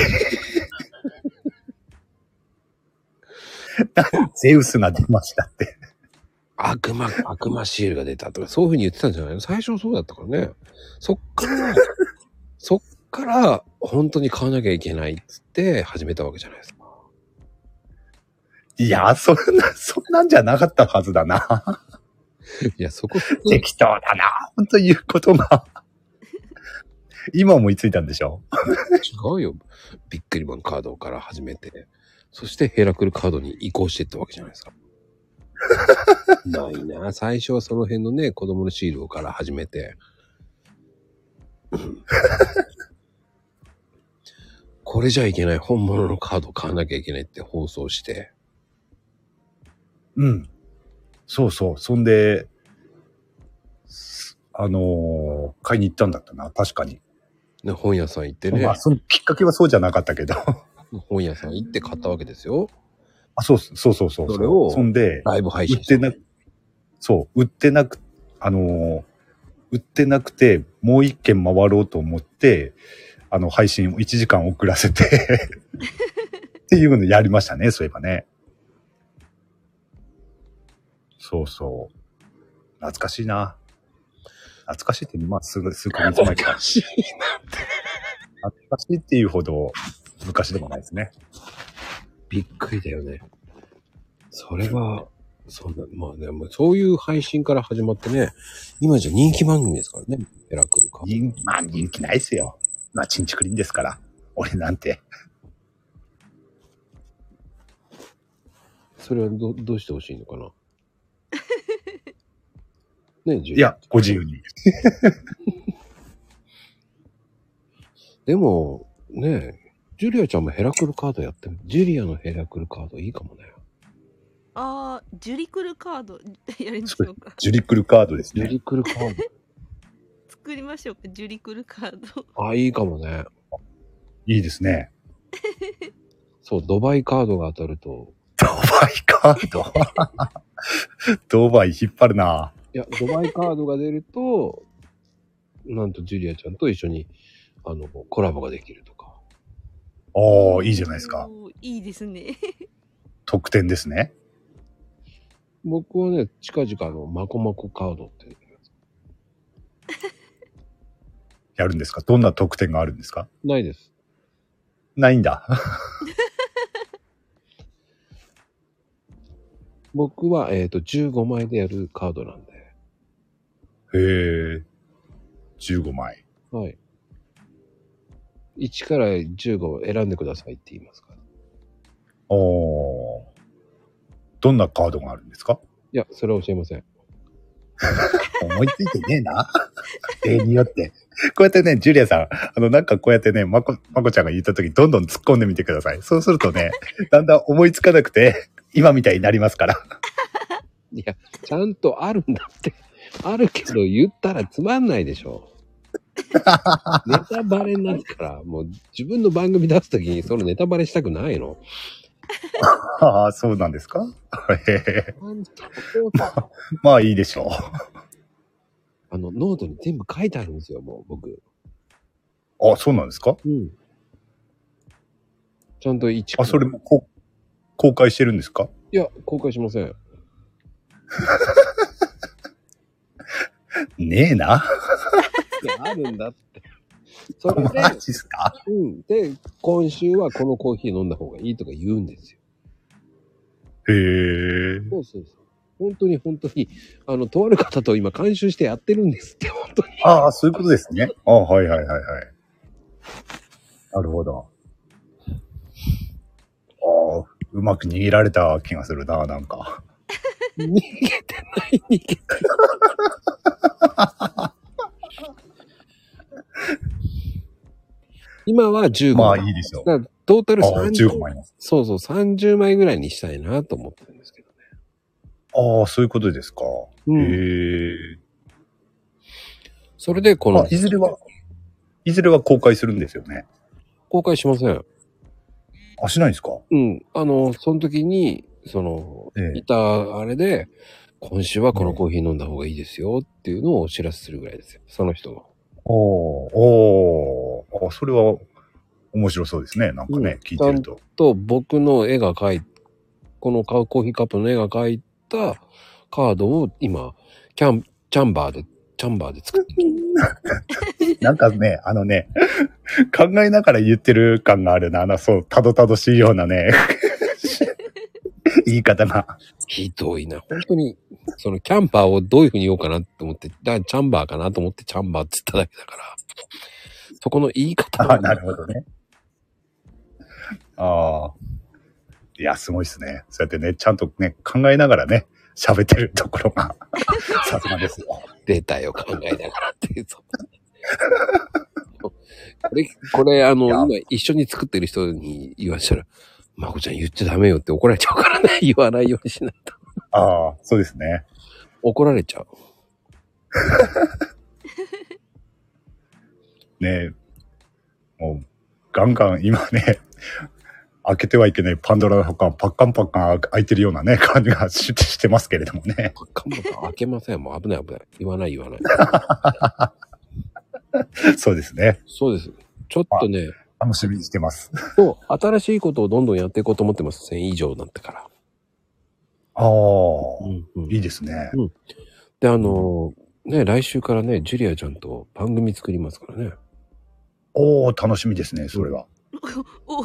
ゼウスが出ましたって。 悪魔、悪魔シールが出たとか、そういう風に言ってたんじゃないの？最初そうだったからね。そっから、そっから、本当に買わなきゃいけないっつって始めたわけじゃないですか。 いや、そんな、そんなんじゃなかったはずだな。 いや、そこ、 適当だな。本当言うことが。今思いついたんでしょ？ 違うよ。ビックリマンカードから始めて、そしてヘラクルカードに移行していったわけじゃないですか。ないな。最初はその辺のね、子供のシールから始めて。これじゃいけない。本物のカード買わなきゃいけないって放送して。 うん。そうそう。そんで、あのー、買いに行ったんだったな。確かに。 ね、本屋さん行ってね。 まあ、そのきっかけはそうじゃなかったけど。 本屋さん行って買ったわけですよ。 あ、そうそうそうそう。 それを、 そんで、 ライブ配信売ってなく、そう、売ってなく、あのー、売ってなくて、もう一軒回ろうと思って、あの、配信をいちじかん遅らせて、っていうのやりましたね、そういえばね。そうそう。懐かしいな。懐かしいって、まあ、すぐ、すぐ見つまいか。 懐かしいなって。 懐かしいっていうほど、昔でもないですね。 びっくりだよね。それは、そんな、まあね、もうそういう配信から始まってね、今じゃ人気番組ですからね、ヘラクルか。 人まあ、人気ないっすよ。まあ、チンチクリンですから。俺なんて。 それはど、どうしてほしいのかなね、 いや、ご自由に。 でも、ね、ジュリアちゃんもヘラクルカードやってる。ジュリアのヘラクルカードいいかもね。 あー、ジュリクルカードやりましょうか。 ジュリクルカードですね。 ジュリクルカード。 作りましょうか、ジュリクルカード。 あ、いいかもね。 いいですね。 そう、ドバイカードが当たると。 ドバイカードドバイ引っ張るな。 いや、ドバイカードが出ると、なんとジュリアちゃんと一緒に、あの、コラボができるとか。 おー、いいじゃないですか。 おーいいですね。 特典ですね。 僕はね、近々あの、マコマコカードっていうやつ。 やるんですか？どんな特典があるんですか？ ないです。 ないんだ。 僕は、えっと、じゅうごまいでやるカードなんで。 へえ。じゅうごまい。 はい。いちからじゅうご選んでくださいって言いますから。 おー。どんなカードがあるんですか？ いや、それは教えません。 思いついてねえな。例によって。こうやってね、ジュリアさん、あの、なんかこうやってね、まこ、まこちゃんが言った時どんどん突っ込んでみてください。そうするとね、だんだん思いつかなくて、今みたいになりますから。 いや、ちゃんとあるんだって。あるけど言ったらつまんないでしょ。ネタバレになるから、もう自分の番組出すときにそのネタバレしたくないの。 ああ、そうなんですか？へへ。まあ、まあいいでしょう。 あの、ノートに全部書いてあるんですよ、もう僕。 あ、そうなんですか？ うん。ちゃんと一あ、それもこ公開してるんですか？ いや、公開しません。 ねえな。 いや、あるんだって。それで、 マジっすか？ うん。で、今週はこのコーヒー飲んだ方がいいとか言うんですよ。 へえ。 そうそうそう。本当に本当に、あの、とある方と今監修してやってるんですって、本当に。 ああ、そういうことですね。ああ、はいはいはいはい。なるほど。ああ、うまく逃げられた気がするな、なんか。 逃げてない、逃げてない。今はじゅうごまい。 まあいいでしょう。 だからトータルああ、 さんじゅうじゅうごまいの。 そうそう、さんじゅうまいぐらいにしたいなと思ってるんですけどね。 ああ、そういうことですか。 うん、 へえ。 それでこの、 あ、いずれは、いずれは公開するんですよね。 公開しません。 あ、しないんですか？ うん。あの、その時に、その、 ええ、 いたあれで、今週はこのコーヒー飲んだ方がいいですよっていうのをお知らせするぐらいですよ。その人が。 おー、おー、あ、それは面白そうですね。なんかね、 うん、 聞いてると。 と、僕の絵が描い、このコーヒーカップの絵が描いたカードを今、キャン、チャンバーで、チャンバーで作ってる。 なんかね、あのね、考えながら言ってる感があるな。あの、そう、たどたどしいようなね、言い方が。 ひどいな。本当に、そのキャンパーをどういうふうに言おうかなって思って、だからチャンバーかなと思ってチャンバーって言っただけだから、そこの言い方あ、なるほどね。ああ。いや、すごいですね。そうやってね、ちゃんとね、考えながらね、喋ってるところが、さすがですよ。 出たよ、考えながらっていう。これ、これ、あの、今一緒に作ってる人に言わしたら、まこちゃん言っちゃダメよって怒られちゃうからね。言わないようにしないと。 ああ、そうですね。 怒られちゃう。 ねえ、もう、ガンガン今ね、開けてはいけないパンドラの箱がパッカンパッカン開いてるようなね、感じがししてますけれどもね。 パッカンパッカン開けません。もう危ない危ない。言わない言わない。 そうですね。 そうです。ちょっとね、 楽しみにしてます。 そう、新しいことをどんどんやっていこうと思ってます。せん以上になってから。 ああ、 うんうん、 いいですね。 うん。で、あのー、ね、来週からね、ジュリアちゃんと番組作りますからね。 おお、楽しみですね、それは。 おお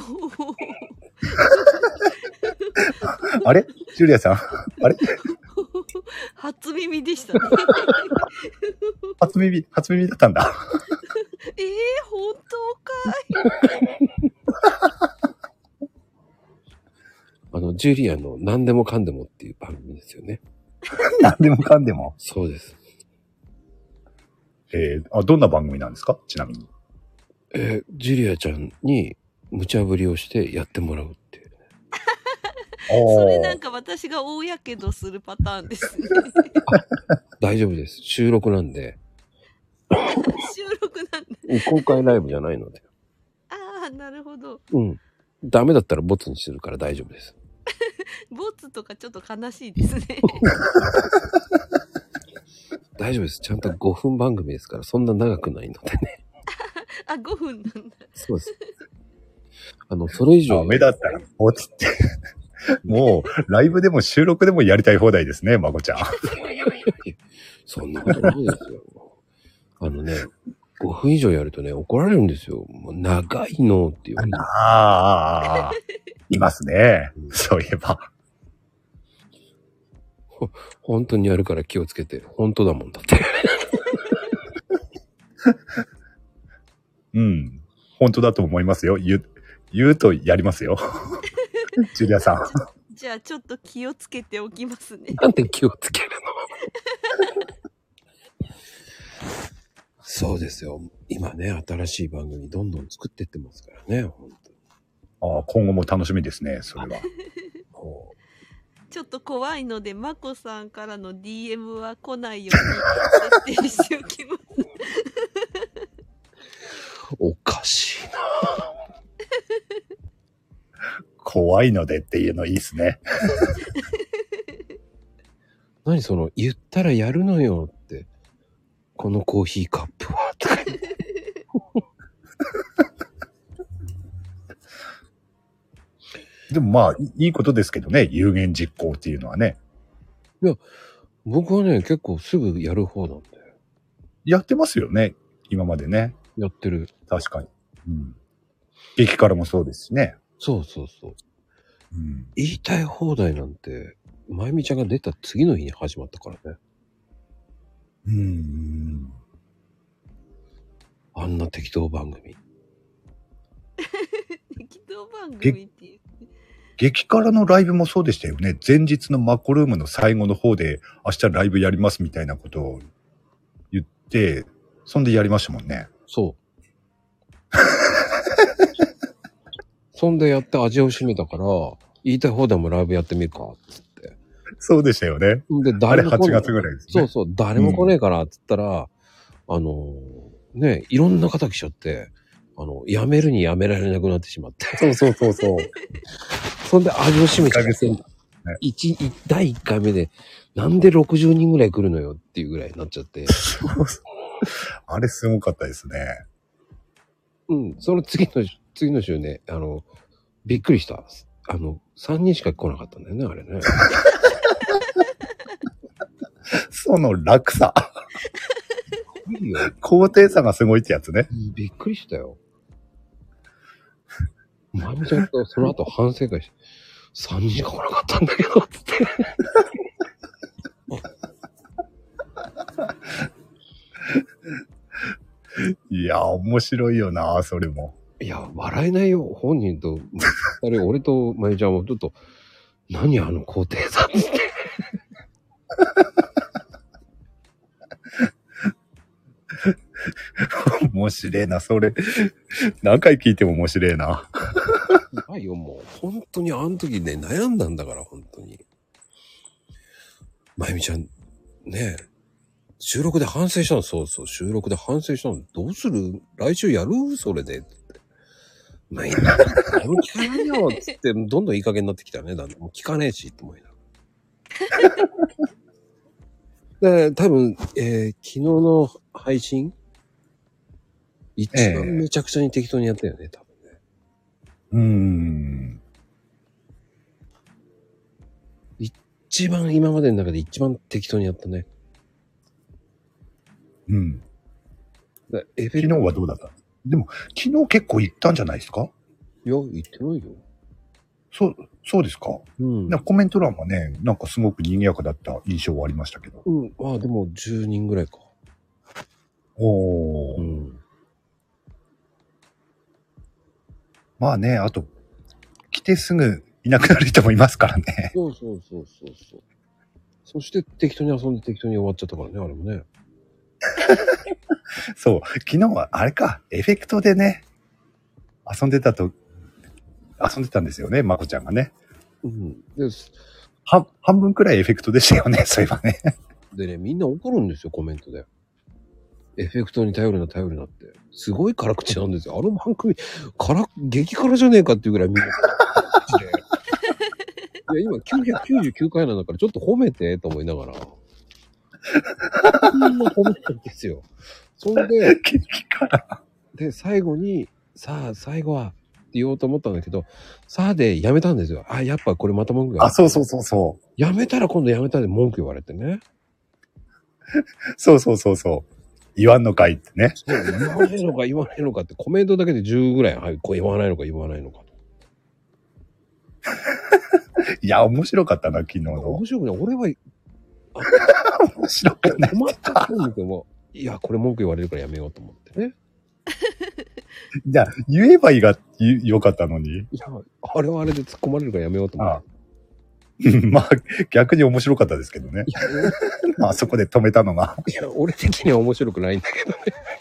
あれジュリアさんあれ初耳でしたね。 初耳、初耳だったんだ。 えー、本当かい。 あの、ジュリアの何でもかんでもっていう番組ですよね。 何でもかんでも。 そうです。 えー、あ、どんな番組なんですか？ちなみに。 えー、ジュリアちゃんに無茶ぶりをしてやってもらうっていうね。 それなんか私が大やけどするパターンですね。 大丈夫です。収録なんで。 収録なんで。 公開ライブじゃないので。 ああ、なるほど。 うん。 ダメだったらボツにするから大丈夫です。 ボツとかちょっと悲しいですね。 大丈夫です。ちゃんとごふん番組ですから、そんな長くないのでね。 あ、ごふんなんだ。 そうです。あの、それ以上。 ダメだったら、ボツって。もう、ライブでも収録でもやりたい放題ですね、まこちゃん。 いやいやいやいや、そんなことないですよ。あのね、ごふん以上やるとね、怒られるんですよ。もう長いのって言われて。 ああ、いますね。そういえば。 本当にやるから気をつけて。本当だもんだって。 うん。本当だと思いますよ。言う、言うとやりますよ。ジュリアさん。 じゃあちょっと気をつけておきますね。 なんで気をつけるの？そうですよ。今ね、新しい番組どんどん作ってってますからね。本当に。 ああ、今後も楽しみですね、それは。 ちょっと怖いので、まこさんからの ディーエム は来ないように設定しておきます。 おかしいな。 怖いのでっていうのいいですね。 何その、言ったらやるのよって。このコーヒーカップはとか言って。 でもまあ、いいことですけどね、有言実行っていうのはね。 いや、僕はね、結構すぐやる方なんで。 やってますよね、今までね。 やってる。 確かに。うん。激辛もそうですしね。 そうそうそう。 うん、 言いたい放題なんて、まゆみちゃんが出た次の日に始まったからね。 うん。 あんな適当番組。 適当番組っていう。 激辛のライブもそうでしたよね。前日のマコルームの最後の方で明日ライブやりますみたいなことを言って、そんでやりましたもんね。 そう。そんでやって味を占めたから、言いたい放題もライブやってみるか、つって。 そうでしたよね。 で、誰も来ねえ。 あれはちがつぐらいですね。 そうそう、誰も来ねえから、つったら、うん、あの、ね、いろんな方来ちゃって、あの、やめるにやめられなくなってしまって。 そうそうそうそう。 そんで味を占めちゃって、ね、一、だいいっかいめで、なんでろくじゅうにんぐらい来るのよっていうぐらいになっちゃって。 あれすごかったですね。 うん、その次の、次の週ね、あの、びっくりした。あの、さんにんしか来なかったんだよね、あれね。 その落差。 いいよ。 高低差がすごいってやつね。 びっくりしたよ。まみちゃんとその後反省会して、さんにんしか来なかったんだけど、つって。 いや、面白いよな、それも。 いや、笑えないよ。本人と、あれ、俺とまゆちゃんもちょっと、何あの高低差って。 面白いな、それ。何回聞いても面白いな。 ないよ、もう。本当にあの時ね、悩んだんだから、本当に。まゆみちゃん、ねえ、収録で反省したの、そうそう、収録で反省したの、どうする？来週やる？それで。まあ、いや、もう聞かないよ、つって、どんどんいい加減になってきたね。だんだんもう聞かねえし、と思いながら。で、多分、えー、昨日の配信一番めちゃくちゃに適当にやったよね、多分ね。 うーん。 一番今までの中で一番適当にやったね。 うん。 でエフェ昨日はどうだった？でも、昨日結構行ったんじゃないですか？ いや、言ってないよ。 そう、そうですか。 うん。 なんかコメント欄はね、なんかすごく賑やかだった印象はありましたけど。 うん。ああ、でもじゅうにんぐらいか。 おー。 うん。 まあね、あと、来てすぐいなくなる人もいますからね。 そうそうそうそうそう。そして適当に遊んで適当に終わっちゃったからね、あれもね。 そう。昨日はあれか、エフェクトでね、遊んでたと、遊んでたんですよね、まこちゃんがね。 うん。で、 は、半分くらいエフェクトでしたよね、そういえばね。 でね、みんな怒るんですよ、コメントで。 エフェクトに頼るな頼るなって。すごい辛口なんですよ。あの番組、辛、激辛じゃねえかっていうぐらいみんな辛口で。いや、今きゅうひゃくきゅうじゅうきゅうかいなんだからちょっと褒めてと思いながら。みんな褒めないんですよ。そんで、 激辛。 で、最後に、さあ、最後は、って言おうと思ったんだけど、さあでやめたんですよ。あ、やっぱこれまた文句が。 あ、そうそうそうそう。 やめたら今度やめたで文句言われてね。 そうそうそうそう。言わんのかいってね。 そう、言わないのか言わないのかってコメントだけでじゅうぐらい、はい、こう言わないのか言わないのか。 いや、面白かったな、昨日の。 面白くない。俺は、 面白くない。 困ったんだけど、いや、これ文句言われるからやめようと思ってね。 じゃあ、言えばいいが、よかったのに。 いや、あれはあれで突っ込まれるからやめようと思って。 まあ、逆に面白かったですけどね。まあ、そこで止めたのが。 いや、俺的には面白くないんだけどね。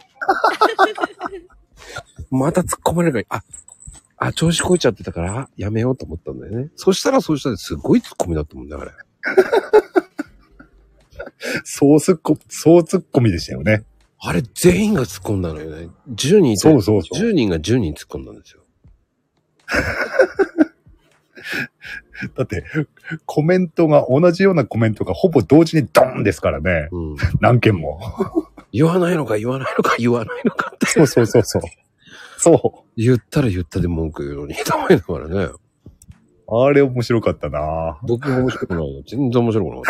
また突っ込まれるから、あ、あ、調子こいちゃってたから、やめようと思ったんだよね。そしたらそうしたらすごい突っ込みだったもんね、あれ。 そう突っ込、そう突っ込みでしたよね。 あれ、全員が突っ込んだのよね。じゅうにんいて、 そうそうそう。 じゅうにんがじゅうにん突っ込んだんですよ。 だって、コメントが、同じようなコメントがほぼ同時にドーンですからね。うん、何件も。 言わないのか言わないのか言わないのかって。 そうそうそうそう。そう。 言ったら言ったで文句言うのに、と思いながらね。 あれ面白かったな。 僕も面白くないよ。全然面白くなかった。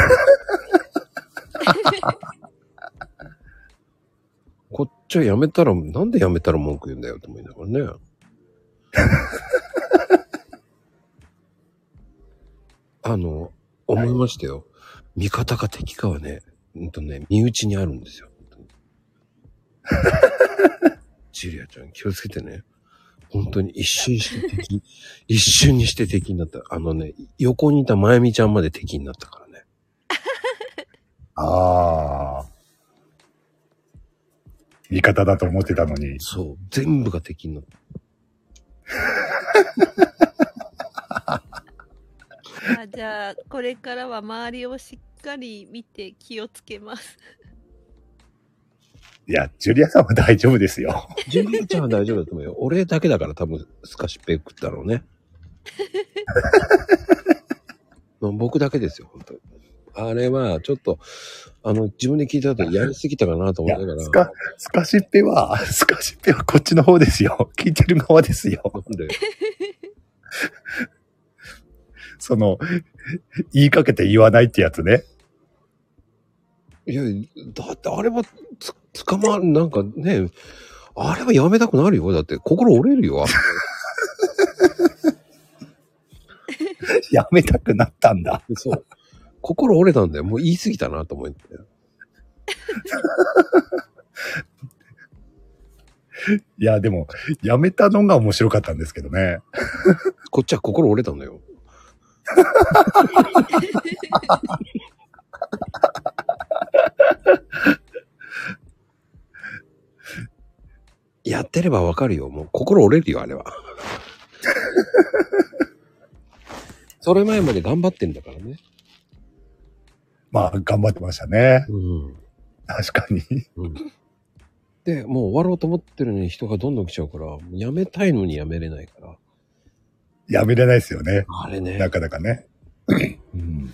こっちはやめたら、なんでやめたら文句言うんだよと思いながらね。あの、思いましたよ。味方か敵かはね、うんとね、身内にあるんですよ。ジュリアちゃん気をつけてね。本当に一瞬して敵、一瞬にして敵になった。あのね、横にいたまゆみちゃんまで敵になったからね。 ああ。味方だと思ってたのに。 そう、全部が敵になった。 あ、じゃあこれからは周りをしっかり見て気をつけます。 いや、ジュリアさんは大丈夫ですよ。 ジュリアちゃんは大丈夫だと思うよ。俺だけだから多分スカシッペ食ったろうね。僕だけですよ、本当に。あれはちょっとあの自分で聞いた後やりすぎたかなと思いながら。 スカスカシッペはスカシッペはこっちの方ですよ。聞いてる側ですよ。なんで？その言いかけて言わないってやつね。 いや、だってあれはつ捕まるなんかね、あれはやめたくなるよ。だって心折れるよ。 やめたくなったんだ。 そう。心折れたんだよ。もう言い過ぎたなと思って。 いや、でも、やめたのが面白かったんですけどね。 こっちは心折れたんだよ。やってればわかるよ。もう心折れるよ、あれは。それ前まで頑張ってんだからね。 まあ、頑張ってましたね。 うん。 確かに。 うん。で、もう終わろうと思ってるのに人がどんどん来ちゃうから、もうやめたいのにやめれないから。 やめれないですよね。 あれね。 なかなかね。うん、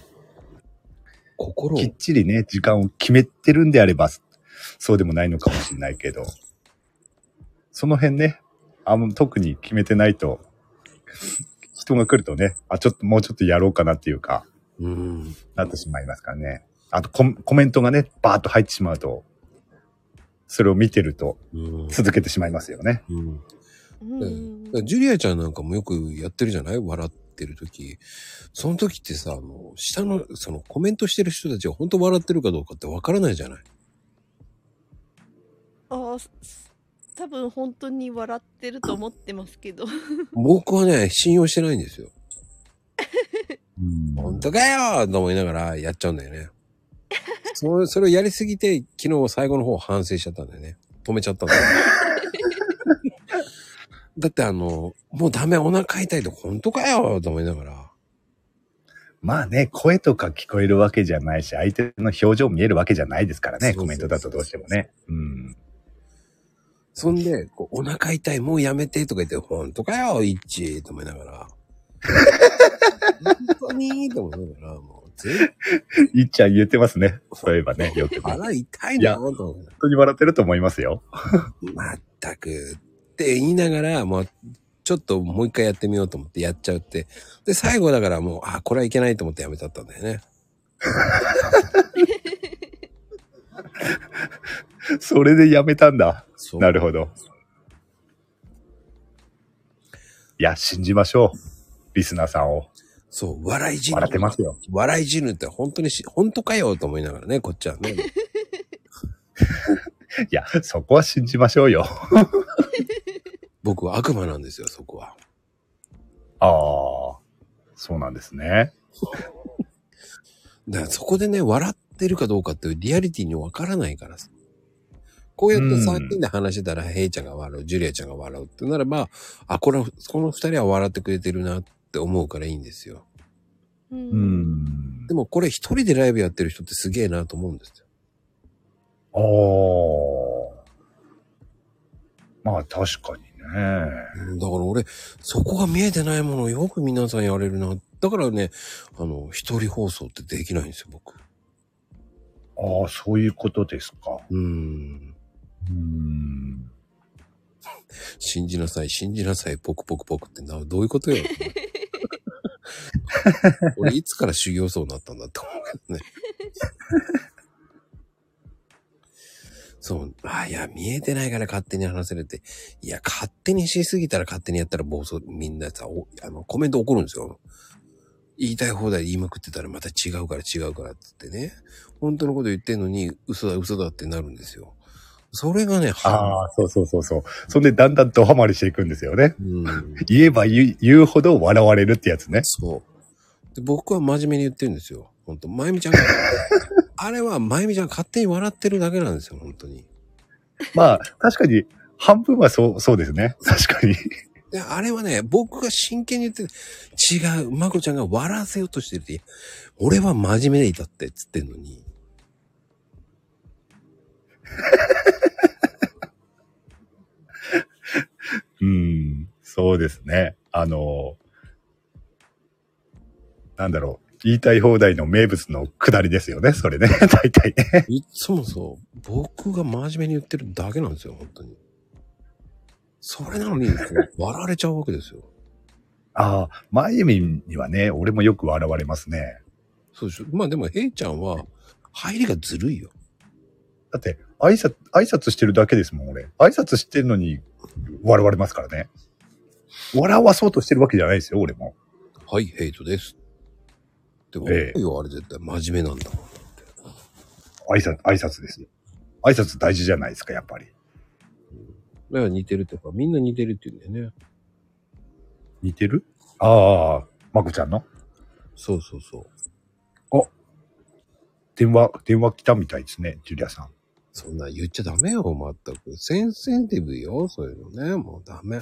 心きっちりね、時間を決めてるんであれば、そうでもないのかもしれないけど、その辺ね、あの特に決めてないと、人が来るとね、あ、ちょっともうちょっとやろうかなっていうか、 うん、 なってしまいますからね。あとコ、コメントがね、バーッと入ってしまうと、それを見てると、続けてしまいますよね。 うんうん、ジュリアちゃんなんかもよくやってるじゃない？笑ってる時。その時ってさ、あの、下の、そのコメントしてる人たちが本当笑ってるかどうかってわからないじゃない？ ああ、多分本当に笑ってると思ってますけど。 僕はね、信用してないんですよ。本当かよーと思いながらやっちゃうんだよね。それ、それをやりすぎて、昨日最後の方反省しちゃったんだよね。止めちゃったんだよ。だってあの、もうダメ、お腹痛いと本当かよと思いながら。 まあね、声とか聞こえるわけじゃないし、相手の表情見えるわけじゃないですからね、コメントだとどうしてもね。うん。 そんで、こうお腹痛い、もうやめてとか言って、ほんとかよ、いっちと思いながら。本当にと思いながら、もう全いっちゃん言ってますね。そういえばね、よくね。 腹痛いいやのと思いなが本当に笑ってると思いますよ。 ら。まったくって言いながら、もう、ちょっともう一回やってみようと思ってやっちゃうって。で、最後だからもう、あ、これはいけないと思ってやめちゃったんだよね。 それでやめたんだ。 そう。 なるほど。いや、信じましょう。リスナーさんを。 そう、笑い死ぬ。 笑ってますよ。 笑い死ぬって本当にし、本当かよと思いながらね、こっちはね。 いや、そこは信じましょうよ。 僕は悪魔なんですよ、そこは。 ああ、そうなんですね。 だからそこでね、笑ってるかどうかっていうリアリティにわからないからさ。こうやってさんにんで話してたら、ヘイちゃんが笑う、ジュリアちゃんが笑うってならば、あ、これは、このふたりは笑ってくれてるなって思うからいいんですよ。 う。 うんん。 でもこれ一人でライブやってる人ってすげえなと思うんですよ。 ああ。まあ確かにね。 うんだから俺、そこが見えてないものをよく皆さんやれるな。だからね、あの、一人放送ってできないんですよ、僕。 ああ、そういうことですか。 うーん。 うーん。 信じなさい、信じなさい、ポクポクポクってな、どういうことよ。俺いつから修行僧になったんだって思うけどね。そう、あ、いや、見えてないから勝手に話せるって。いや、勝手にしすぎたら勝手にやったら暴走、みんなさ、おあの、コメント怒るんですよ。言いたい放題言いまくってたらまた違うから違うからって言ってね。本当のこと言ってんのに、嘘だ嘘だってなるんですよ。それがね、 ああ、そうそうそうそう。そんでだんだんドハマりしていくんですよね。 うん。 言えば言う言うほど笑われるってやつね。 そう。で僕は真面目に言ってるんですよ。本当まゆみちゃんが、あれはまゆみちゃんが勝手に笑ってるだけなんですよ、本当に。 まあ、確かに、半分はそう、そうですね。確かに。 で、あれはね、僕が真剣に言ってる、違う、まこちゃんが笑わせようとしてるって、俺は真面目でいたって、つってんのに。 うん、そうですね。あの、なんだろう。言いたい放題の名物の下りですよね。それね。大体ね。 いっつもそう、僕が真面目に言ってるだけなんですよ、本当に。それなのに、笑われちゃうわけですよ。 ああ、まゆみにはね、俺もよく笑われますね。 そうでしょ。まあでも、ヘイちゃんは、入りがずるいよ。 だって、挨拶、挨拶してるだけですもん、俺。挨拶してるのに、笑われますからね。笑わそうとしてるわけじゃないですよ、俺も。 はい、ヘイトです。でも、 ええよ、あれ絶対真面目なんだもん。 挨拶、挨拶ですよ。挨拶大事じゃないですか、やっぱり。 だから似てるっていうか、みんな似てるって言うんだよね。 似てる？ああ、まこちゃんのそうそうそう。 電話、電話来たみたいですね、ジュリアさん。 そんな言っちゃダメよ、まったく。センセンティブよ、そういうのね。もうダメ。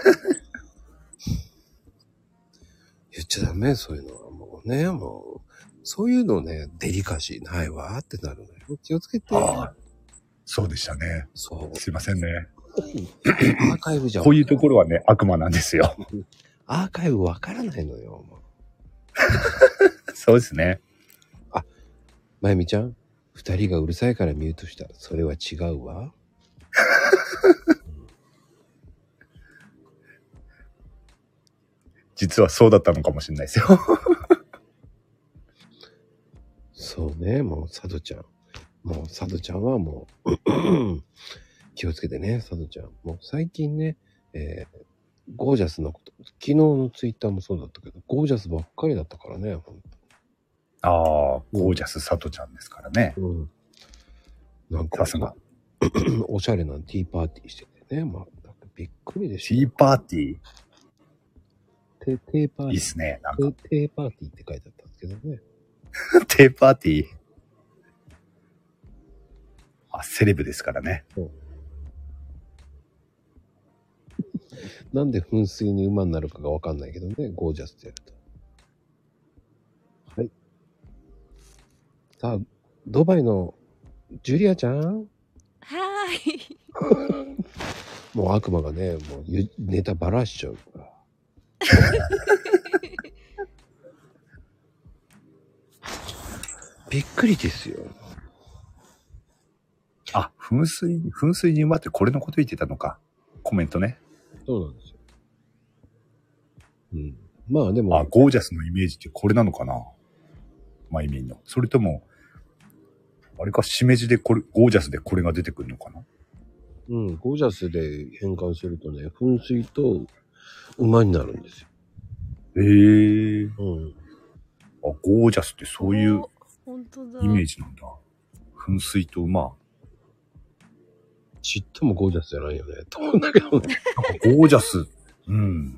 言っちゃダメ、そういうのは。もうね、もう。そういうのね、デリカシーないわってなるのよ。気をつけて。 ああ、そうでしたね。 そう。 すいませんね。 アーカイブじゃん。 こういうところはね、悪魔なんですよ。 アーカイブわからないのよ、もう。 そうですね。 まゆみちゃん、二人がうるさいからミュートした。それは違うわ。 実はそうだったのかもしれないですよ。 そうね、もう、佐渡ちゃん。もう、佐渡ちゃんはもう、気をつけてね、佐渡ちゃん。もう最近ね、えー、ゴージャスのこと、昨日のツイッターもそうだったけど、ゴージャスばっかりだったからね、ほんと。 ああ、ゴージャスサトちゃんですからね。 うん。なんか、 さすが。 おしゃれなティーパーティーしててね、まあ、びっくりでしティーパーティーテテーパーティー。 いいっすね。なんかテテーパーティーって書いてあったんですけどね。 テーパーティー。あ、セレブですからね。 そうなんで噴水に馬になるかがわかんないけどね、ゴージャスってやると。はい。さあ、ドバイのジュリアちゃんはーい。 もう悪魔がね、もうゆネタばらしちゃうから。びっくりですよ。 あ、噴水、噴水に馬ってこれのこと言ってたのか。コメントね。 そうなんですよ。うん。まあでも。 あ、ゴージャスのイメージってこれなのかな。マイミンの。それとも、あれか、しめじでこれ、ゴージャスでこれが出てくるのかな。 うん、ゴージャスで変換するとね、噴水と馬になるんですよ。 へえ。うん。あ、ゴージャスってそういうイメージなんだ。噴水と馬。 ちっともゴージャスじゃないよね。と思うんだけどね。 ゴージャス。うん。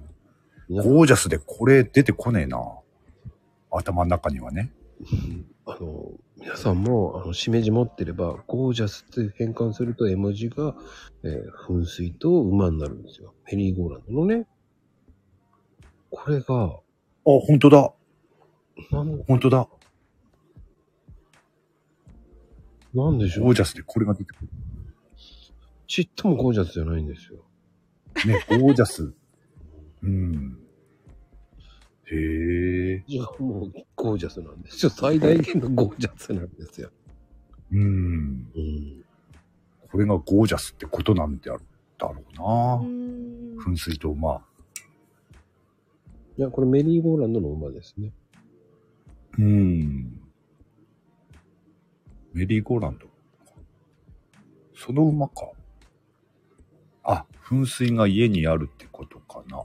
ゴージャスでこれ出てこねえな。頭の中にはね。 あの、皆さんも、あの、しめじ持ってれば、ゴージャスって変換すると絵文字が、えー、噴水と馬になるんですよ。メリーゴーランドのね。これが。あ、 ほんとだ。ほんとだ。 なんでしょう。 ゴージャスでこれが出てくる。 ちっともゴージャスじゃないんですよ。 ね、ゴージャス。うん。へえ。 いや、もうゴージャスなんですよ。最大限のゴージャスなんですよ。 うん。うん。これがゴージャスってことなんであるだろうな。噴水と馬。 いや、これメリーゴーランドの馬ですね。 うん。メリーゴーランド。その馬か。あ、噴水が家にあるってことかな。ああ。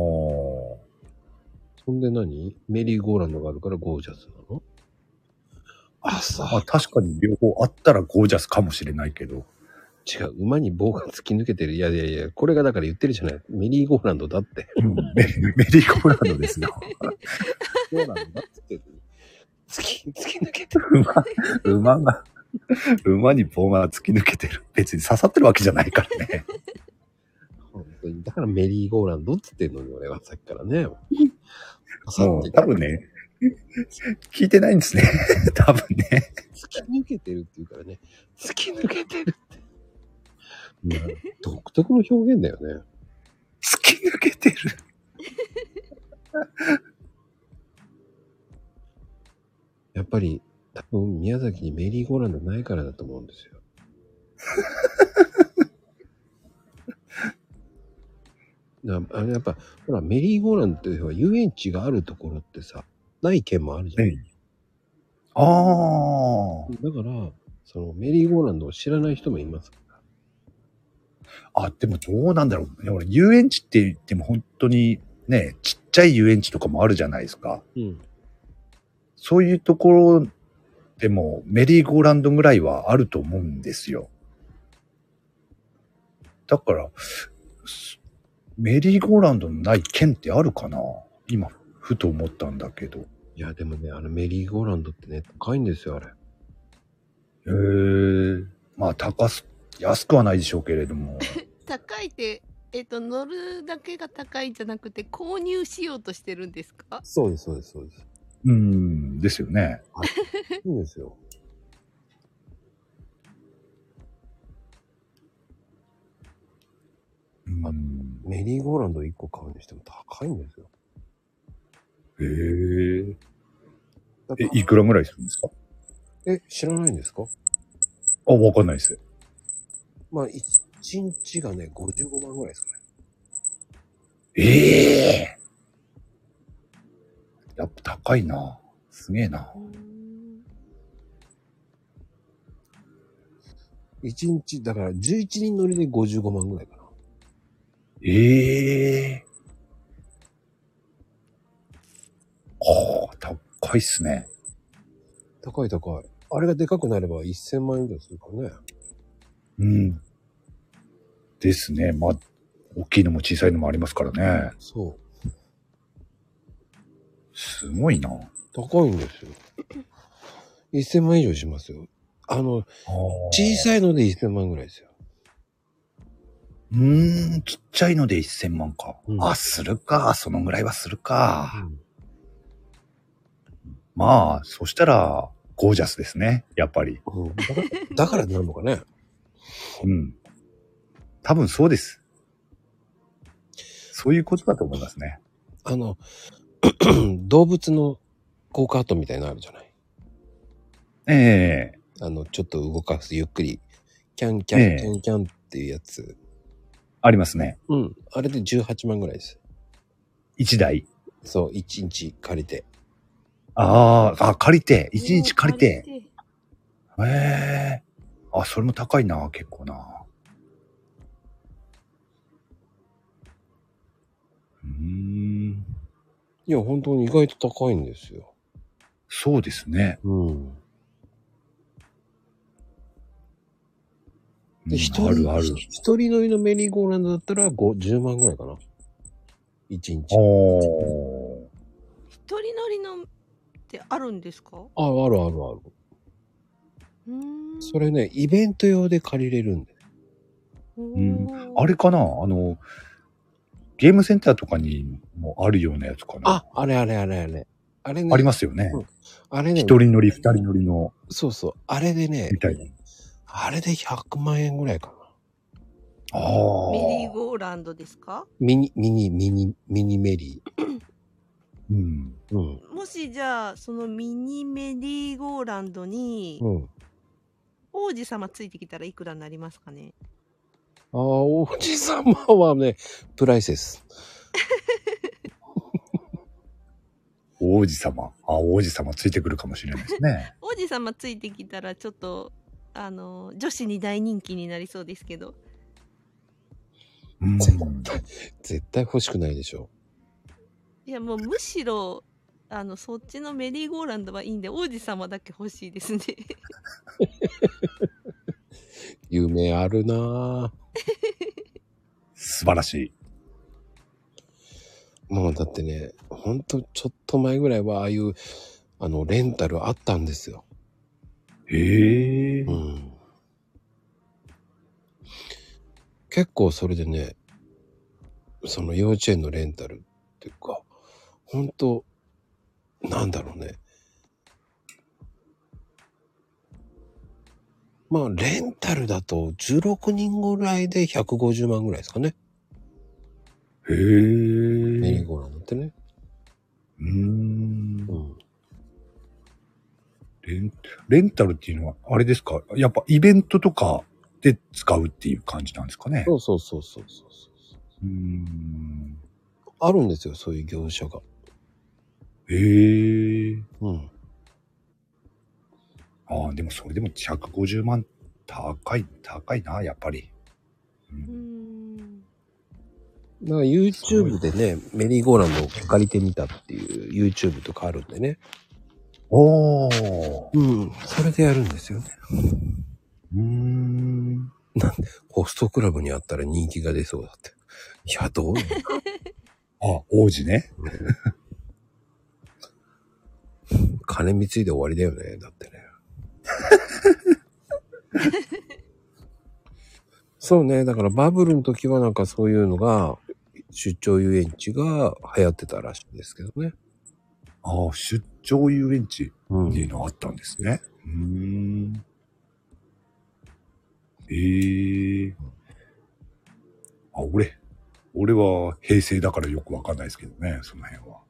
そんで何？メリーゴーランドがあるからゴージャスなの？あ、さ。 まあ確かに両方あったらゴージャスかもしれないけど。 違う、馬に棒が突き抜けてる。いやいやいや、これがだから言ってるじゃない。メリーゴーランドだって。 うん、メ, メリーゴーランドですよ。 ゴーランドだって言ってる。突き、突き抜けてる。 馬、馬が、馬に棒が突き抜けてる。別に刺さってるわけじゃないからね。 本当に。だからメリーゴーランドって言ってんのに、俺はさっきからね。 もう多分ね、聞いてないんですね。多分ね。 突き抜けてるって言うからね。突き抜けてるって。まあ、独特の表現だよね。 突き抜けてる。 やっぱり、多分宮崎にメリーゴーランドないからだと思うんですよ。あれやっぱ、ほら、メリーゴーランドっていうのは遊園地があるところってさ、ない県もあるじゃん。 ああ。 だから、そのメリーゴーランドを知らない人もいますから。 あ、でもどうなんだろう。いや、俺、遊園地って言っても本当にね、ちっちゃい遊園地とかもあるじゃないですか。 うん。そういうところでもメリーゴーランドぐらいはあると思うんですよ。だから、メリーゴーランドのない県ってあるかな？今、ふと思ったんだけど。 いや、でもね、あのメリーゴーランドってね、高いんですよ、あれ。 へー。まあ、高す、安くはないでしょうけれども。 高いって、えっと、乗るだけが高いんじゃなくて、購入しようとしてるんですか？ そうです、そうです、そうです。 うーん、ですよね。 はい。いいんですよ。 うん。 メリーゴーランドいっこ買うにしても高いんですよ。 へえ。え、いくらぐらいするんですか？ え、知らないんですか？ あ、わかんないです。 まあ、一日がね、ごじゅうごまんぐらいですかね。 ええー。やっぱ高いな。すげえな。 一日、だからじゅういちにん乗りでごじゅうごまんぐらいかな。 ええー。はあ、高いっすね。 高い高い。あれがでかくなればせんまん以上するからね。 うん。ですね。まあ、大きいのも小さいのもありますからね。 そう。 すごいな。 高いんですよ。せんまん以上しますよ。あの、小さいのでせんまんぐらいですよ。 うーん、ちっちゃいのでせんまんか。うん、あ、するか。そのぐらいはするか。うん、まあ、そしたら、ゴージャスですね。やっぱり。 うん、だから、だからなのかね。 うん。多分そうです。 そういうことだと思いますね。 あの、動物のゴーカートみたいなのあるじゃない。 ええあの、ちょっと動かす、ゆっくり、キャンキャン、 ええキャンキャンっていうやつ。 ありますね。 うん。あれでじゅうはちまんぐらいです。 一台。 そう、いちにち借りて。 ああ、あ、借りて、一日借りて。 借りてへえ。あ、それも高いな、結構な。うーん。 いや、本当に意外と高いんですよ。 そうですね。 うん。で、一うん、 人、 あるある。 一人乗りのメリーゴーランドだったらごじゅうまんぐらいかな。一日。 おー。 一人乗りのってあるんですか？ あ、あるあるある。 うーん。 それね、イベント用で借りれるんで。 うん。あれかな、あの、ゲームセンターとかにもあるようなやつかな。 あ、あれあれあれあれ。あれね。 ありますよね。 うん、あれね。 一人乗り、二人乗りの。 そうそう。あれでね。 みたいな。 あれでひゃくまんえんぐらいかな。 ああ。 メリーゴーランドですか？ ミニ、ミニ、ミニ、ミニメリー。 うん。 うん。 もしじゃあ、そのミニメリーゴーランドに、 うん。 王子様ついてきたらいくらになりますかね？ ああ、王子様はね、プライスです。 王子様。あ、王子様ついてくるかもしれないですね。 王子様ついてきたらちょっと、あの、女子に大人気になりそうですけど。 うん。 絶対欲しくないでしょ。 いや、もうむしろ、あの、そっちのメリーゴーランドはいいんで、王子様だけ欲しいですね。 夢あるなぁ。 素晴らしい。 もうだってね、ほんとちょっと前ぐらいはああいう、あの、レンタルあったんですよ。 へえ。 うん。結構それでね、その幼稚園のレンタルっていうか、ほんと、なんだろうね。まあ、レンタルだとじゅうろくにんぐらいでひゃくごじゅうまんぐらいですかね。 へえ。 メリーゴーランドってね。 うーん。 うん。 レン、レンタルっていうのは、あれですか？やっぱイベントとかで使うっていう感じなんですかね？ そうそうそうそうそうそう。 うーん。 あるんですよ、そういう業者が。 へえ。 うん。 ああ、でもそれでもひゃくごじゅうまん高い、高いな、やっぱり。ううーん。 ん。 だから YouTube でね、メリーゴーランドを借りてみたっていう YouTube とかあるんでね。 おー。 うん。それでやるんですよね。 うーん。 なんで、ホストクラブにあったら人気が出そうだって。いや、どうあ、王子ね。 金貢いで終わりだよね。だってね。そうね。だからバブルの時はなんかそういうのが、出張遊園地が流行ってたらしいんですけどね。 ああ、出張遊園地うん。 っていうのがあったんですね。うーん。ええー。あ、俺、俺は平成だからよくわかんないですけどね、その辺は。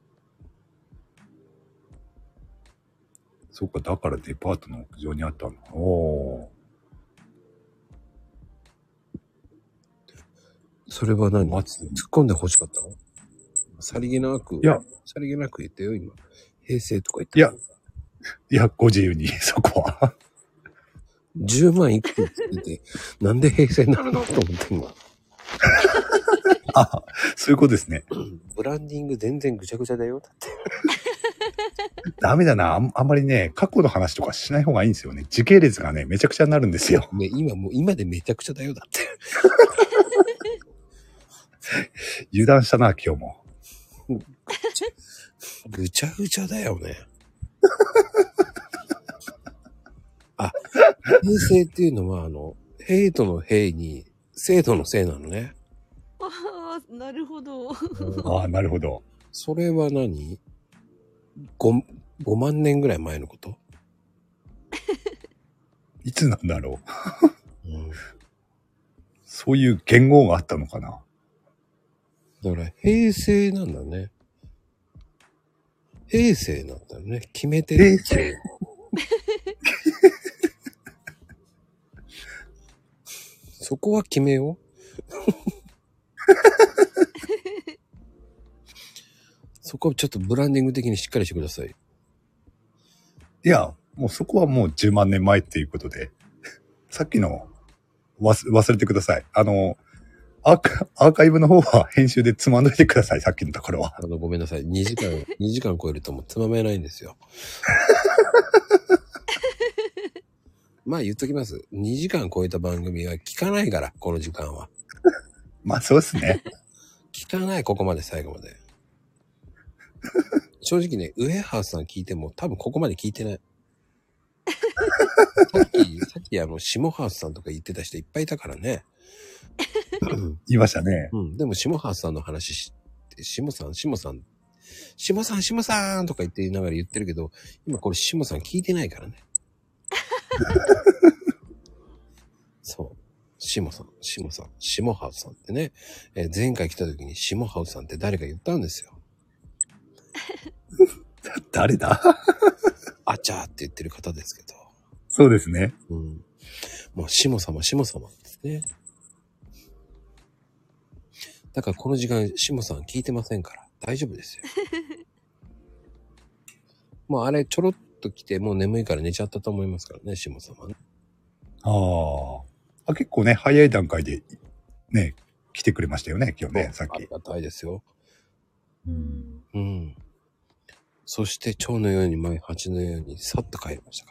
そっか、だからデパートの屋上にあったの。おー。 それは何？突っ松込んで欲しかったの？さりげなく。 いや、 さりげなく言ってよ、今。平成とか言った。 いや、いや、ご自由に、そこは。 じゅうまんいくつって言ってて、なんで平成になるのと思って今。 あ、そういうことですね。 ブランディング全然ぐちゃぐちゃだよ。だって。 ダメだなあん。あんまりね、過去の話とかしない方がいいんですよね。時系列がね、めちゃくちゃになるんですよ。 ね、今もう、今でめちゃくちゃだよ。だって。 油断したな、今日も。 ぐちゃぐちゃだよね。あ、平成っていうのは、あの、ヘイトのヘイに、制度のせいなのね。 ああ、なるほど。 ああ、なるほど。 それは何？ 5、ごまん年ぐらい前のこと？ いつなんだろう。 うん、 そういう言語があったのかな。 だだから平成なんだね。平成なんだね。決めてる。 平成。 そこは決めよう。そこはちょっとブランディング的にしっかりしてください。 いや、もうそこはもうじゅうまんねんまえっていうことで、さっきの忘忘れてください。あの、アーカ、アーカイブの方は編集でつまんどいてください、さっきのところは。 あの、ごめんなさい。にじかん、にじかん超えるともうつまめないんですよ。まあ言っときます。にじかん超えた番組は聞かないから、この時間は。 まあそうですね。 聞かない、ここまで最後まで。正直ね、ウエハースさん聞いても多分ここまで聞いてない。さっき、さっきあの、シモハースさんとか言ってた人いっぱいいたからね。 言いましたね。 うん。でも、シモハースさんの話して、シモさん、シモさん、シモさん、シモさんとか言って言いながら言ってるけど、今これシモさん聞いてないからね。そう。シモさん、シモさん、シモハウスさんってね、えー前回来た時にシモハウスさんって誰か言ったんですよ。 誰だあちゃーって言ってる方ですけど。 そうですね。 うん。もうシモ様、シモ様ですね。だからこの時間、シモさん聞いてませんから大丈夫ですよ。もうあれちょろっと来てもう眠いから寝ちゃったと思いますからね、シモ様ね。 ああ。結構ね、早い段階で、ね、来てくれましたよね、今日ね、さっき。 ありがたいですよ。 うん。 うん。そして蝶のように舞い蜂のようにさっと帰りましたから。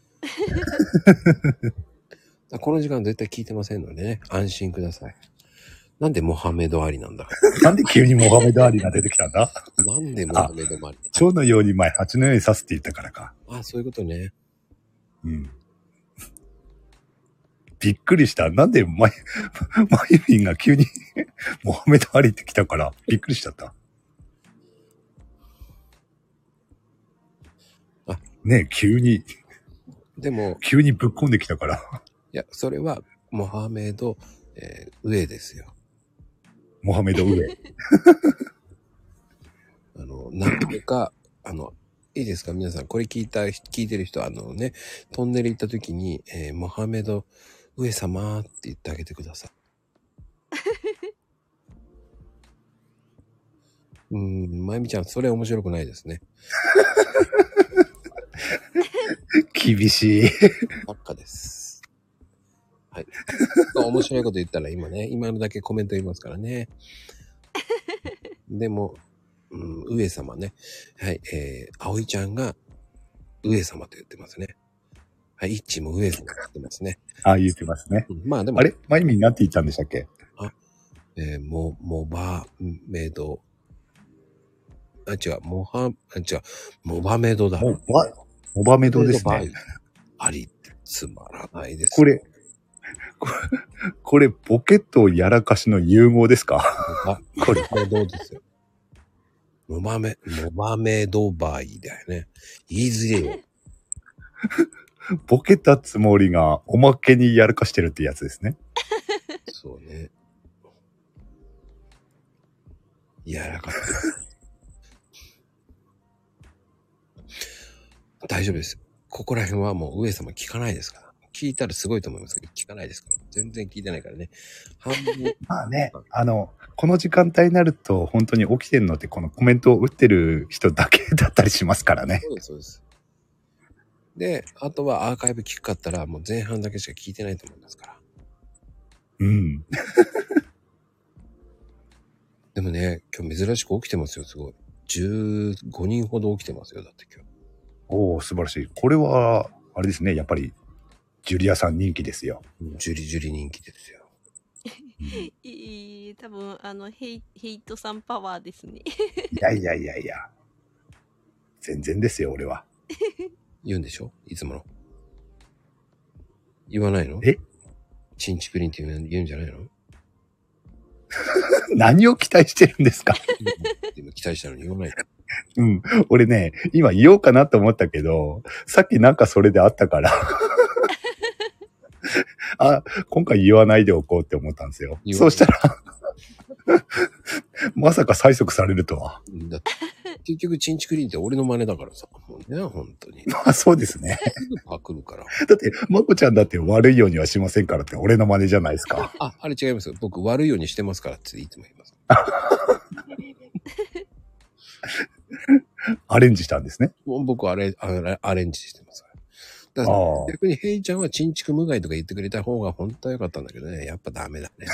だからこの時間絶対聞いてませんのでね、安心ください。なんでモハメド・アリなんだか。 なんで急にモハメド・アリが出てきたんだなんでモハメド・アリ蝶のように前、蜂のように刺すって言ったからか。 あ、そういうことね。 うん。びっくりした。なんでマユ、マユミンが急にモハメド・アリって来たからびっくりしちゃった。 あ、 ねえ、急に、 でも、 急にぶっこんできたから。 いや、それはモハメド、えー、上ですよ。 モハメド・ウエ。 あの、なんとか、あの、いいですか皆さん、これ聞いた、聞いてる人、あのね、トンネル行った時に、えー、モハメド上様って言ってあげてください。うーん、まゆみちゃん、それ面白くないですね。 厳しい。 ばっかです。はい。面白いこと言ったら今ね、今のだけコメント言いますからね。でも、うん、上様ね。はい、えー、葵ちゃんが上様と言ってますね。はい、イッチも上様と言ってますね。 ああ、言ってますね。 うん、まあでも、 あれマユミンなんて言ったんでしたっけあ、えー、も、モバメド。あ、違う、モハ、あ、違う、モバメドだ。 モバ、モバメドですモバメね。 ドありってつまらないです。 これ、これ、これボケとやらかしの融合ですかあ、これ、これどうですよ。モバメ、モバメドバイだよね。言いづれよ。 ボケたつもりがおまけにやらかしてるってやつですね。 そうね。やらかった。大丈夫です。ここら辺はもう上様聞かないですから。聞いたらすごいと思いますけど、聞かないですから。全然聞いてないからね。半分。 まあね、あの、この時間帯になると本当に起きてるのってこのコメントを打ってる人だけだったりしますからね。 そうです、そうです。で、あとはアーカイブ聞くかったらもう前半だけしか聞いてないと思いますから。 うん。 でもね、今日珍しく起きてますよ、すごい。じゅうごにんほど起きてますよ、だって今日。 おお、素晴らしい。これは、あれですね、やっぱり、ジュリアさん人気ですよ。 ジュリジュリ人気ですよ。 いい、多分、あの、ヘイ、ヘイトさんパワーですね。 いやいやいやいや。全然ですよ、俺は。 言うんでしょいつもの。言わないのえチンチクリンって言う言うんじゃないの何を期待してるんですか今期待したのに言わないうん。俺ね、今言おうかなと思ったけど、さっきなんかそれであったから。あ、今回言わないでおこうって思ったんですよ。そうしたら、 まさか催促されるとは。 だって結局、チンチクリーンって俺の真似だからさ。もうね、本当に。 まあそうですね。 すぐパクるから。 だって、まこちゃんだって悪いようにはしませんからって俺の真似じゃないですか。 あ、あれ違いますよ。僕悪いようにしてますからっていつも言います。 アレンジしたんですね。 もう僕あれ、あれ、アレンジしてますから。だから逆にヘイちゃんはチンチク無害とか言ってくれた方が本当は良かったんだけどね。やっぱダメだね。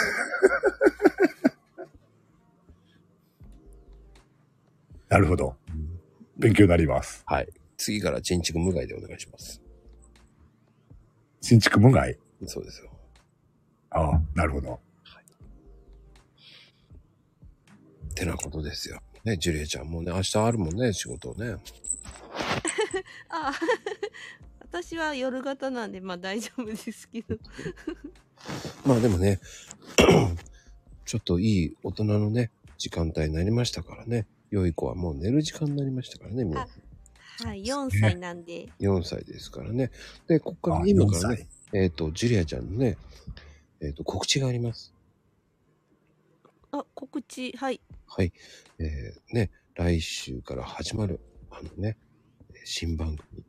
なるほど。勉強になります。 はい。次からチンチク無害でお願いします。 新築無害？ そうですよ。 ああ、なるほど。はい。 ってなことですよ。ね、ジュリエちゃんもね、明日あるもんね、仕事をね。 ああ私は夜型なんで、まあ大丈夫ですけど。 まあでもね、ちょっといい大人のね、時間帯になりましたからね。良い子はもう寝る時間になりましたからね、皆さん。 はい、よんさいなんで。 よんさいですからね。で、ここから今からね、えっと、ジュリアちゃんのね、えっと、告知があります。 あ、告知、はい。 はい。えー、ね、来週から始まる、あのね、新番組。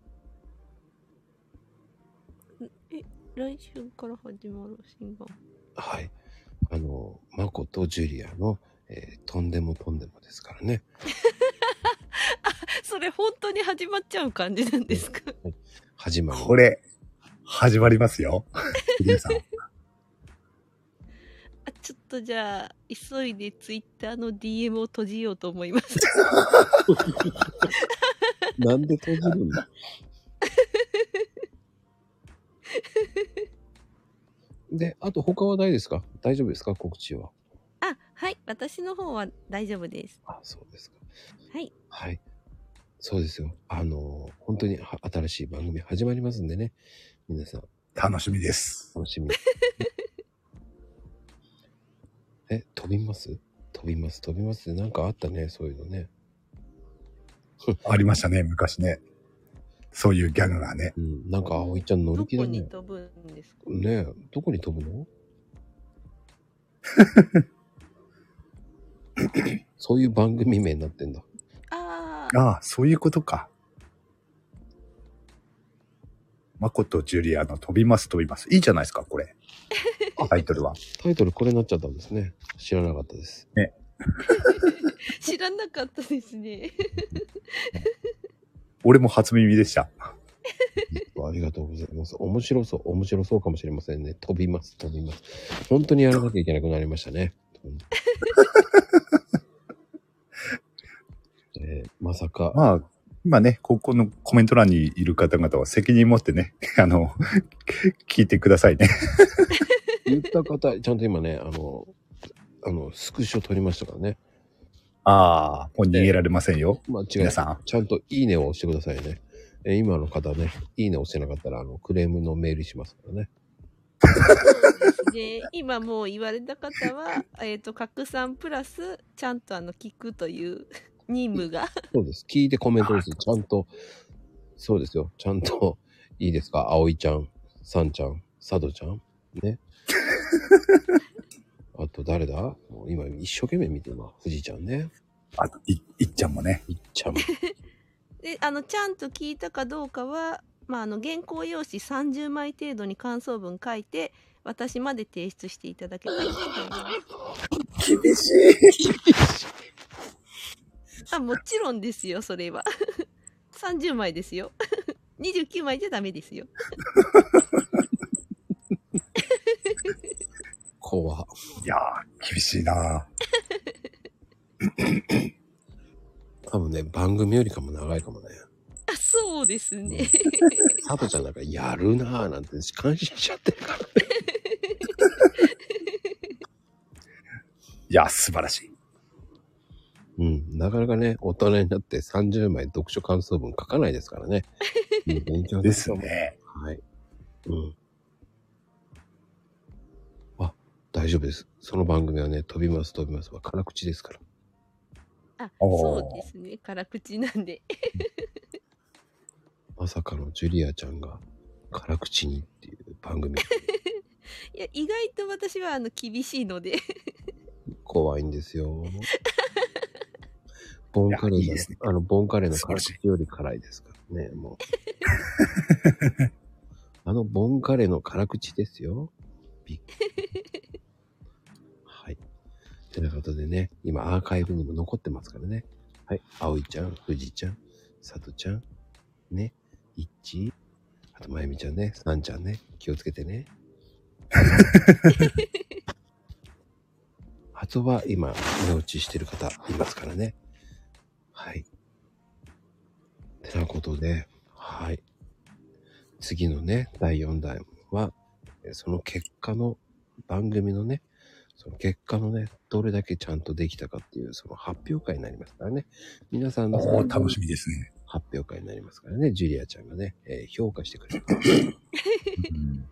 え、来週から始まる新番組。 はい。あの、マコとジュリアの、えー、とんでもとんでもですからね。 あ、それ本当に始まっちゃう感じなんですか？ はい、始まる。 これ、始まりますよ。皆さん。 あ、ちょっとじゃあ、急いでツイッターの ディーエム を閉じようと思います。 なんで閉じるんだで、あと他はないですか？大丈夫ですか？告知は。 あ、はい。私の方は大丈夫です。 あ、そうですか。 はい。 はい。そうですよ。あの、本当に新しい番組始まりますんでね。皆さん。 楽しみです。 楽しみ。え、飛びます飛びます飛びますってなんかあったね、そういうのね。 ありましたね、昔ね。そういうギャグがね。 うん、なんか葵ちゃん乗り気だね。 どこに飛ぶんですか？ ねえ、どこに飛ぶのそういう番組名になってんだ。 あああ、そういうことか。マコとジュリアの飛びます飛びます。いいじゃないですか、これ。タイトルは。 タイトルこれになっちゃったんですね。知らなかったです。 ね。 知らなかったですね。 俺も初耳でした。 ありがとうございます。面白そう、面白そうかもしれませんね。飛びます、飛びます。本当にやらなきゃいけなくなりましたね。えー、まさか。 まあ、今ね、ここのコメント欄にいる方々は責任持ってね、あの、聞いてくださいね。 言った方、ちゃんと今ね、あの、あの、スクショ取りましたからね。 ああ、もう逃げられませんよ。 まあ、違う。 皆さん。 ちゃんといいねを押してくださいね。えー、今の方ね、いいね押してなかったら、あの、クレームのメールしますからね。 で、今もう言われた方は、えっと、拡散プラス、ちゃんとあの、聞くという任務が。 そうです。聞いてコメントです。ちゃんと、そうですよ。ちゃんと、いいですか？葵ちゃん、さんちゃん、さどちゃん、ね。あと誰だ？もう今一生懸命見てるな。富士ちゃんね。 あと、い、いっちゃんもね。 いっちゃんも。 で、あの、ちゃんと聞いたかどうかは、まあ、あの、原稿用紙さんじゅうまい程度に感想文書いて、私まで提出していただけたらと思います。 厳しい。 あ、もちろんですよ、それは。さんじゅうまいですよ。にじゅうきゅうまいじゃダメですよ。 怖。 いやー、厳しいな多分ね、番組よりかも長いかもね。 あ、そうですね。 さとちゃんなんかやるなぁなんて感心しちゃってるからね。 いや、素晴らしい。 うん。なかなかね、大人になってさんじゅうまい読書感想文書かないですからね。勉強ですね。 はい。うん。あ、大丈夫です。その番組はね、飛びます飛びますは辛口ですから。 あ、そうですね。辛口なんで。 まさかのジュリアちゃんが辛口にっていう番組。 いや、意外と私はあの厳しいので。 怖いんですよ。ボンカレーの、 いやいいですねあの、ボンカレーの辛素晴らしい口より辛いですからね、もう。あのボンカレーの辛口ですよ。びっはい。てなことでね、今アーカイブにも残ってますからね。はい。葵ちゃん、藤ちゃん、さとちゃん、ね、いっち、あとまゆみちゃんね、さんちゃんね、気をつけてね。あとは今、寝落ちしてる方いますからね。はい。てなことで、はい。次のね、だいよんだんは、その結果の、番組のね、その結果のね、どれだけちゃんとできたかっていう、その発表会になりますからね。皆さんのおー、楽しみですね。 発表会になりますからね。ジュリアちゃんがね、えー評価してくれる。 うん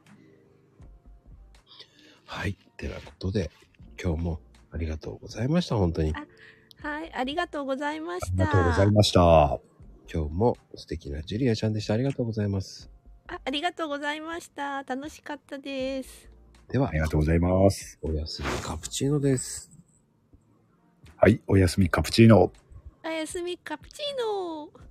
はい。てなことで、今日もありがとうございました。本当に。 はい、ありがとうございまあした。 りがとうございました。 今日も素敵なジュリアちゃんでした。ありがとうございます。 あ、ありがとうございました。楽しかったです。 ではあり、がとうございます。 おやすみカプチーノです。 はい、おやすみカプチーノ。 おやすみカプチーノ。